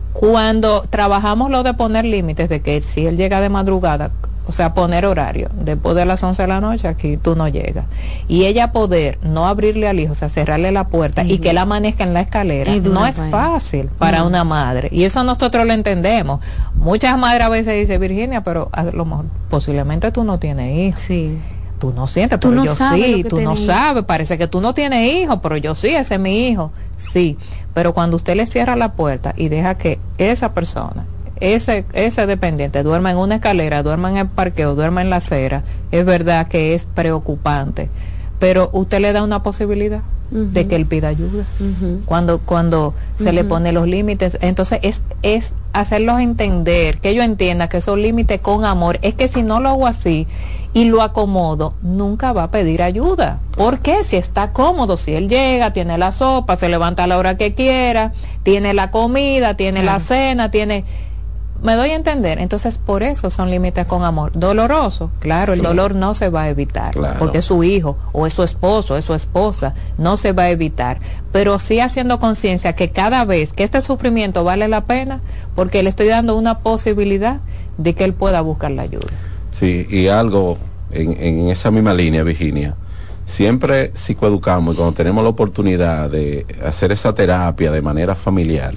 Cuando trabajamos lo de poner límites, de que si él llega de madrugada, o sea, poner horario, después de las once de la noche, aquí tú no llegas. Y ella poder no abrirle al hijo, o sea, cerrarle la puerta, uh-huh, y que él amanezca en la escalera, no es fácil para uh-huh. una madre. Y eso nosotros lo entendemos. Muchas madres a veces dicen, Virginia, pero a lo mejor, posiblemente tú no tienes hijos. Sí. Tú no sientes, pero yo sí, tú no sabes, parece que tú no tienes hijos, pero yo sí, ese es mi hijo. Sí, pero cuando usted le cierra la puerta y deja que esa persona, ese ese dependiente duerma en una escalera, duerma en el parqueo, duerma en la acera, es verdad que es preocupante, pero usted le da una posibilidad uh-huh. de que él pida ayuda. Uh-huh. Cuando cuando uh-huh. se le pone los límites, entonces es es hacerlos entender, que ellos entiendan que esos límites con amor, es que si no lo hago así y lo acomodo, nunca va a pedir ayuda. ¿Por qué? Si está cómodo, si él llega, tiene la sopa, se levanta a la hora que quiera, tiene la comida, tiene claro. la cena, tiene... ¿Me doy a entender? Entonces, por eso son límites con amor. Doloroso, claro, el sí. dolor no se va a evitar, claro. porque es su hijo, o es su esposo, es su esposa, no se va a evitar. Pero sí haciendo conciencia que cada vez que este sufrimiento vale la pena, porque le estoy dando una posibilidad de que él pueda buscar la ayuda. Sí, y algo en, en esa misma línea, Virginia, siempre psicoeducamos y cuando tenemos la oportunidad de hacer esa terapia de manera familiar,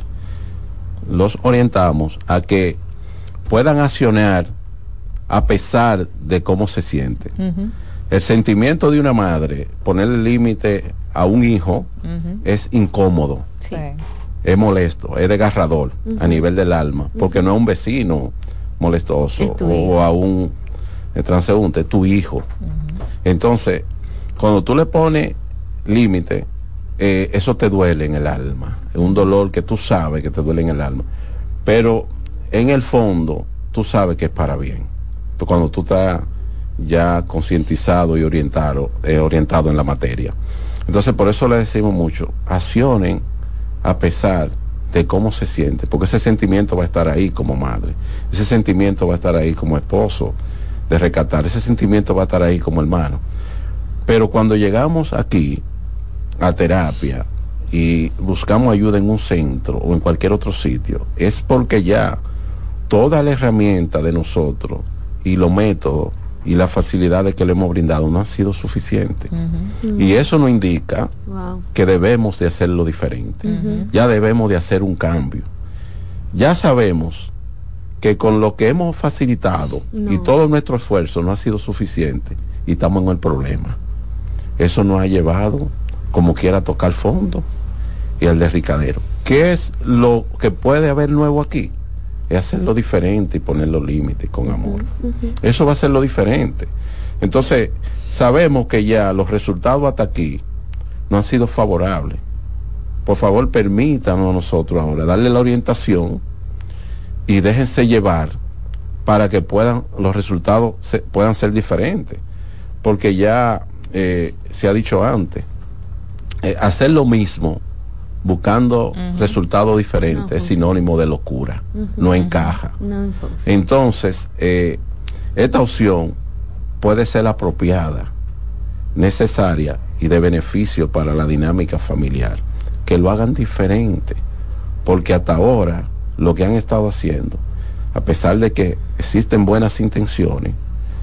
los orientamos a que puedan accionar a pesar de cómo se siente. Uh-huh. El sentimiento de una madre, ponerle límite a un hijo, uh-huh. es incómodo, sí. es molesto, es desgarrador uh-huh. a nivel del alma, porque uh-huh. no es un vecino molestoso o a un transeúnte, es tu hijo. Uh-huh. Entonces, cuando tú le pones límite, eh, eso te duele en el alma, es un dolor que tú sabes que te duele en el alma, pero en el fondo tú sabes que es para bien. Entonces, cuando tú estás ya concientizado y orientado, eh, orientado en la materia. Entonces, por eso le decimos mucho, accionen a pesar de cómo se siente, porque ese sentimiento va a estar ahí como madre, ese sentimiento va a estar ahí como esposo, de rescatar, ese sentimiento va a estar ahí como hermano. Pero cuando llegamos aquí a terapia y buscamos ayuda en un centro o en cualquier otro sitio, es porque ya toda la herramienta de nosotros y los métodos y las facilidades que le hemos brindado no han sido suficientes. Uh-huh. Y eso nos indica wow. que debemos de hacerlo diferente. Uh-huh. Ya debemos de hacer un cambio. Ya sabemos que con lo que hemos facilitado no. y todo nuestro esfuerzo no ha sido suficiente y estamos en el problema. Eso nos ha llevado como quiera a tocar fondo y al derricadero. ¿Qué es lo que puede haber nuevo aquí? Es hacerlo diferente y poner los límites con amor. Uh-huh. Eso va a ser lo diferente. Entonces, sabemos que ya los resultados hasta aquí no han sido favorables. Por favor, permítanos a nosotros ahora darle la orientación y déjense llevar para que puedan los resultados se, puedan ser diferentes. Porque ya eh, se ha dicho antes, eh, hacer lo mismo buscando uh-huh. resultados diferentes no, es sinónimo de locura, uh-huh. no encaja. No, entonces, eh, esta opción puede ser apropiada, necesaria y de beneficio para la dinámica familiar. Que lo hagan diferente, porque hasta ahora lo que han estado haciendo, a pesar de que existen buenas intenciones,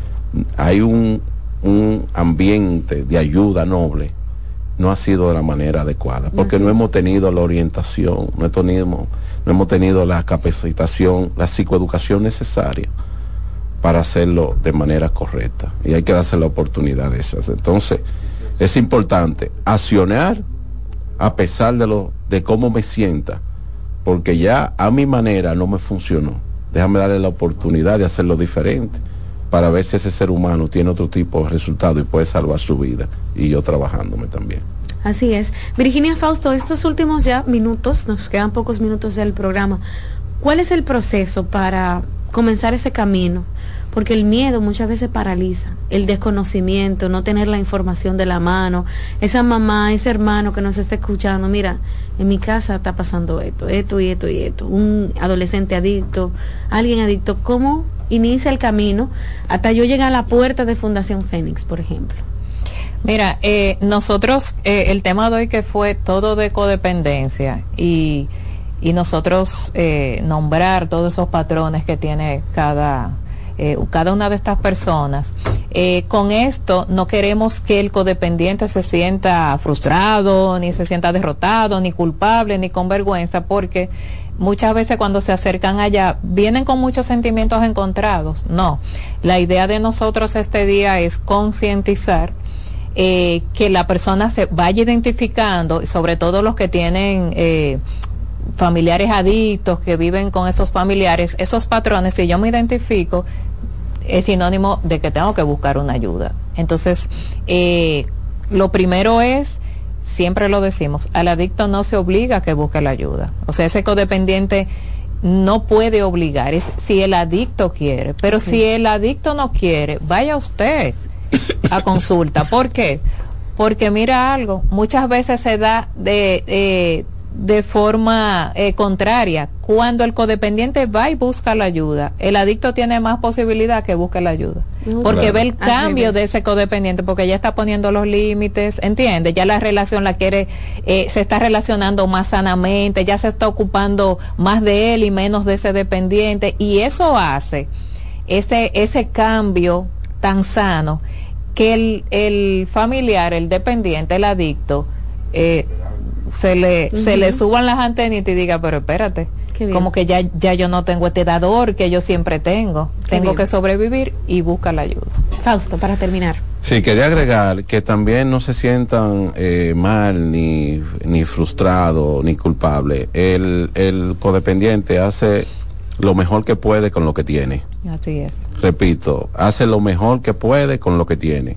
hay un, un ambiente de ayuda noble, no ha sido de la manera adecuada, porque no, no hemos tenido la orientación, no, tenido, no hemos tenido la capacitación, la psicoeducación necesaria para hacerlo de manera correcta, y hay que darse la oportunidad de esas. Entonces, es importante accionar a pesar de lo de cómo me sienta, porque ya a mi manera no me funcionó. Déjame darle la oportunidad de hacerlo diferente para ver si ese ser humano tiene otro tipo de resultado y puede salvar su vida, y yo trabajándome también. Así es. Virginia Fausto, estos últimos ya minutos, nos quedan pocos minutos del programa, ¿cuál es el proceso para comenzar ese camino? Porque el miedo muchas veces paraliza, el desconocimiento, no tener la información de la mano, esa mamá, ese hermano que nos está escuchando, mira, en mi casa está pasando esto, esto y esto y esto, un adolescente adicto, alguien adicto, ¿cómo inicia el camino hasta yo llegar a la puerta de Fundación Fénix, por ejemplo? Mira, eh, nosotros, eh, el tema de hoy que fue todo de codependencia y y nosotros eh, nombrar todos esos patrones que tiene cada eh, cada una de estas personas. Eh, con esto no queremos que el codependiente se sienta frustrado, ni se sienta derrotado, ni culpable, ni con vergüenza, porque muchas veces cuando se acercan allá vienen con muchos sentimientos encontrados. No, la idea de nosotros este día es concientizar, eh, que la persona se vaya identificando, sobre todo los que tienen eh, familiares adictos, que viven con esos familiares, esos patrones. Si yo me identifico, es sinónimo de que tengo que buscar una ayuda. Entonces, eh, lo primero es, siempre lo decimos, al adicto no se obliga a que busque la ayuda. O sea, ese codependiente no puede obligar, es si el adicto quiere. Pero okay. Si el adicto no quiere, vaya usted a consulta. ¿Por qué? Porque mira algo, muchas veces se da de... Eh, de forma eh, contraria. Cuando el codependiente va y busca la ayuda, el adicto tiene más posibilidad que busque la ayuda, porque claro. Ve el cambio de ese codependiente, porque ya está poniendo los límites, entiende, ya la relación la quiere, eh, se está relacionando más sanamente, ya se está ocupando más de él y menos de ese dependiente, y eso hace ese ese cambio tan sano que el, el familiar, el dependiente, el adicto, eh, se le uh-huh. se le suban las antenitas y diga, pero espérate, como que ya ya yo no tengo este dador que yo siempre tengo, Qué tengo bien. que sobrevivir, y busca la ayuda. Fausto, para terminar. Sí, quería agregar que también no se sientan eh, mal, ni ni frustrado, ni culpable. El, el codependiente hace lo mejor que puede con lo que tiene. Así es. Repito, hace lo mejor que puede con lo que tiene.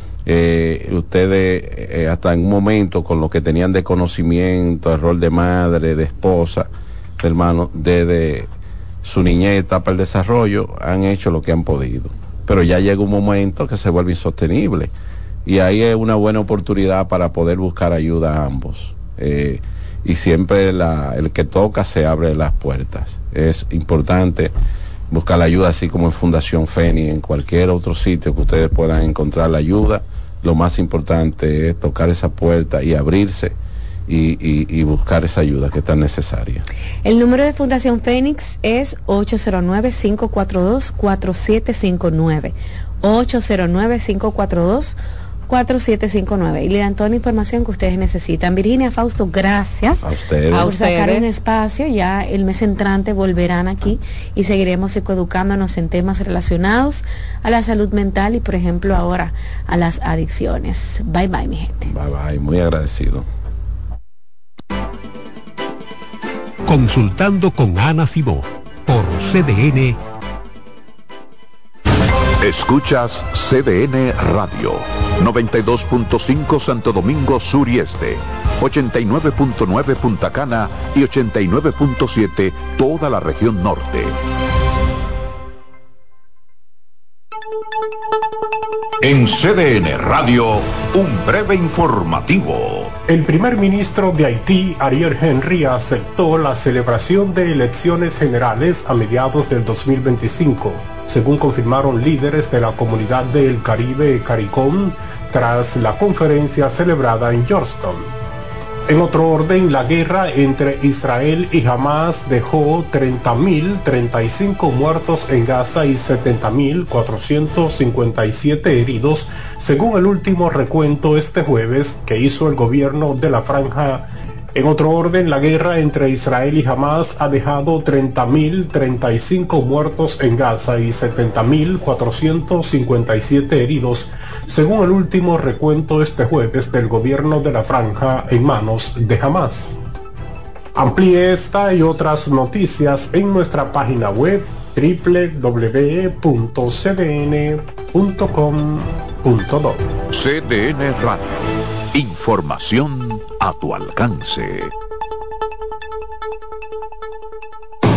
Eh, ustedes eh, hasta en un momento con lo que tenían de conocimiento, el rol de madre, de esposa, de hermano, desde su niñez, etapa del desarrollo, han hecho lo que han podido, pero ya llega un momento que se vuelve insostenible, y ahí es una buena oportunidad para poder buscar ayuda a ambos, eh, y siempre la, el que toca se abre las puertas. Es importante buscar la ayuda, así como en Fundación Fénix, en cualquier otro sitio que ustedes puedan encontrar la ayuda. Lo más importante es tocar esa puerta y abrirse y, y, y buscar esa ayuda que es tan necesaria. El número de Fundación Fénix es ocho cero nueve, cinco cuatro dos, cuatro siete cinco nueve, ocho cero nueve, cinco cuatro dos, cuatro siete cinco nueve, y le dan toda la información que ustedes necesitan. Virginia, Fausto, gracias a ustedes por sacar un espacio. Ya el mes entrante volverán aquí y seguiremos psicoeducándonos en temas relacionados a la salud mental y, por ejemplo, ahora a las adicciones. Bye bye, mi gente. Bye bye, muy agradecido. Consultando con Ana Simó por C D N. Escuchas C D N Radio, noventa y dos punto cinco Santo Domingo Sur y Este, ochenta y nueve punto nueve Punta Cana y ochenta y nueve punto siete toda la región norte. En C D N Radio, un breve informativo. El primer ministro de Haití, Ariel Henry, aceptó la celebración de elecciones generales a mediados del dos mil veinticinco, según confirmaron líderes de la comunidad del Caribe CARICOM tras la conferencia celebrada en Georgetown. En otro orden, la guerra entre Israel y Hamas dejó treinta mil treinta y cinco muertos en Gaza y setenta mil cuatrocientos cincuenta y siete heridos, según el último recuento este jueves que hizo el gobierno de la franja. En otro orden, la guerra entre Israel y Hamas ha dejado treinta mil treinta y cinco muertos en Gaza y setenta mil cuatrocientos cincuenta y siete heridos, según el último recuento este jueves del gobierno de la franja en manos de Hamas. Amplíe esta y otras noticias en nuestra página web doble u doble u doble u punto c d n punto com punto do. C D N Radio. Información a tu alcance.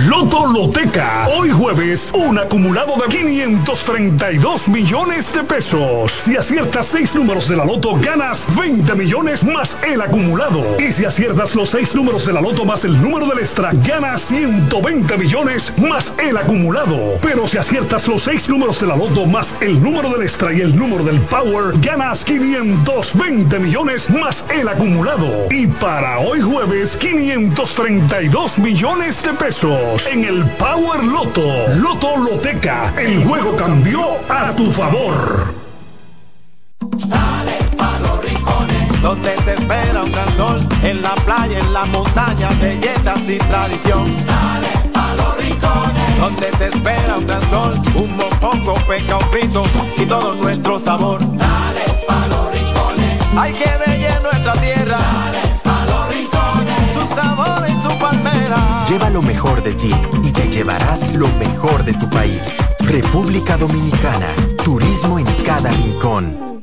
Loto Loteca. Hoy jueves, un acumulado de quinientos treinta y dos millones de pesos. Si aciertas seis números de la Loto, ganas veinte millones más el acumulado. Y si aciertas los seis números de la Loto más el número del extra, ganas ciento veinte millones más el acumulado. Pero si aciertas los seis números de la Loto más el número del extra y el número del Power, ganas quinientos veinte millones más el acumulado. Y para hoy jueves, quinientos treinta y dos millones de pesos en el Power Loto. Loto Loteca, el juego cambió a tu favor. Dale pa' los rincones, donde te espera un gran sol, en la playa, en la montaña, belletas y tradición. Dale pa' los rincones, donde te espera un gran sol, un mopongo, peca, un frito y todo nuestro sabor. Dale pa' los rincones, hay que bella nuestra tierra. Dale pa' los rincones, su sabor y su palmera. Lleva lo mejor de ti y te llevarás lo mejor de tu país. República Dominicana, turismo en cada rincón.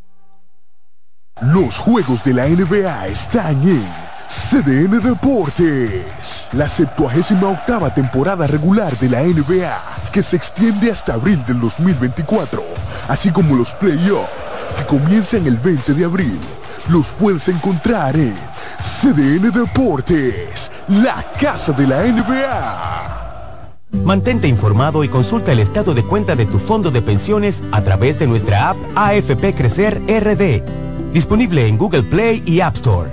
Los juegos de la N B A están en C D N Deportes. La septuagésima octava temporada regular de la N B A, que se extiende hasta abril del dos mil veinticuatro, así como los playoffs, que comienzan el veinte de abril. Los puedes encontrar en C D N Deportes, la casa de la N B A. Mantente informado y consulta el estado de cuenta de tu fondo de pensiones a través de nuestra app A F P Crecer R D, disponible en Google Play y App Store.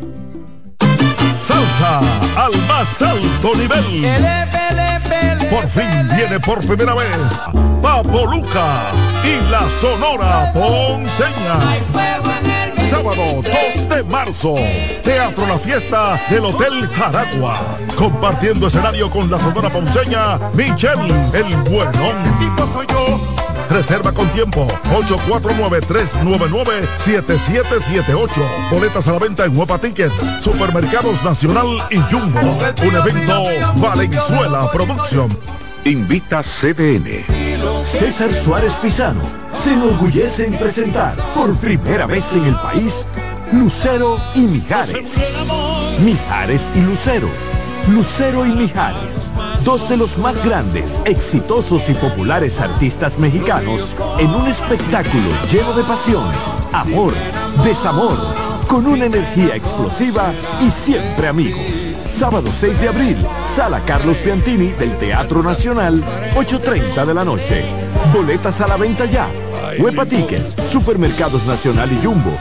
Salsa al más alto nivel. Por fin viene por primera vez Papo Luca y la Sonora Ponceña. Sábado dos de marzo, Teatro La Fiesta del Hotel Jaragua. Compartiendo escenario con la Sonora Ponceña, Michelle El Bueno. Reserva con tiempo, ocho cuatro nueve, tres nueve nueve, siete siete siete ocho. Boletas a la venta en Huepa Tickets, Supermercados Nacional y Jumbo. Un evento Valenzuela Producción. Invita C D N. César Suárez Pisano se enorgullece en presentar por primera vez en el país Lucero y Mijares. Mijares y Lucero. Lucero y Mijares, dos de los más grandes, exitosos y populares artistas mexicanos, en un espectáculo lleno de pasión, amor, desamor, con una energía explosiva y siempre amigos. Sábado seis de abril, Sala Carlos Piantini del Teatro Nacional, ocho treinta de la noche. Boletas a la venta ya. Huepa Tickets, Supermercados Nacional y Jumbo.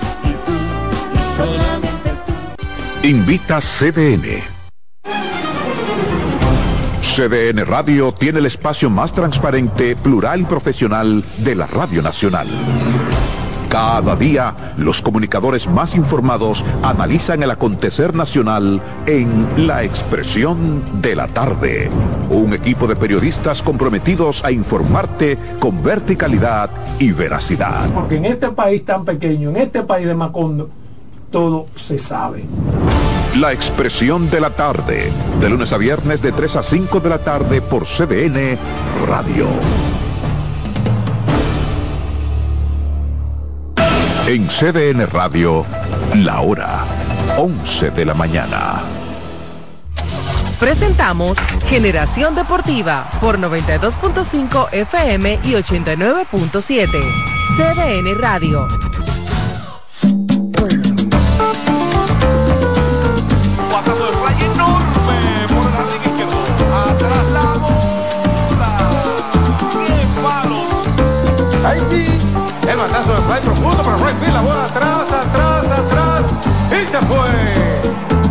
Invita C D N. C D N Radio tiene el espacio más transparente, plural y profesional de la Radio Nacional. Cada día, los comunicadores más informados analizan el acontecer nacional en La Expresión de la Tarde. Un equipo de periodistas comprometidos a informarte con verticalidad y veracidad. Porque en este país tan pequeño, en este país de Macondo, todo se sabe. La Expresión de la Tarde, de lunes a viernes de tres a cinco de la tarde por C D N Radio. En C D N Radio, la hora once de la mañana. Presentamos Generación Deportiva por noventa y dos punto cinco F M y ochenta y nueve punto siete. C D N Radio. Guatazo de playa enorme por el jardín izquierdo. Atrás la bola. diez palos. Ahí sí. El batazo de fly profundo para right field. La bola atrás, atrás, atrás. Y se fue.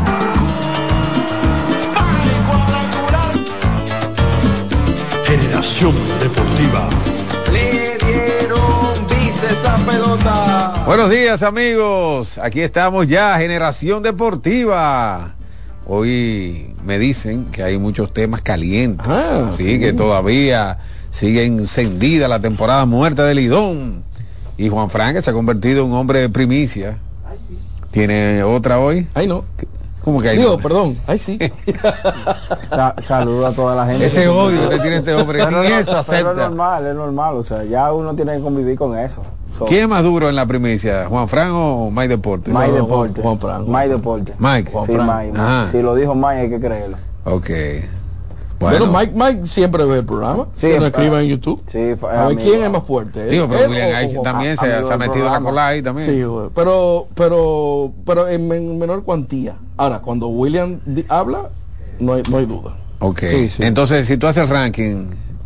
Generación Deportiva. Le dieron vice esa pelota. Buenos días, amigos. Aquí estamos ya, Generación Deportiva. Hoy me dicen que hay muchos temas calientes. Ah, sí, sí, que todavía sigue encendida la temporada muerta de Lidón. Y Juan Fran, que se ha convertido en un hombre de primicia. ¿Tiene otra hoy? Ay, no. ¿Cómo que hay? Digo, no? perdón. Ay, sí. Sa Saludo a toda la gente. Ese odio que tiene este hombre, pero, ni no, eso acepta. Pero es normal, es normal. O sea, ya uno tiene que convivir con eso. So, ¿Quién es más duro en la primicia? ¿Juan Fran o Mike Deportes? Mike Deportes. Juan Fran. Mike Deportes. Mike. Sí, Mike. Mike. Si lo dijo Mike hay que creerlo. Ok. Bueno, bueno, Mike Mike siempre ve el programa. Sí, que nos escriba en YouTube. Sí, a ver quién es más fuerte. Digo, pero William H también se, se ha metido en la cola ahí también. Sí, pero, pero, pero en, en menor cuantía. Ahora, cuando William di, habla, no hay, no hay duda. Ok. Sí, sí. Entonces, si tú haces el ranking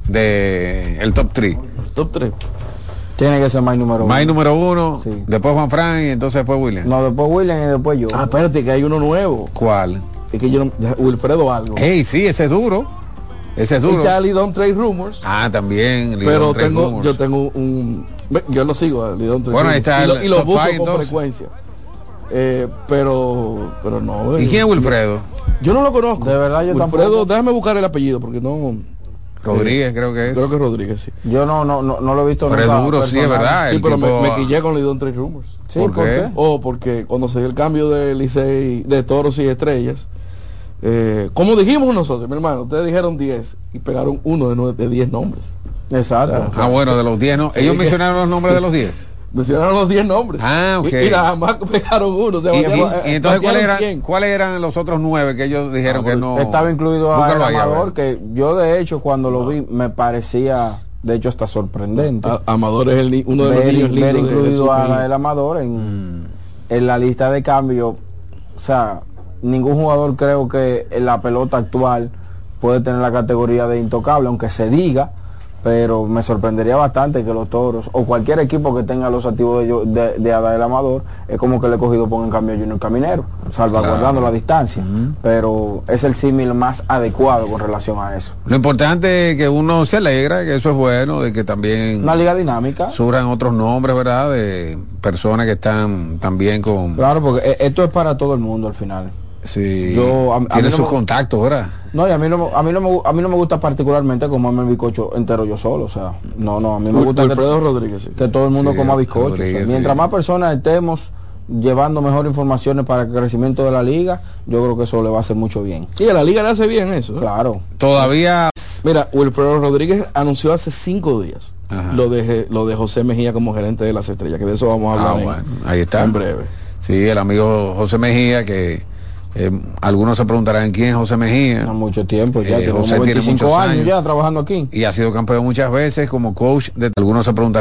de el top tres. Top tres. Tiene que ser Mike número uno. Mike número uno, sí. Después Juan Fran y entonces después William. No, después William y después yo. Ah, espérate, que hay uno nuevo. ¿Cuál? Es que yo no, Wilfredo algo. Ey, sí, ese es duro. Ese es duro. Y ya Lidon Trade Rumors. Ah, también. Lidon pero Trade tengo, Rumors. Yo tengo un, yo lo sigo a Lidon Trade Bueno, ahí está. Y lo, y lo busco five, con entonces. frecuencia. Eh, pero, pero no. ¿Y quién es Wilfredo? Yo no lo conozco. De verdad yo Wilfredo, tampoco. Déjame buscar el apellido porque no. Rodríguez eh, creo que es. Creo que Rodríguez, sí. Yo no, no, no, no lo he visto. Pero nunca es duro, sí, es verdad. Sí, pero tipo... me, me quillé con Lidon Trade Rumors. Sí, ¿por, ¿por qué? qué? Oh, porque cuando se dio el cambio de Licey, de Toros y Estrellas, eh, como dijimos nosotros, mi hermano, ustedes dijeron diez y pegaron uno de, nueve, de diez nombres. Exacto. O sea, ah, bueno, de los diez, ¿no? Ellos sí, mencionaron los nombres de los diez. Mencionaron los diez nombres. Ah, ok. Y, y nada más pegaron uno. O sea, y, y, batearon, y entonces, ¿cuáles eran, ¿cuáles eran los otros nueve que ellos dijeron ah, que no? Estaba incluido a el Amador, que yo de hecho cuando no. lo vi me parecía, de hecho hasta sorprendente. A, Amador es el, uno de ver, los niños lindos. Ver incluido de, de a el Amador en, mm. en la lista de cambio. O sea, ningún jugador creo que en la pelota actual puede tener la categoría de intocable, aunque se diga. Pero me sorprendería bastante que los Toros o cualquier equipo que tenga los activos de, de, de Adael Amador es como que le he cogido ponga en cambio a Junior Caminero, salvaguardando claro. la distancia. Uh-huh. Pero es el símil más adecuado con relación a eso. Lo importante es que uno se alegra, que eso es bueno, de que también una liga dinámica surjan otros nombres, ¿verdad? De personas que están también con. Claro, porque esto es para todo el mundo al final. Sí. Yo, a, tiene a sus no me, contactos, ¿verdad? No, y a mí no, a mí no me, a mí no me gusta particularmente comerme el bizcocho entero yo solo, o sea, no, no, a mí me Uy, gusta Alfredo que, Rodríguez, sí. que todo el mundo sí, coma bizcocho. Rodríguez, o sea, mientras sí. más personas estemos llevando mejor informaciones para el crecimiento de la liga, yo creo que eso le va a hacer mucho bien. Sí, a la liga le hace bien eso. ¿eh? Claro. Todavía. Mira, Wilfredo Rodríguez anunció hace cinco días lo de lo de José Mejía como gerente de las Estrellas, que de eso vamos a hablar ah, bueno, en, ahí está. en breve. Sí, el amigo José Mejía que Eh, algunos se preguntarán quién es José Mejía. No, mucho tiempo ya, eh, José tiene veinticinco años, años ya trabajando aquí y ha sido campeón muchas veces como coach de algunos se preguntarán